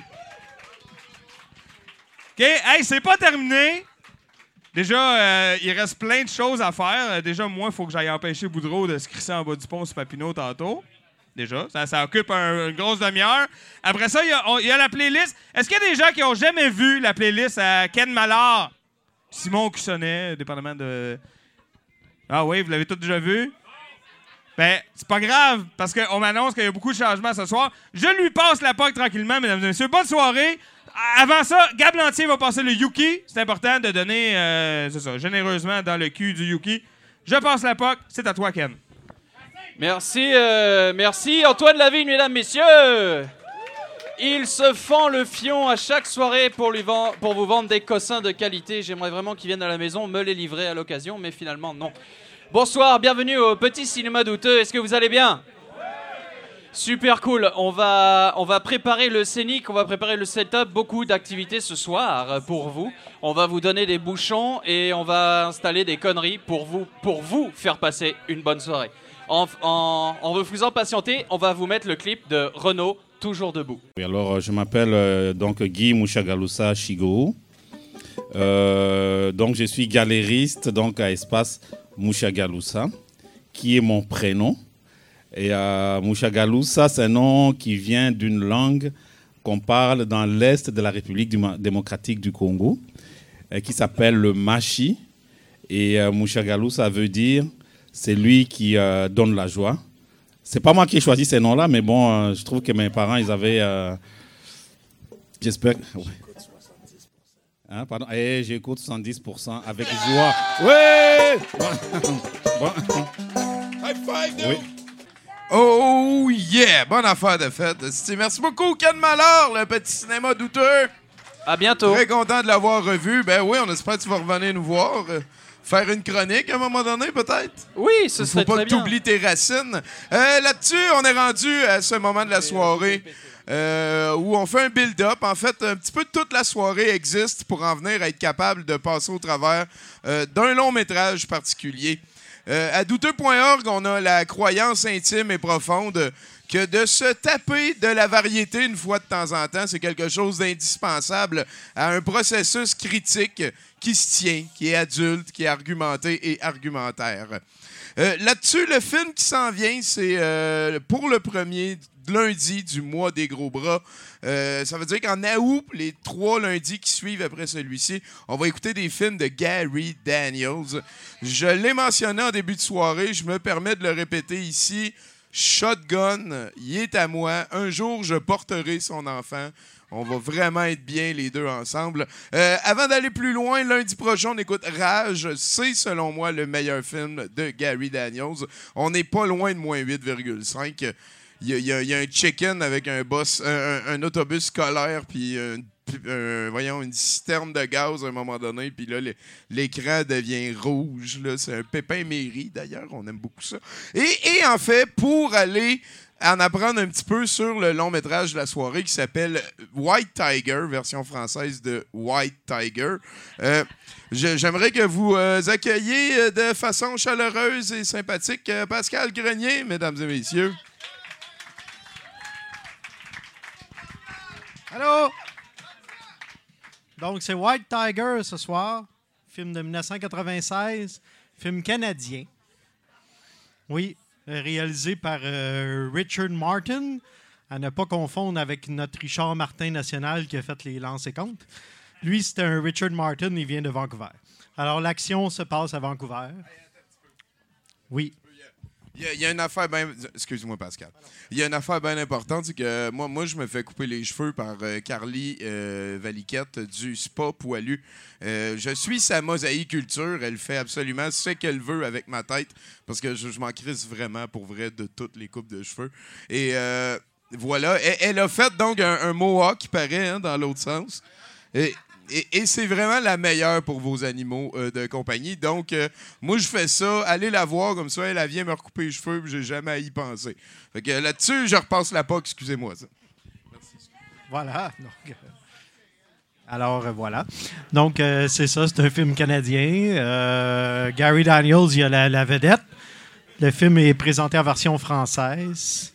Speaker 17: OK, hey, c'est pas terminé. Déjà, il reste plein de choses à faire. Déjà, moi, il faut que j'aille empêcher Boudreau de se crisser en bas du pont sur Papineau tantôt. Déjà, ça occupe une grosse demi-heure. Après ça, il y a la playlist. Est-ce qu'il y a des gens qui n'ont jamais vu la playlist à Ken Mallard? Simon Cussonnet, dépendamment de... Ah oui, vous l'avez tous déjà vu? Ben, c'est pas grave, parce qu'on m'annonce qu'il y a beaucoup de changements ce soir. Je lui passe la POC tranquillement, mesdames et messieurs. Bonne soirée. Avant ça, Gab Lantier va passer le Yuki. C'est important de donner, c'est ça, généreusement dans le cul du Yuki. Je passe la POC. C'est à toi, Ken.
Speaker 18: Merci, merci. Antoine Lavigne, mesdames, messieurs. Ils se font le fion à chaque soirée pour vous vendre des cossins de qualité. J'aimerais vraiment qu'ils viennent à la maison me les livrer à l'occasion, mais finalement, non. Bonsoir, bienvenue au Petit Cinéma Douteux. Est-ce que vous allez bien? Super cool. On va préparer le scénic, on va préparer le setup. Beaucoup d'activités ce soir pour vous. On va vous donner des bouchons et on va installer des conneries pour vous faire passer une bonne soirée. En vous faisant patienter, on va vous mettre le clip de Renaud, Toujours debout.
Speaker 19: Oui, alors, je m'appelle donc Guy Mushagalusa Shigou. Donc, je suis galériste donc, à Espace Mushagalusa, qui est mon prénom. Et Mushagalusa, c'est un nom qui vient d'une langue qu'on parle dans l'est de la République démocratique du Congo, qui s'appelle le Machi. Et Mushagalusa veut dire c'est lui qui donne la joie. C'est pas moi qui ai choisi ces noms-là, mais bon, je trouve que mes parents, ils avaient... J'espère... Ouais. Hein, pardon. Et j'écoute 70% avec joie. Ouais! Bon.
Speaker 6: High five, dude! Oui. Oh yeah! Bonne affaire de fête. Merci beaucoup, Ken Mallard, le Petit Cinéma Douteux.
Speaker 18: À bientôt.
Speaker 6: Très content de l'avoir revu. Ben oui, on espère que tu vas revenir nous voir. Faire une chronique à un moment donné, peut-être?
Speaker 18: Oui, ce serait très bien.
Speaker 6: Faut pas que t'oublies tes racines. Là-dessus, on est rendu à ce moment de la soirée où on fait un build-up. En fait, un petit peu toute la soirée existe pour en venir à être capable de passer au travers d'un long métrage particulier. À douteux.org, on a la croyance intime et profonde que de se taper de la variété une fois de temps en temps, c'est quelque chose d'indispensable à un processus critique qui se tient, qui est adulte, qui est argumenté et argumentaire. Là-dessus, le film qui s'en vient, c'est pour le premier lundi du mois des gros bras. Ça veut dire qu'en août, les 3 lundis qui suivent après celui-ci, on va écouter des films de Gary Daniels. Je l'ai mentionné en début de soirée, je me permets de le répéter ici. Shotgun, il est à moi. Un jour, je porterai son enfant. On va vraiment être bien les deux ensemble. Avant d'aller plus loin, lundi prochain, on écoute Rage. C'est, selon moi, le meilleur film de Gary Daniels. On n'est pas loin de moins 8,5. Il y a un chicken avec un autobus scolaire, puis une citerne de gaz à un moment donné, puis là, l'écran devient rouge. Là. C'est un pépin mairie, d'ailleurs. On aime beaucoup ça. Et en fait, pour aller en apprendre un petit peu sur le long métrage de la soirée qui s'appelle White Tiger, version française de White Tiger. J'aimerais que vous accueilliez de façon chaleureuse et sympathique Pascal Grenier, mesdames et messieurs.
Speaker 12: Allô? Donc, c'est White Tiger ce soir, film de 1996, film canadien. Oui, réalisé par Richard Martin, à ne pas confondre avec notre Richard Martin national qui a fait les Lancers-Comptes. Lui, c'était un Richard Martin, il vient de Vancouver. Alors, l'action se passe à Vancouver. Oui.
Speaker 6: Il y a une affaire bien... Excuse-moi, Pascal. Il y a une affaire bien importante, c'est que moi, je me fais couper les cheveux par Carly Valiquette du Spa Poilu. Je suis sa mosaïculture. Elle fait absolument ce qu'elle veut avec ma tête, parce que je m'en crisse vraiment, pour vrai, de toutes les coupes de cheveux. Et voilà. Elle a fait donc un mohawk, qui paraît, hein, dans l'autre sens. Et c'est vraiment la meilleure pour vos animaux de compagnie. Donc, moi, je fais ça. Allez la voir comme ça. Elle vient me recouper les cheveux, puis j'ai jamais à y penser. Fait que là-dessus, je repasse la POC. Excusez-moi. Ça. Merci.
Speaker 20: Voilà. Donc, alors, voilà. Donc, c'est ça. C'est un film canadien. Gary Daniels, il y a la vedette. Le film est présenté en version française.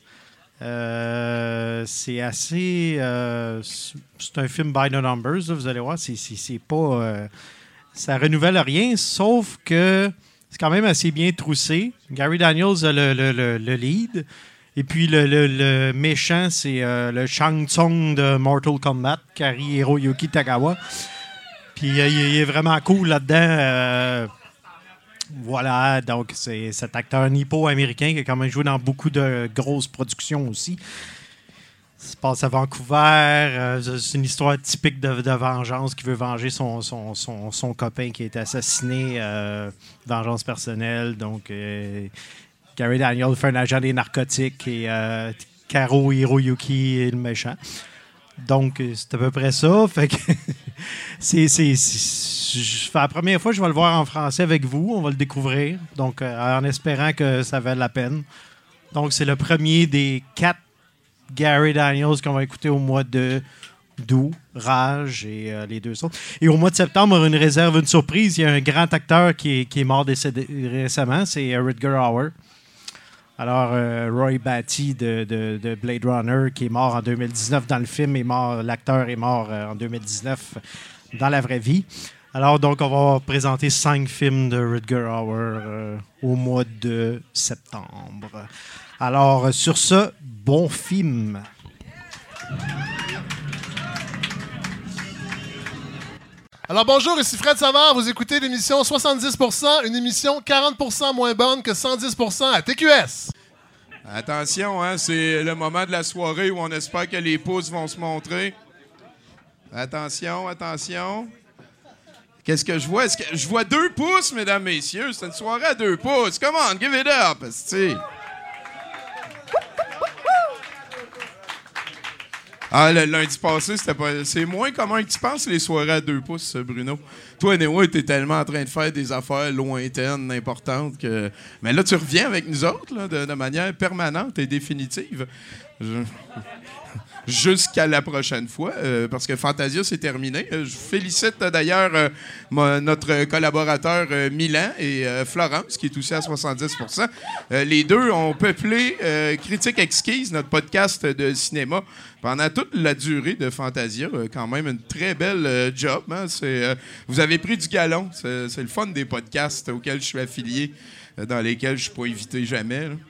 Speaker 20: C'est assez... c'est un film by the numbers, là, vous allez voir. C'est pas... ça renouvelle rien, sauf que c'est quand même assez bien troussé. Gary Daniels a le lead. Et puis le méchant, c'est le Shang Tsung de Mortal Kombat, Kari Hiroyuki Tagawa. Puis il est vraiment cool là-dedans. Voilà, donc c'est cet acteur nippo-américain qui a quand même joué dans beaucoup de grosses productions aussi. Ça se passe à Vancouver. C'est une histoire typique de vengeance qui veut venger son copain qui a été assassiné. Vengeance personnelle. Donc, Gary Daniels fait un agent des narcotiques et Karo Hiroyuki est le méchant. Donc, c'est à peu près ça. Fait que c'est la première fois que je vais le voir en français avec vous. On va le découvrir. Donc, en espérant que ça vaille la peine. Donc, c'est le premier des 4 Gary Daniels qu'on va écouter au mois d'août, Rage et les 2 autres. Et au mois de septembre, on a une réserve, une surprise. Il y a un grand acteur qui est mort décédé récemment. C'est Rutger Hauer. Alors, Roy Batty de Blade Runner, qui est mort en 2019 dans le film, l'acteur est mort en 2019 dans la vraie vie. Alors, donc, on va présenter 5 films de Rutger Hauer au mois de septembre. Alors, sur ce, bon film.
Speaker 21: Alors bonjour, ici Fred Savard, vous écoutez l'émission 70%, une émission 40% moins bonne que 110% à TQS.
Speaker 6: Attention, hein, c'est le moment de la soirée où on espère que les pouces vont se montrer. Attention, attention. Qu'est-ce que je vois? Est-ce que je vois 2 pouces, mesdames, messieurs? C'est une soirée à 2 pouces. Come on, give it up, esti. Ah, le lundi passé, c'est moins commun que tu penses, les soirées à 2 pouces, Bruno. Toi, Néo, t'es tellement en train de faire des affaires lointaines, importantes, que... Mais là, tu reviens avec nous autres, là, de manière permanente et définitive. Jusqu'à la prochaine fois, parce que Fantasia, c'est terminé. Je félicite d'ailleurs notre collaborateur Milan et Florence, qui est aussi à 70%. Les deux ont peuplé Critique Exquise, notre podcast de cinéma, pendant toute la durée de Fantasia. Quand même une très belle job. Hein? Vous avez pris du galon. C'est le fun des podcasts auxquels je suis affilié, dans lesquels je ne suis pas invité jamais. Là.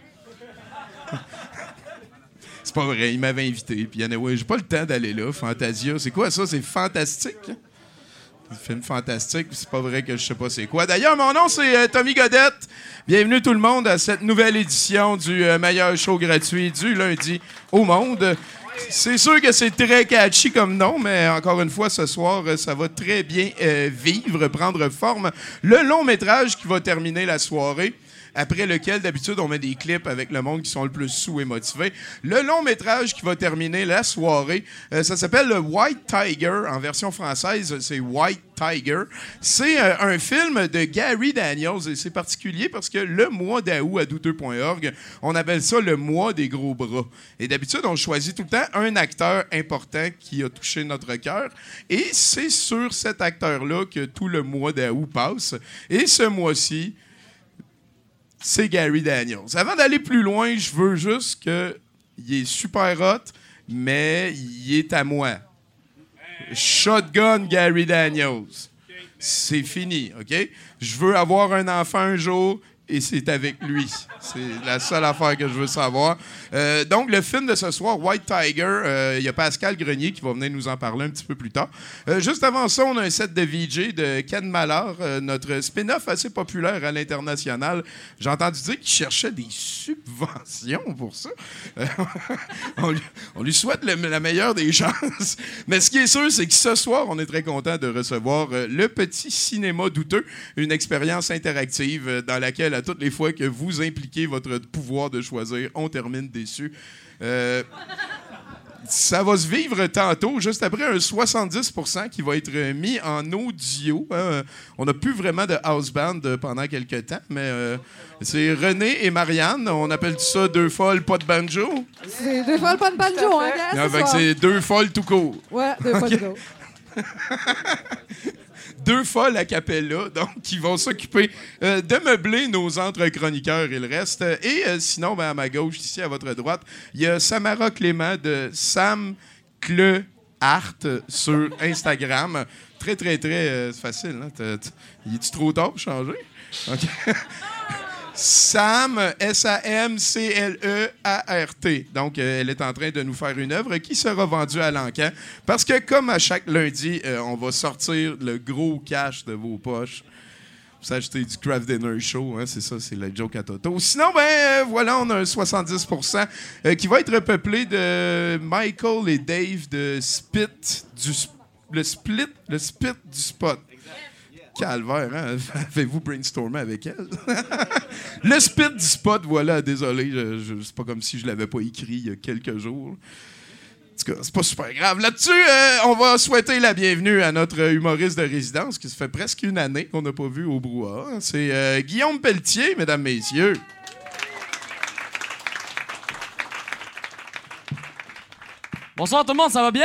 Speaker 6: C'est pas vrai, il m'avait invité. Puis, anyway, j'ai pas le temps d'aller là. Fantasia, c'est quoi ça? C'est fantastique? Hein? Un film fantastique, c'est pas vrai que je sais pas c'est quoi. D'ailleurs, mon nom, c'est Tommy Godette. Bienvenue tout le monde à cette nouvelle édition du meilleur show gratuit du lundi au monde. C'est sûr que c'est très catchy comme nom, mais encore une fois, ce soir, ça va très bien vivre, prendre forme. Le long métrage qui va terminer la soirée, après lequel, d'habitude, on met des clips avec le monde qui sont le plus sous et motivés. Le long métrage qui va terminer la soirée, ça s'appelle le White Tiger. En version française, c'est White Tiger. C'est un film de Gary Daniels et c'est particulier parce que le mois d'août à douteux.org, on appelle ça le mois des gros bras. Et d'habitude, on choisit tout le temps un acteur important qui a touché notre cœur et c'est sur cet acteur-là que tout le mois d'août passe. Et ce mois-ci, c'est Gary Daniels. Avant d'aller plus loin, je veux juste qu'il est super hot, mais il est à moi. Shotgun Gary Daniels. C'est fini, OK? Je veux avoir un enfant un jour et c'est avec lui. C'est la seule affaire que je veux savoir. Donc, le film de ce soir, White Tiger, il y a Pascal Grenier qui va venir nous en parler un petit peu plus tard. Juste avant ça, on a un set de VJ de Ken Mallard, notre spin-off assez populaire à l'international. J'ai entendu dire qu'il cherchait des subventions pour ça. On lui souhaite la meilleure des chances. Mais ce qui est sûr, c'est que ce soir, on est très content de recevoir le Petit Cinéma Douteux, une expérience interactive dans laquelle, à toutes les fois que vous impliquez votre pouvoir de choisir, on termine déçu. Ça va se vivre tantôt, juste après un 70% qui va être mis en audio. On n'a plus vraiment de house band pendant quelques temps, mais c'est René et Marianne. On appelle ça deux folles, pas de banjo.
Speaker 5: C'est deux folles, pas de banjo, hein, gars,
Speaker 6: c'est deux folles tout court.
Speaker 5: Ouais, deux folles tout court.
Speaker 6: Deux folles a cappella, donc qui vont s'occuper de meubler nos entre-chroniqueurs et le reste. Et sinon, à ma gauche, ici, à votre droite, il y a Samara Clément de Sam Cle Art sur Instagram. Très, très, très facile. Hein? Il est-tu trop tard pour changer? Okay. Sam, S-A-M-C-L-E-A-R-T. Donc, elle est en train de nous faire une œuvre qui sera vendue à l'encan. Parce que, comme à chaque lundi, on va sortir le gros cash de vos poches pour s'acheter du Craft Dinner Show. Hein, c'est ça, c'est la joke à Toto. Sinon, voilà, on a un 70% qui va être peuplé de Michael et Dave de le Split du Spot. Calvaire, hein? Avez-vous brainstormé avec elle? Le spit du spot, voilà, désolé, c'est pas comme si je l'avais pas écrit il y a quelques jours. En tout cas, c'est pas super grave. Là-dessus, on va souhaiter la bienvenue à notre humoriste de résidence, qui se fait presque une année qu'on n'a pas vu au Brouhaha. C'est Guillaume Pelletier, mesdames, messieurs.
Speaker 1: Bonsoir tout le monde, ça va bien?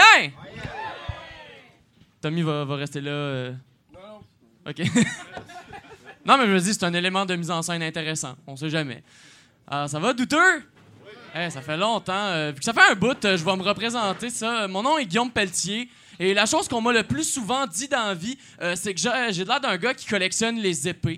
Speaker 1: Tommy va rester là. OK. Non, mais je me dis, c'est un élément de mise en scène intéressant. On sait jamais. Ça va, douteux? Oui. Ça fait longtemps. Puis ça fait un bout, je vais me représenter, ça. Mon nom est Guillaume Pelletier. Et la chose qu'on m'a le plus souvent dit dans la vie, c'est que j'ai l'air d'un gars qui collectionne les épées.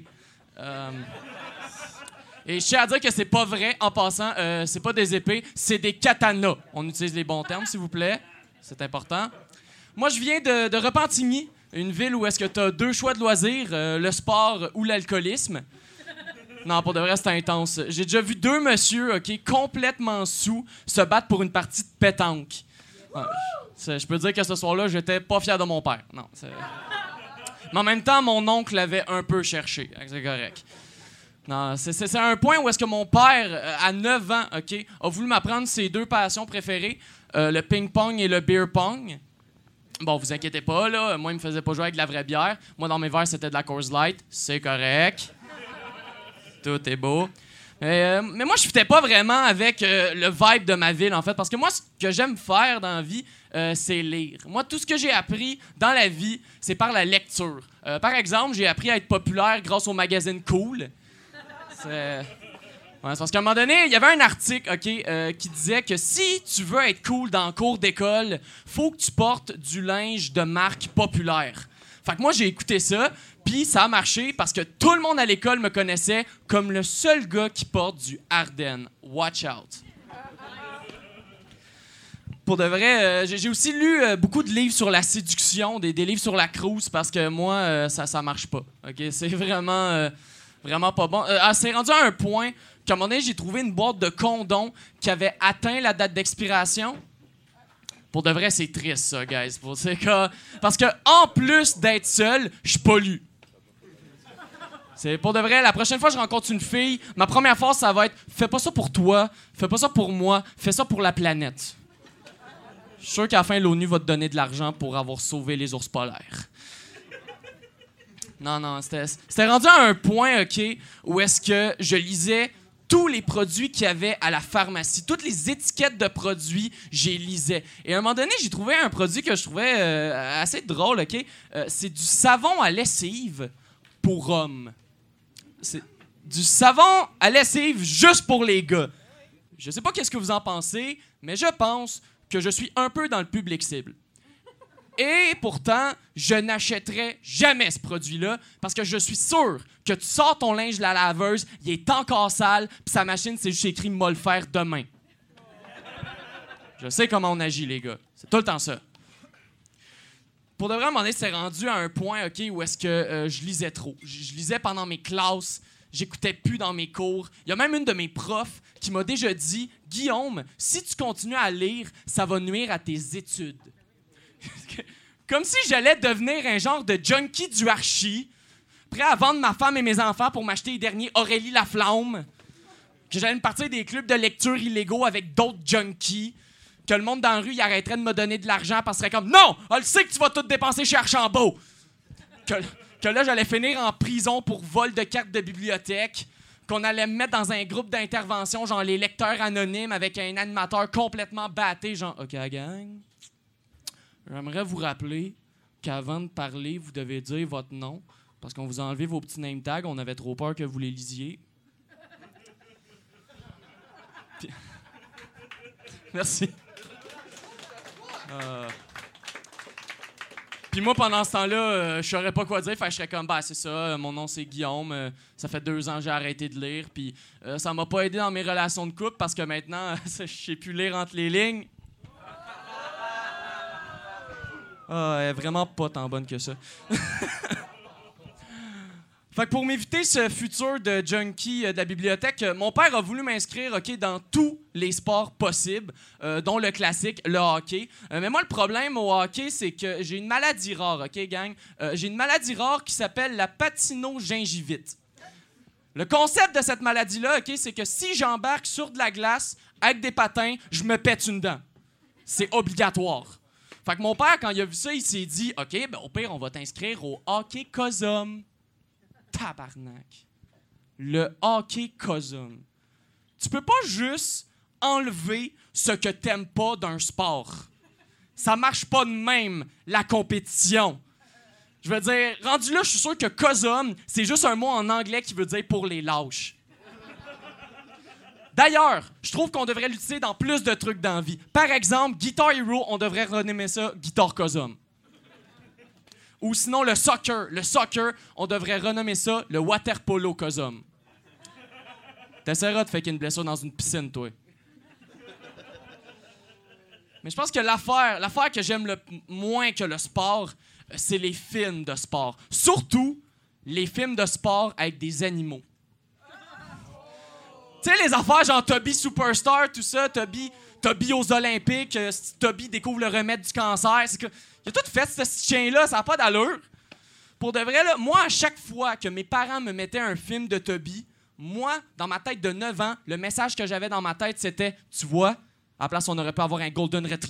Speaker 1: Et je tiens à dire que c'est pas vrai, en passant. C'est pas des épées, c'est des katanas. On utilise les bons termes, s'il vous plaît. C'est important. Moi, je viens de Repentigny. Une ville où est-ce que tu as deux choix de loisirs, le sport ou l'alcoolisme. Non, pour de vrai, c'est intense. J'ai déjà vu deux messieurs, OK, complètement sous, se battre pour une partie de pétanque. Ouais, je peux dire que ce soir-là, j'étais pas fier de mon père. Non, mais en même temps, mon oncle avait un peu cherché. C'est correct. Non, c'est un point où est-ce que mon père, à 9 ans, OK, a voulu m'apprendre ses deux passions préférées, le ping-pong et le beer pong. Bon, vous inquiétez pas, là. Moi, il me faisait pas jouer avec de la vraie bière. Moi, dans mes verres, c'était de la Coors Light. C'est correct. Tout est beau. Mais moi, je fitais pas vraiment avec le vibe de ma ville, en fait. Parce que moi, ce que j'aime faire dans la vie, c'est lire. Moi, tout ce que j'ai appris dans la vie, c'est par la lecture. Par exemple, j'ai appris à être populaire grâce au magazine Cool. Ouais, c'est parce qu'à un moment donné, il y avait un article, OK, qui disait que si tu veux être cool dans le cours d'école, faut que tu portes du linge de marque populaire. Fait que moi, j'ai écouté ça, puis ça a marché parce que tout le monde à l'école me connaissait comme le seul gars qui porte du Ardennes. Watch out. Pour de vrai, j'ai aussi lu beaucoup de livres sur la séduction, des livres sur la crouse, parce que moi, ça marche pas. OK? C'est vraiment pas bon. C'est rendu à un point qu'à un moment donné, j'ai trouvé une boîte de condoms qui avait atteint la date d'expiration. Pour de vrai, c'est triste, ça, guys. Parce que en plus d'être seul, je pollue. C'est pour de vrai, la prochaine fois que je rencontre une fille, ma première phrase, ça va être « Fais pas ça pour toi, fais pas ça pour moi, fais ça pour la planète. » Je suis sûr qu'à la fin, l'ONU va te donner de l'argent pour avoir sauvé les ours polaires. Non, c'était rendu à un point, OK, où est-ce que je lisais tous les produits qu'il y avait à la pharmacie, toutes les étiquettes de produits, j'ai lisais. Et à un moment donné, j'ai trouvé un produit que je trouvais assez drôle, OK? C'est du savon à lessive pour hommes. C'est du savon à lessive juste pour les gars. Je sais pas qu'est-ce que vous en pensez, mais je pense que je suis un peu dans le public cible. Et pourtant, je n'achèterai jamais ce produit-là parce que je suis sûr que tu sors ton linge de la laveuse, il est encore sale, puis sa machine, c'est juste écrit « m'a le faire demain ». Je sais comment on agit, les gars. C'est tout le temps ça. Pour de vrai, à un moment donné, c'est rendu à un point, OK, où est-ce que je lisais trop. Je lisais pendant mes classes, j'écoutais plus dans mes cours. Il y a même une de mes profs qui m'a déjà dit « Guillaume, si tu continues à lire, ça va nuire à tes études. » Comme si j'allais devenir un genre de junkie du archi, prêt à vendre ma femme et mes enfants pour m'acheter les derniers Aurélie Laflamme, que j'allais me partir des clubs de lecture illégaux avec d'autres junkies, que le monde dans la rue il arrêterait de me donner de l'argent parce qu'il serait comme « Non! On le sait que tu vas tout dépenser chez Archambault! » Que là, j'allais finir en prison pour vol de cartes de bibliothèque, qu'on allait me mettre dans un groupe d'intervention, genre les lecteurs anonymes, avec un animateur complètement batté, genre « OK, gang, j'aimerais vous rappeler qu'avant de parler, vous devez dire votre nom, parce qu'on vous a enlevé vos petits name tags, on avait trop peur que vous les lisiez. » Puis... Merci. Puis moi, pendant ce temps-là, je saurais pas quoi dire. Fait que je serais comme, bah c'est ça, mon nom c'est Guillaume. Ça fait 2 ans que j'ai arrêté de lire. Puis ça m'a pas aidé dans mes relations de couple parce que maintenant, je sais plus lire entre les lignes. Elle est vraiment pas tant bonne que ça. Fait que pour m'éviter ce futur de junkie de la bibliothèque, mon père a voulu m'inscrire dans tous les sports possibles, dont le classique, le hockey. Mais moi, le problème au hockey, c'est que j'ai une maladie rare, OK, gang? J'ai une maladie rare qui s'appelle la patinogingivite. Le concept de cette maladie-là, OK, c'est que si j'embarque sur de la glace avec des patins, je me pète une dent. C'est obligatoire. Fait que mon père, quand il a vu ça, il s'est dit « OK, ben au pire, on va t'inscrire au hockey Cosum. » Tabarnak. Le hockey Cosum. Tu peux pas juste enlever ce que t'aimes pas d'un sport. Ça marche pas de même, la compétition. Je veux dire, rendu là, je suis sûr que Cosum, c'est juste un mot en anglais qui veut dire « pour les lâches ». D'ailleurs, je trouve qu'on devrait l'utiliser dans plus de trucs dans la vie. Par exemple, Guitar Hero, on devrait renommer ça Guitar Cosum. Ou sinon, le soccer, on devrait renommer ça le water polo Cosum. T'essaieras de faire une blessure dans une piscine, toi. Mais je pense que l'affaire que j'aime le moins que le sport, c'est les films de sport. Surtout les films de sport avec des animaux. Tu sais, les affaires genre Toby Superstar, tout ça, Toby aux Olympiques, Toby découvre le remède du cancer. C'est que, il a tout fait, ce chien-là, ça n'a pas d'allure. Pour de vrai, là, moi, à chaque fois que mes parents me mettaient un film de Toby, moi, dans ma tête de 9 ans, le message que j'avais dans ma tête, c'était « Tu vois, à la place, on aurait pu avoir un Golden Retriever. »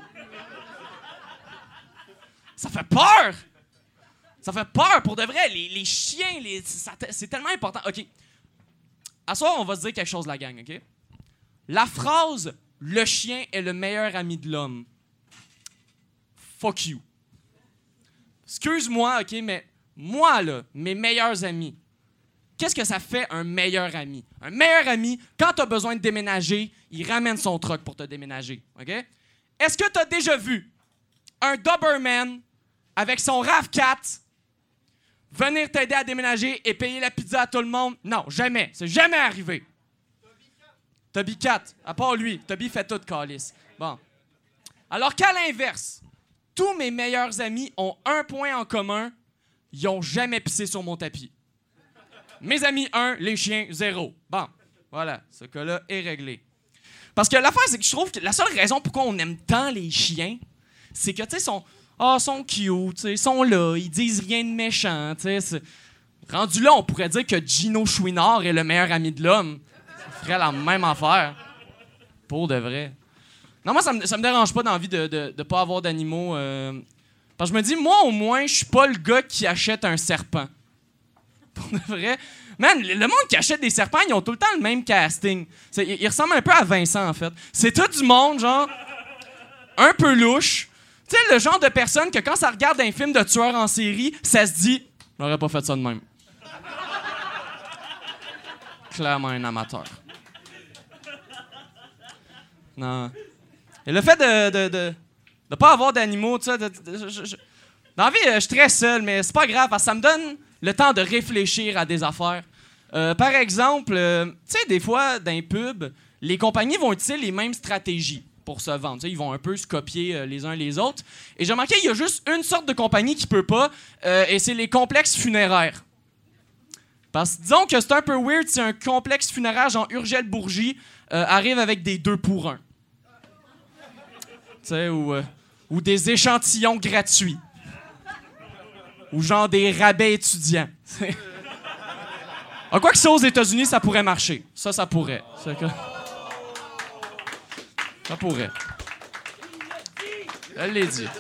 Speaker 1: Ça fait peur! Ça fait peur, pour de vrai. Les chiens, c'est tellement important. OK. À soir, on va se dire quelque chose, la gang, OK? La phrase « Le chien est le meilleur ami de l'homme ». Fuck you. Excuse-moi, OK, mais moi, là, mes meilleurs amis, qu'est-ce que ça fait un meilleur ami? Un meilleur ami, quand tu as besoin de déménager, il ramène son truck pour te déménager, OK? Est-ce que tu as déjà vu un Doberman avec son RAV4 venir t'aider à déménager et payer la pizza à tout le monde? Non, jamais. C'est jamais arrivé. Toby 4, à part lui. Toby fait tout, calice. Bon. Alors qu'à l'inverse, tous mes meilleurs amis ont un point en commun. Ils n'ont jamais pissé sur mon tapis. Mes amis 1, les chiens 0. Bon, voilà. Ce cas-là est réglé. Parce que l'affaire, c'est que je trouve que la seule raison pourquoi on aime tant les chiens, c'est que, tu sais, sont cute, ils sont là, ils disent rien de méchant, tu sais. Rendu là, on pourrait dire que Gino Chouinard est le meilleur ami de l'homme. Ça ferait la même affaire. Pour de vrai. Non, moi, ça me dérange pas d'envie de pas avoir d'animaux. Parce que je me dis, moi, au moins, je suis pas le gars qui achète un serpent. Pour de vrai. Man, le monde qui achète des serpents, ils ont tout le temps le même casting. Ils ressemblent un peu à Vincent, en fait. C'est tout du monde, genre, un peu louche. Tu sais, le genre de personne que quand ça regarde un film de tueur en série, ça se dit « J'aurais pas fait ça de même. » Clairement un amateur. Non. Et le fait De pas avoir d'animaux, tu sais. Dans la vie, je suis très seul, mais c'est pas grave, parce que ça me donne le temps de réfléchir à des affaires. Par exemple, tu sais, des fois, dans les pubs, les compagnies vont utiliser les mêmes stratégies pour se vendre. T'sais, ils vont un peu se copier les uns les autres. Et j'ai remarqué qu'il y a juste une sorte de compagnie qui peut pas, et c'est les complexes funéraires. Parce que disons que c'est un peu weird si un complexe funéraire genre Urgel-Bourgie arrive avec des 2 pour 1. Tu sais, ou des échantillons gratuits. Ou genre des rabais étudiants. Quoi que ça aux États-Unis, ça pourrait marcher. Ça pourrait. Ça pourrait. Elle l'a dit.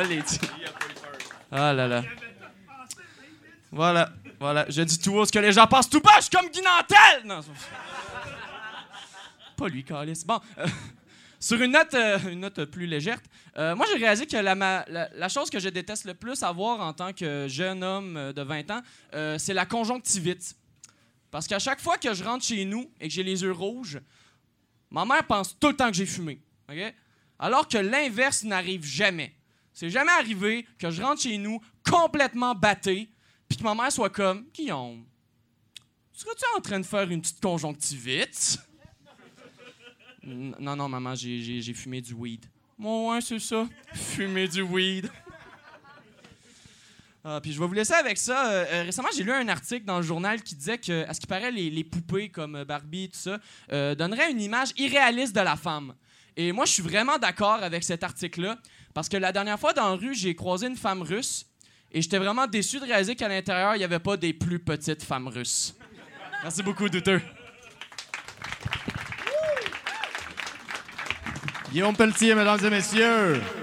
Speaker 1: Ah là là. Voilà. Je dis tout haut ce que les gens pensent tout bas. Je suis comme Guy Nantel! Non. Pas lui, câlisse. Bon. Sur une note plus légère, moi, j'ai réalisé que la chose que je déteste le plus avoir en tant que jeune homme de 20 ans, c'est la conjonctivite. Parce qu'à chaque fois que je rentre chez nous et que j'ai les yeux rouges, ma mère pense tout le temps que j'ai fumé. Okay? Alors que l'inverse n'arrive jamais. C'est jamais arrivé que je rentre chez nous complètement batté puis que ma mère soit comme « Guillaume, serais-tu en train de faire une petite conjonctivite? » Non, maman, j'ai fumé du weed. Bon, ouais, c'est ça. Fumer du weed. Puis je vais vous laisser avec ça. Récemment, j'ai lu un article dans le journal qui disait que, à ce qui paraît, les poupées comme Barbie et tout ça donneraient une image irréaliste de la femme. Et moi, je suis vraiment d'accord avec cet article-là parce que la dernière fois, dans la rue, j'ai croisé une femme russe et j'étais vraiment déçu de réaliser qu'à l'intérieur, il n'y avait pas des plus petites femmes russes. Merci beaucoup, douteux.
Speaker 4: Guillaume Pelletier, mesdames et messieurs.